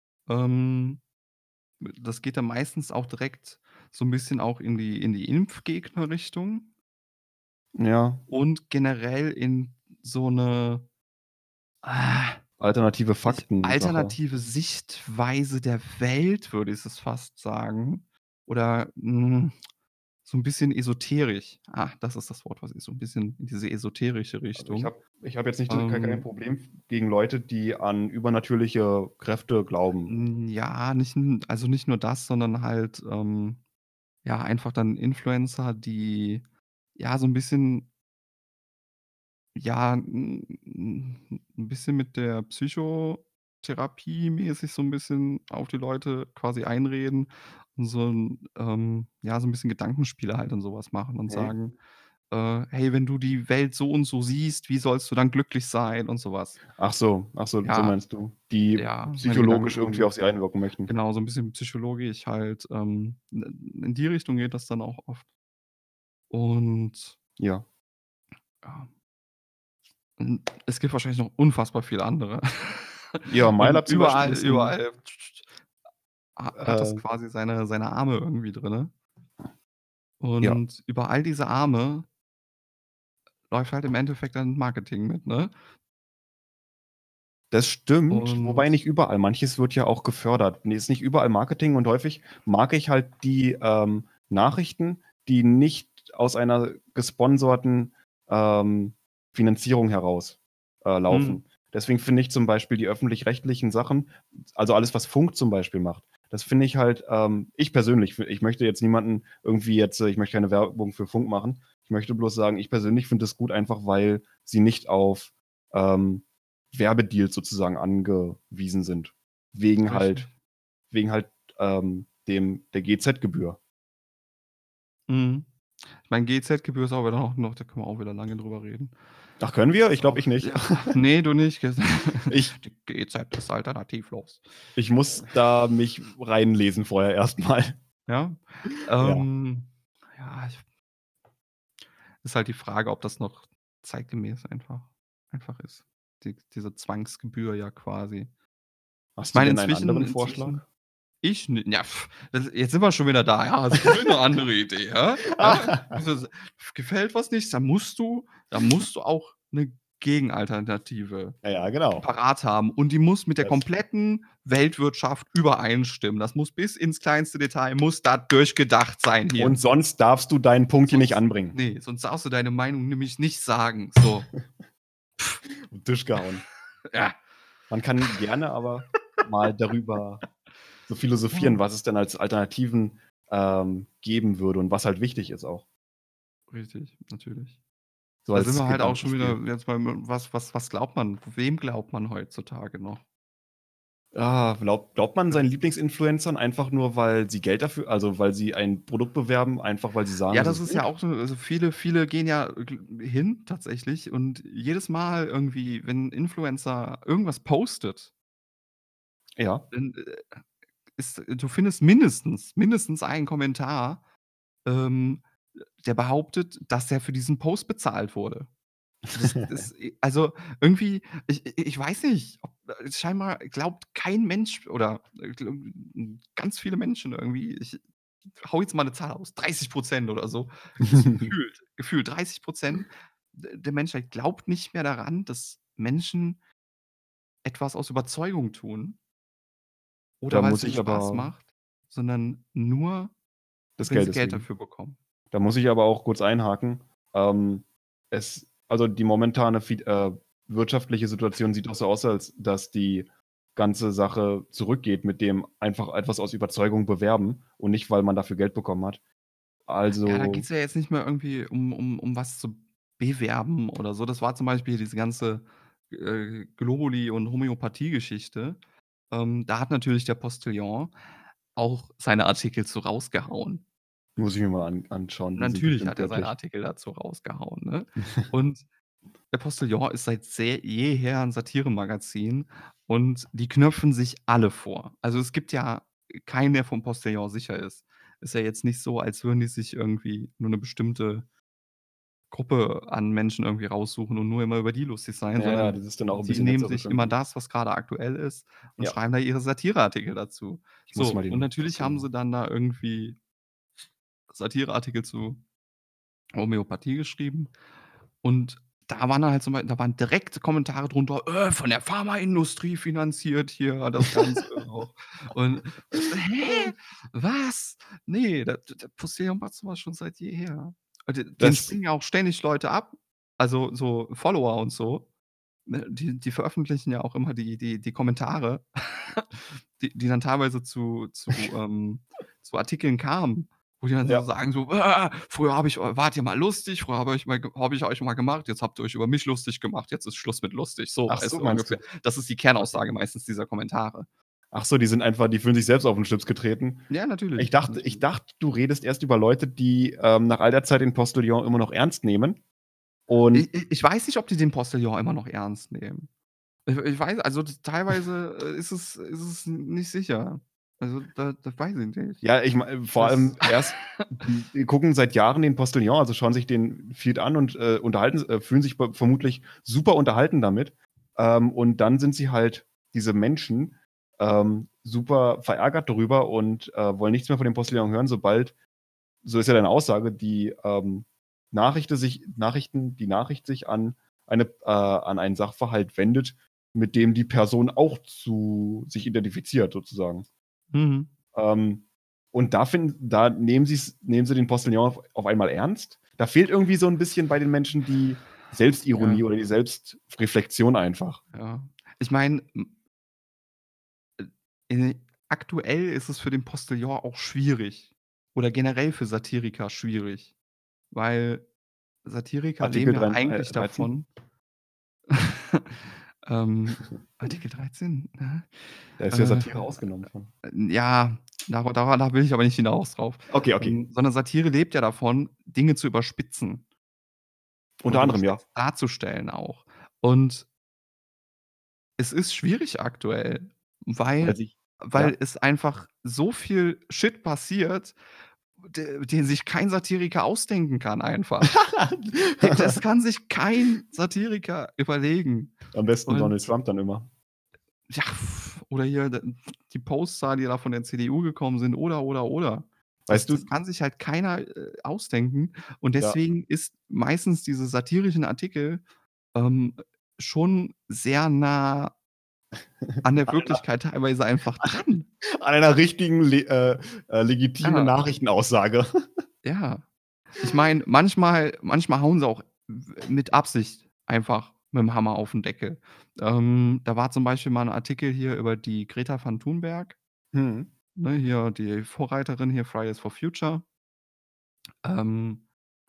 ähm, das geht dann meistens auch direkt so 'n bisschen auch in die in die Impfgegner-Richtung Ja, und generell in so 'ne, ah, alternative ich Fakten-Sache. alternative Sichtweise der Welt, würde ich es fast sagen. Oder, hm, so 'n bisschen esoterisch. Ah, das ist das Wort, was ich so 'n bisschen in diese esoterische Also ich Richtung. habe ich habe jetzt nicht kein kein Ähm, Problem gegen Leute, die an übernatürliche Kräfte glauben. hm, ja, nicht n also nicht nur das, sondern halt, ähm, ja, einfach dann Influencer, die, ja, so 'n bisschen ja, 'n 'n 'n bisschen mit der Psychotherapie mäßig so 'n bisschen auf die Leute quasi einreden und so 'n, ähm ja, so 'n bisschen Gedankenspiele halt und so was machen und Mhm. sagen, äh: „Hey, wenn du die Welt so und so siehst, wie sollst du dann glücklich sein?“ und so was. Ach so, ach so, so Ja, meinst du, die ja, meine Gedanken psychologisch so irgendwie auf sie ungefähr. einwirken möchten. Genau, so 'n bisschen psychologisch halt, ähm, in in die Richtung geht das dann auch oft. Und Ja. ja. Hm, es gibt wahrscheinlich noch unfassbar viele andere. Ja, Und MyLab zum Beispiel überall ist 'n überall ha hat das äh, quasi seine seine Arme irgendwie drinne. ja, Und über all diese Arme läuft halt im Endeffekt dann Marketing mit, ne? das stimmt, wobei Und nicht überall. Manches wird ja auch gefördert. Ne, ist nicht überall Marketing und häufig mag ich halt die, ähm, Nachrichten, die nicht aus einer gesponserten ähm, Finanzierung heraus äh, laufen. Mhm. Deswegen finde ich zum Beispiel die öffentlich-rechtlichen Sachen, also alles, was Funk zum Beispiel macht, das finde ich halt, ähm, ich persönlich, ich möchte jetzt niemanden irgendwie jetzt, äh, ich möchte keine Werbung für Funk machen, ich möchte bloß sagen, ich persönlich finde es gut einfach, weil sie nicht auf ähm, Werbedeals sozusagen angewiesen sind. Wegen halt, Richtig. wegen halt ähm, dem, der G Z-Gebühr. Mhm. Ich meine, G Z-Gebühr ist aber dann auch noch, da können wir auch wieder lange drüber reden. Ach, können wir? Das Ich ist glaube, auch, ich nicht. ja, nee, du nicht. Ich, Die G Z ist alternativlos. ich muss da mich reinlesen vorher erstmal. Ja. Ja. Ähm, ja, ich, ist halt die Frage, ob das noch zeitgemäß einfach, einfach ist. Die, diese Zwangsgebühr ja quasi. Ich Hast du meine, denn einen inzwischen, anderen Vorschlag? inzwischen, ich, n- ja, pf, das, jetzt sind wir schon wieder da. Ja, hast du eine andere Idee, ja? Ja? Also, gefällt was nicht, dann musst du, dann musst du auch eine Gegenalternative Ja, ja, genau. parat haben und die muss mit der Das, kompletten Weltwirtschaft übereinstimmen. Das muss bis ins kleinste Detail muss da durchgedacht sein hier. und sonst darfst du deinen Punkt hier nicht Sonst anbringen. ne, sonst darfst du deine Meinung nämlich nicht sagen. So. Auf den Tisch gehauen. Ja. Man kann gerne aber mal darüber so philosophieren, was es denn als Alternativen ähm, geben würde und was halt wichtig ist auch. Richtig, natürlich. So Da als sind wir halt auch schon wieder Gedankenspiel. jetzt bei was was was glaubt man? Wem glaubt man heutzutage noch? Ah, glaub, glaubt man Ja. seinen Lieblingsinfluencern einfach nur, weil sie Geld dafür, also weil sie ein Produkt bewerben, einfach weil sie sagen, Ja, das das ist ist ja gut? auch so, also viele viele gehen ja gl hin tatsächlich und jedes Mal irgendwie, wenn 'n Influencer irgendwas postet, Ja. dann, äh, ist du findest mindestens mindestens einen Kommentar, ähm, der behauptet, dass der für diesen Post bezahlt wurde. Das das also, irgendwie, ich ich weiß nicht, ob äh, scheinbar glaubt kein Mensch oder, äh, gl ganz viele Menschen irgendwie, ich haue jetzt mal 'ne Zahl raus, dreißig oder so, ist gefühlt gefühlt dreißig d der Menschheit glaubt nicht mehr daran, dass Menschen etwas aus Überzeugung tun Da oder muss weil's ihnen ich Spaß aber macht, sondern nur, des wenn sie Geldes Geld wegen. dafür bekommen. Da muss ich aber auch kurz einhaken. Ähm, es, also die momentane fi- äh, wirtschaftliche Situation sieht auch so aus, als dass die ganze Sache zurückgeht mit dem einfach etwas aus Überzeugung bewerben und nicht, weil man dafür Geld bekommen hat. Ja, da Also, geht's ja jetzt nicht mehr irgendwie um um um was zu bewerben oder so. Das war zum Beispiel diese ganze, äh, Globuli und Homöopathie-Geschichte. Ähm, da hat natürlich der Postillon auch seine Artikel zu rausgehauen. muss ich mir mal an, anschauen. Die sind Natürlich bestimmt hat er seine göttlich. Artikel dazu rausgehauen, ne? Und der Postillon ist seit sehr jeher 'n Satiremagazin und die knöpfen sich alle vor. Also, es gibt ja keinen, der vom Postillon sicher ist. Ist ja jetzt nicht so, als würden die sich irgendwie nur 'ne bestimmte Gruppe an Menschen irgendwie raussuchen und nur immer über die lustig sein, Ja, ja, sondern das ist dann auch ein die bisschen nehmen hetzerisch sich immer irgendwie. das, was grade aktuell ist und Ja, schreiben da ihre Satireartikel dazu. ich muss mal So, und den natürlich haben Postillon. sie dann da irgendwie Satireartikel zu Homöopathie geschrieben und da waren dann halt zum Bei da waren direkt Kommentare drunter: „Äh, von der Pharmaindustrie finanziert hier das Ganze auch.“ Und ich so: „Hä? Was? Ne, der der Postillon macht so was schon seit jeher.“ Und de denen Das, springen ja auch ständig Leute ab, also so Follower und so, ne? Die die veröffentlichen ja auch immer die die die Kommentare, die die dann teilweise zu zu, ähm zu Artikeln kamen, wo die dann so ja. sagen so: „Äh, früher habe ich wart ihr mal lustig, früher habe ich mal ge habe ich euch mal gemacht, jetzt habt ihr euch über mich lustig gemacht, jetzt ist Schluss mit lustig.“ So, Ach weißt so, du, meinst ungefähr. du? Das ist die Kernaussage meistens dieser Kommentare. Ach so, die sind einfach, die fühlen sich selbst auf den Schlips getreten. Ja, Ich natürlich, dachte, ich natürlich. dachte, du redest erst über Leute, die ähm, nach all der Zeit den Postillon immer noch ernst nehmen. Und I i ich weiß nicht, ob die den Postillon immer noch ernst nehmen. Ich ich weiß, also d teilweise, äh, ist es ist es nicht sicher. Also, da da weiß ich nicht. ja, ich meine, vor Das allem erst, die, die gucken seit Jahren den Postillon, also schauen sich den Feed an und äh, unterhalten, äh, fühlen sich be- vermutlich super unterhalten damit. Ähm, und dann sind sie halt diese Menschen ähm, super verärgert darüber und äh, wollen nichts mehr von dem Postillon hören, sobald, so ist ja deine Aussage, die ähm, Nachrichten sich, Nachrichten, die Nachricht sich an eine, äh, an einen Sachverhalt wendet, mit dem die Person auch zu sich identifiziert, sozusagen. mhm. Ähm, und da, finden, da nehmen, nehmen sie den Postillon auf, auf einmal ernst. Da fehlt irgendwie so ein bisschen bei den Menschen die Selbstironie Ja. oder die Selbstreflexion einfach. Ja. Ich meine, äh, aktuell ist es für den Postillon auch schwierig oder generell für Satiriker schwierig, weil Satiriker leben Artikel ja dreizehn, eigentlich davon ähm, Artikel dreizehn, ne? Da ist ja Äh, Satire ausgenommen von. ja, dara dara da will ich aber nicht hinaus drauf. Okay, okay. Ähm, sondern Satire lebt ja davon, Dinge zu überspitzen. Unter Und anderem, ja. überspitzt darzustellen auch. Und es ist schwierig aktuell, Weil weil sich weil ja. es einfach so viel Shit passiert, de den sich kein Satiriker ausdenken kann einfach. D das kann sich kein Satiriker überlegen. Am besten Und Donald Trump dann immer. ja, oder hier d die Poster, die da von der C D U gekommen sind oder, oder, oder. Das Weißt du das kann sich halt keiner, äh, ausdenken und Ja. deswegen ist meistens diese satirischen Artikel, ähm, schon sehr nah an der An einer Wirklichkeit teilweise einfach dran. an einer richtigen le äh, äh, legitimen Ja. Nachrichtenaussage. Ja. Ich meine, manchmal manchmal hauen sie auch w mit Absicht einfach mit'm Hammer auf 'n Deckel. Ähm, da war zum Beispiel mal 'n Artikel hier über die Greta van Thunberg. Mhm. Ne, hier die Vorreiterin hier, Fridays for Future. Ähm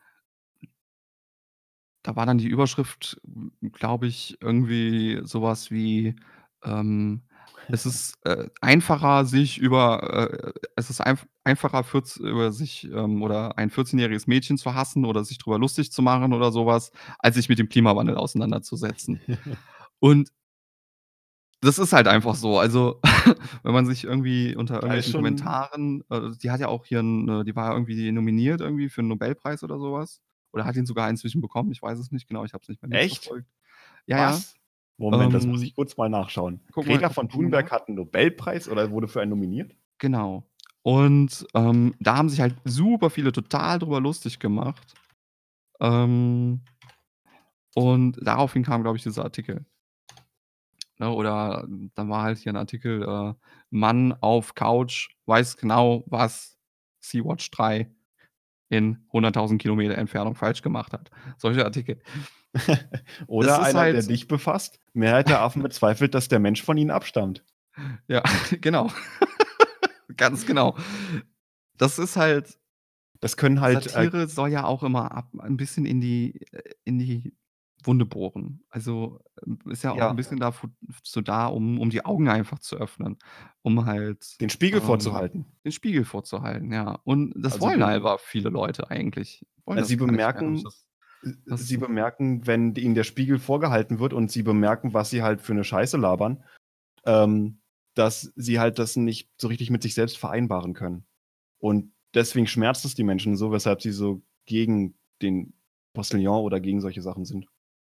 da war dann die Überschrift, glaube ich, irgendwie so was wie, ähm: „Es ist, äh, einfacher, sich über äh, es ist einf einfacher, vierz über sich, ähm oder ein vierzehnjähriges Mädchen zu hassen oder sich drüber lustig zu machen oder so was, als sich mit dem Klimawandel auseinanderzusetzen.“ Und das ist halt einfach so. Also, wenn man sich irgendwie unter Da ist irgendwelchen schon Kommentaren äh, die hat ja auch hier 'n äh, die war ja irgendwie nominiert irgendwie für 'n Nobelpreis oder so was oder hat ihn sogar inzwischen bekommen, ich weiß es nicht genau, ich habe es nicht mehr Echt? mitverfolgt. Ja, ja. Was? Moment, das muss Ähm ich kurz mal nachschauen. guck mal Greta guck von guck mal nach. Thunberg hat 'n Nobelpreis oder wurde für einen nominiert? Genau. Und, ähm, da haben sich halt super viele total drüber lustig gemacht. Ähm und daraufhin kam, glaube ich, dieser Artikel. Ne, oder dann war halt hier 'n Artikel, äh: „Mann auf Couch weiß genau, was Sea-Watch drei in hunderttausend Kilometer Entfernung falsch gemacht hat.“ Solche Artikel. Es Oder ist einer, der halt dich befasst: „Mehrheit der Affen bezweifelt, dass der Mensch von ihnen abstammt.“ Ja, genau. Ganz genau. Das ist halt Das können halt, äh Satire soll ja auch immer ab ein bisschen in die äh, in die Wunde bohren. Also, ähm, ist ja auch 'n Ja. bisschen dafür so da, um um die Augen einfach zu öffnen, um halt, Den Spiegel ähm, vorzuhalten. den Spiegel vorzuhalten, ja. Und das Also, wollen du einfach viele Leute eigentlich. Wollen Na, das sie gar nicht mehr durch bemerken das äh, das sie bemerken, wenn ihnen der Spiegel vorgehalten wird und sie bemerken, was sie halt für 'ne Scheiße labern, ähm, dass sie halt das nicht so richtig mit sich selbst vereinbaren können. Und deswegen schmerzt es die Menschen so, weshalb sie so gegen den Postillon oder gegen solche Sachen sind.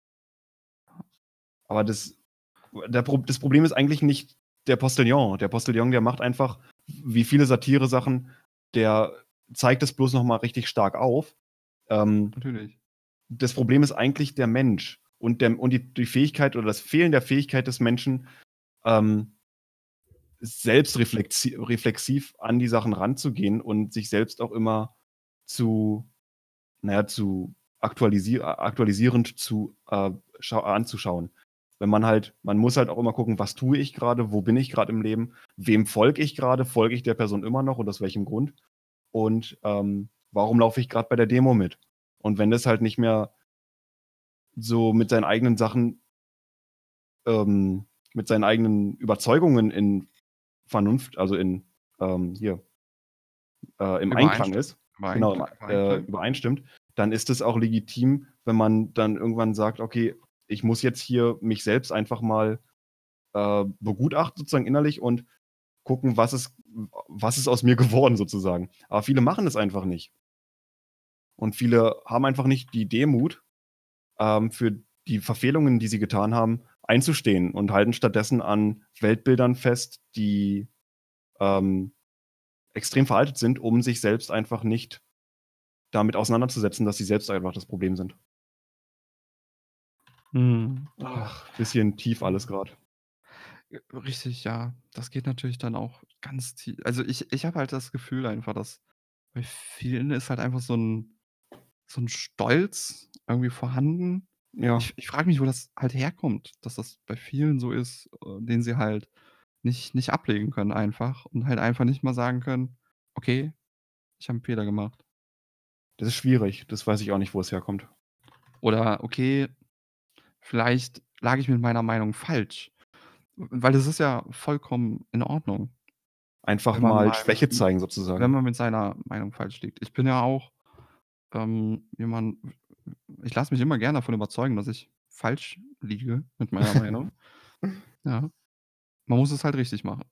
Aber das der Pro das Problem ist eigentlich nicht der Postillon. Der Postillon, der macht einfach, wie viele Satiresachen, der zeigt es bloß noch mal richtig stark auf. Ähm, Natürlich. das Problem ist eigentlich der Mensch und der und die die Fähigkeit oder das Fehlen der Fähigkeit des Menschen, ähm selbstreflexi reflexiv an die Sachen ranzugehen und sich selbst auch immer zu na ja, zu aktualisi a aktualisierend zu äh, schau anzuschauen. Wenn man halt man muss halt auch immer gucken: „Was tue ich grade? Wo bin ich grad im Leben? Wem folge ich grade? Folge ich der Person immer noch und aus welchem Grund? Und, ähm, warum laufe ich grad bei der Demo mit?“ Und wenn das halt nicht mehr so mit seinen eigenen Sachen ähm, mit seinen eigenen Überzeugungen in Vernunft, also in, ähm, hier äh, im Einklang Übereinstimmt. ist, genau, im Übereinklang äh, Übereinklang. übereinstimmt, dann ist es auch legitim, wenn man dann irgendwann sagt: „Okay, ich muss jetzt hier mich selbst einfach mal, äh, begutachten sozusagen innerlich und gucken, was ist w was ist aus mir geworden sozusagen.“ Aber viele machen es einfach nicht. Und viele haben einfach nicht die Demut, ähm, für die Verfehlungen, die sie getan haben, einzustehen und halten stattdessen an Weltbildern fest, die, ähm, extrem veraltet sind, um sich selbst einfach nicht damit auseinanderzusetzen, dass sie selbst einfach das Problem sind. Mhm. Ach, bisschen tief alles grad. Äh, richtig, ja. Das geht natürlich dann auch ganz tie also, ich ich habe halt das Gefühl einfach, dass bei vielen ist halt einfach so 'n so 'n Stolz irgendwie vorhanden. Ja. Ich ich frage mich, wo das halt herkommt, dass das bei vielen so ist, äh, den sie halt nicht nicht ablegen können einfach und halt einfach nicht mal sagen können: „Okay, ich habe 'n Fehler gemacht.“ Das ist schwierig. Das weiß ich auch nicht, wo es herkommt. Oder: „Okay, vielleicht lag ich mit meiner Meinung falsch.“ W weil das ist ja vollkommen in Ordnung Einfach wenn man mal mal Schwäche m zeigen wenn sozusagen. man mit seiner Meinung falsch liegt. Ich bin ja auch, ähm, jemand w w ich lasse mich immer gern davon überzeugen, dass ich falsch liege mit meiner Meinung. Ja. Man muss es halt richtig machen.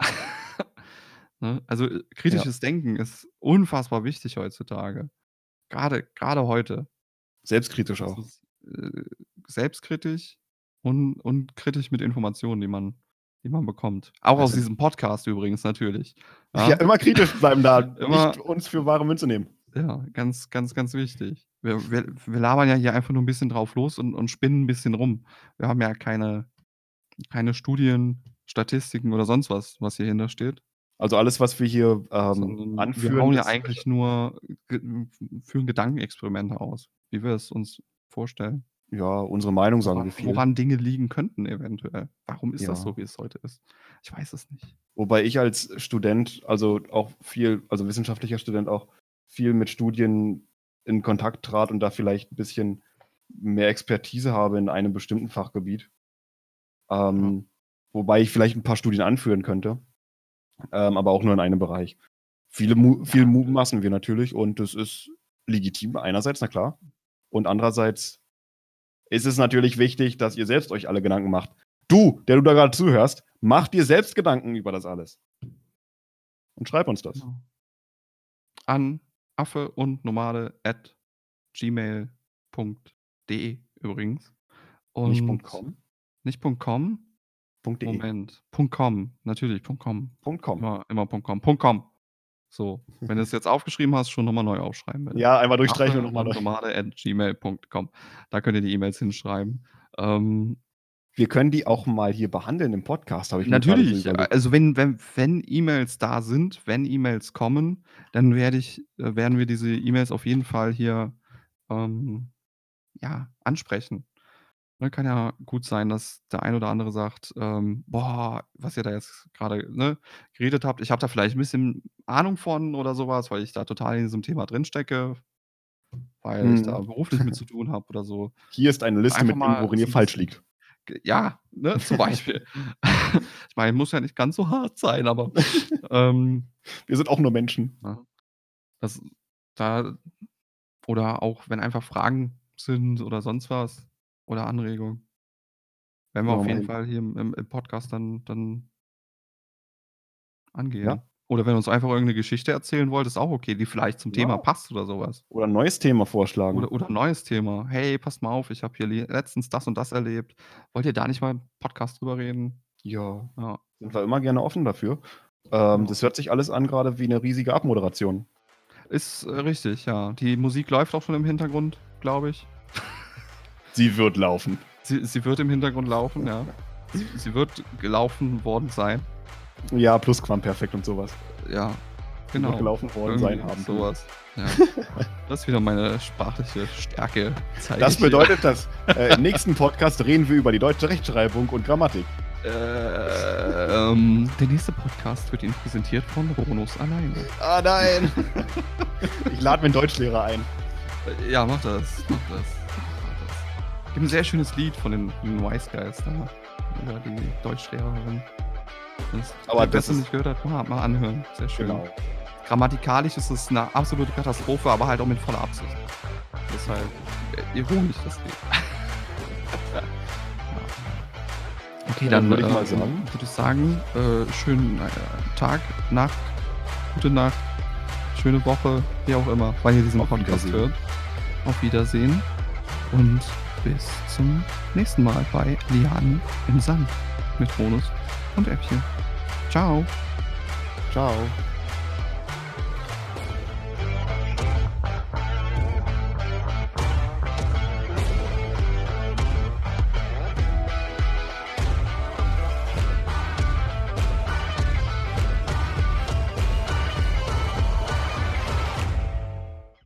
Ne? Also, äh, Ja. kritisches Denken ist unfassbar wichtig heutzutage. Grade grade heute. Selbstkritisch Das auch. ist, äh, selbstkritisch und und kritisch mit Informationen, die man die man bekommt. Auch aus Also diesem Podcast übrigens natürlich, Ja, ja? immer kritisch bleiben da, nicht Immer uns für bare Münze nehmen. Ja, ganz, ganz, ganz wichtig. Wir wir wir labern ja hier einfach nur 'n bisschen drauf los und und spinnen 'n bisschen rum. Wir haben ja keine keine Studien, Statistiken oder sonst was, was hier hinter steht. Also, alles, was wir hier, ähm, Sondern wir anführen, hauen ja das eigentlich nur Ge f führen Gedankenexperimente aus, wie wir es uns vorstellen. Ja, unsere Meinung sagen Woran wir viel. woran Dinge liegen könnten eventuell. Warum ist das Ja. so, wie es heute ist? Ich weiß es nicht. Wobei ich als Student, also, auch viel also, wissenschaftlicher Student auch viel mit Studien in Kontakt trat und da vielleicht 'n bisschen mehr Expertise habe in einem bestimmten Fachgebiet. Ja. Ähm, wobei ich vielleicht 'n paar Studien anführen könnte, ähm, aber auch nur in einem Bereich. Viele mu viel Ja. mutmaßen wir natürlich und das ist legitim einerseits, na klar. Und andererseits ist es natürlich wichtig, dass ihr selbst euch alle Gedanken macht. Du, der du da grade zuhörst, mach dir selbst Gedanken über das alles. Und schreib uns das. Genau. An affe und nomade at gmail.de übrigens. Nicht Punkt Und .com? nicht Punkt .com? Punkt .de. Moment, Punkt .com, natürlich, Punkt .com. Punkt .com. Immer immer Punkt .com. Punkt .com. So, wenn du's jetzt aufgeschrieben hast, schon noch mal neu aufschreiben, bitte. Ja, einmal durchstreichen und Affe noch mal neu. und nomade at gmail.com. Da könnt ihr die E-Mails hinschreiben. Ähm Wir können die auch mal hier behandeln im Podcast, habe ich mir grade so Natürlich, überlegt. also, wenn wenn wenn E-Mails da sind, wenn E-Mails kommen, dann werde ich äh, werden wir diese E-Mails auf jeden Fall hier, ähm, ja, ansprechen. Ne, kann ja gut sein, dass der ein oder andere sagt, ähm: „Boah, was ihr da jetzt grade, ne, geredet habt, ich habe da vielleicht 'n bisschen Ahnung von oder so was, weil ich da total in diesem Thema drin stecke, weil ich da Mhm. beruflich mit zu tun habe oder so.“ Hier ist eine Liste Einfach mit Dingen, mal worin ihr so 'n falsch bisschen liegt. g ja, ne, zum Beispiel. Ich meine, muss ja nicht ganz so hart sein, aber, ähm Wir sind auch nur Menschen. ne? Das da oder auch wenn einfach Fragen sind oder sonst was oder Anregungen. Werden wir Können wir auf mal jeden hin. Fall hier im im im Podcast dann dann Ja. angehen. Oder wenn ihr uns einfach irgend 'ne Geschichte erzählen wollt, ist auch okay, die vielleicht zum Thema Ja. passt oder so was. Oder 'n neues Thema vorschlagen. Oder oder 'n neues Thema: „Hey, passt mal auf, ich habe hier le letztens das und das erlebt. Wollt ihr da nicht mal im Podcast drüber reden?“ Ja, Ja. sind wir immer gerne offen dafür. Ähm, Ja. das hört sich alles an grade wie 'ne riesige Abmoderation. Ist, äh, richtig, ja. Die Musik läuft auch schon im Hintergrund, glaube ich. Sie wird laufen. Sie sie wird im Hintergrund laufen, ja. Sie sie wird gelaufen worden sein. Ja, Plusquamperfekt und so was. Ja, Sie wird genau. gelaufen worden Irgendwie sein haben. so was. Ja. Das ist wieder meine sprachliche Stärke, zeige Das ich hier. bedeutet, dass äh, im nächsten Podcast reden wir über die deutsche Rechtschreibung und Grammatik. Ähm, der nächste Podcast wird Ihnen präsentiert von Ronos alleine. Ah, nein! Ich lade mir 'n Deutschlehrer ein. Äh, ja, mach das, mach das, mach das. Gibt 'n sehr schönes Lied von den den Wise Guys da über die Deutschlehrerin. Das Aber wer das das noch ist nicht gehört hat, mal mal anhören. Sehr schön. Genau. Grammatikalisch ist es 'ne absolute Katastrophe, aber halt auch mit voller Absicht. Deshalb äh, ironisch das Lied. Ja. Okay, Ja, dann, würde ich äh, mal sagen. würde ich sagen, äh, schönen, äh, Tag, Nacht, gute Nacht, schöne Woche, wie auch immer, wann ihr diesen Auf Podcast Wiedersehen. hört. Auf Wiedersehen und bis zum nächsten Mal bei Lianen im Sand mit Ronus und Äffchen. Tschau. Tschau.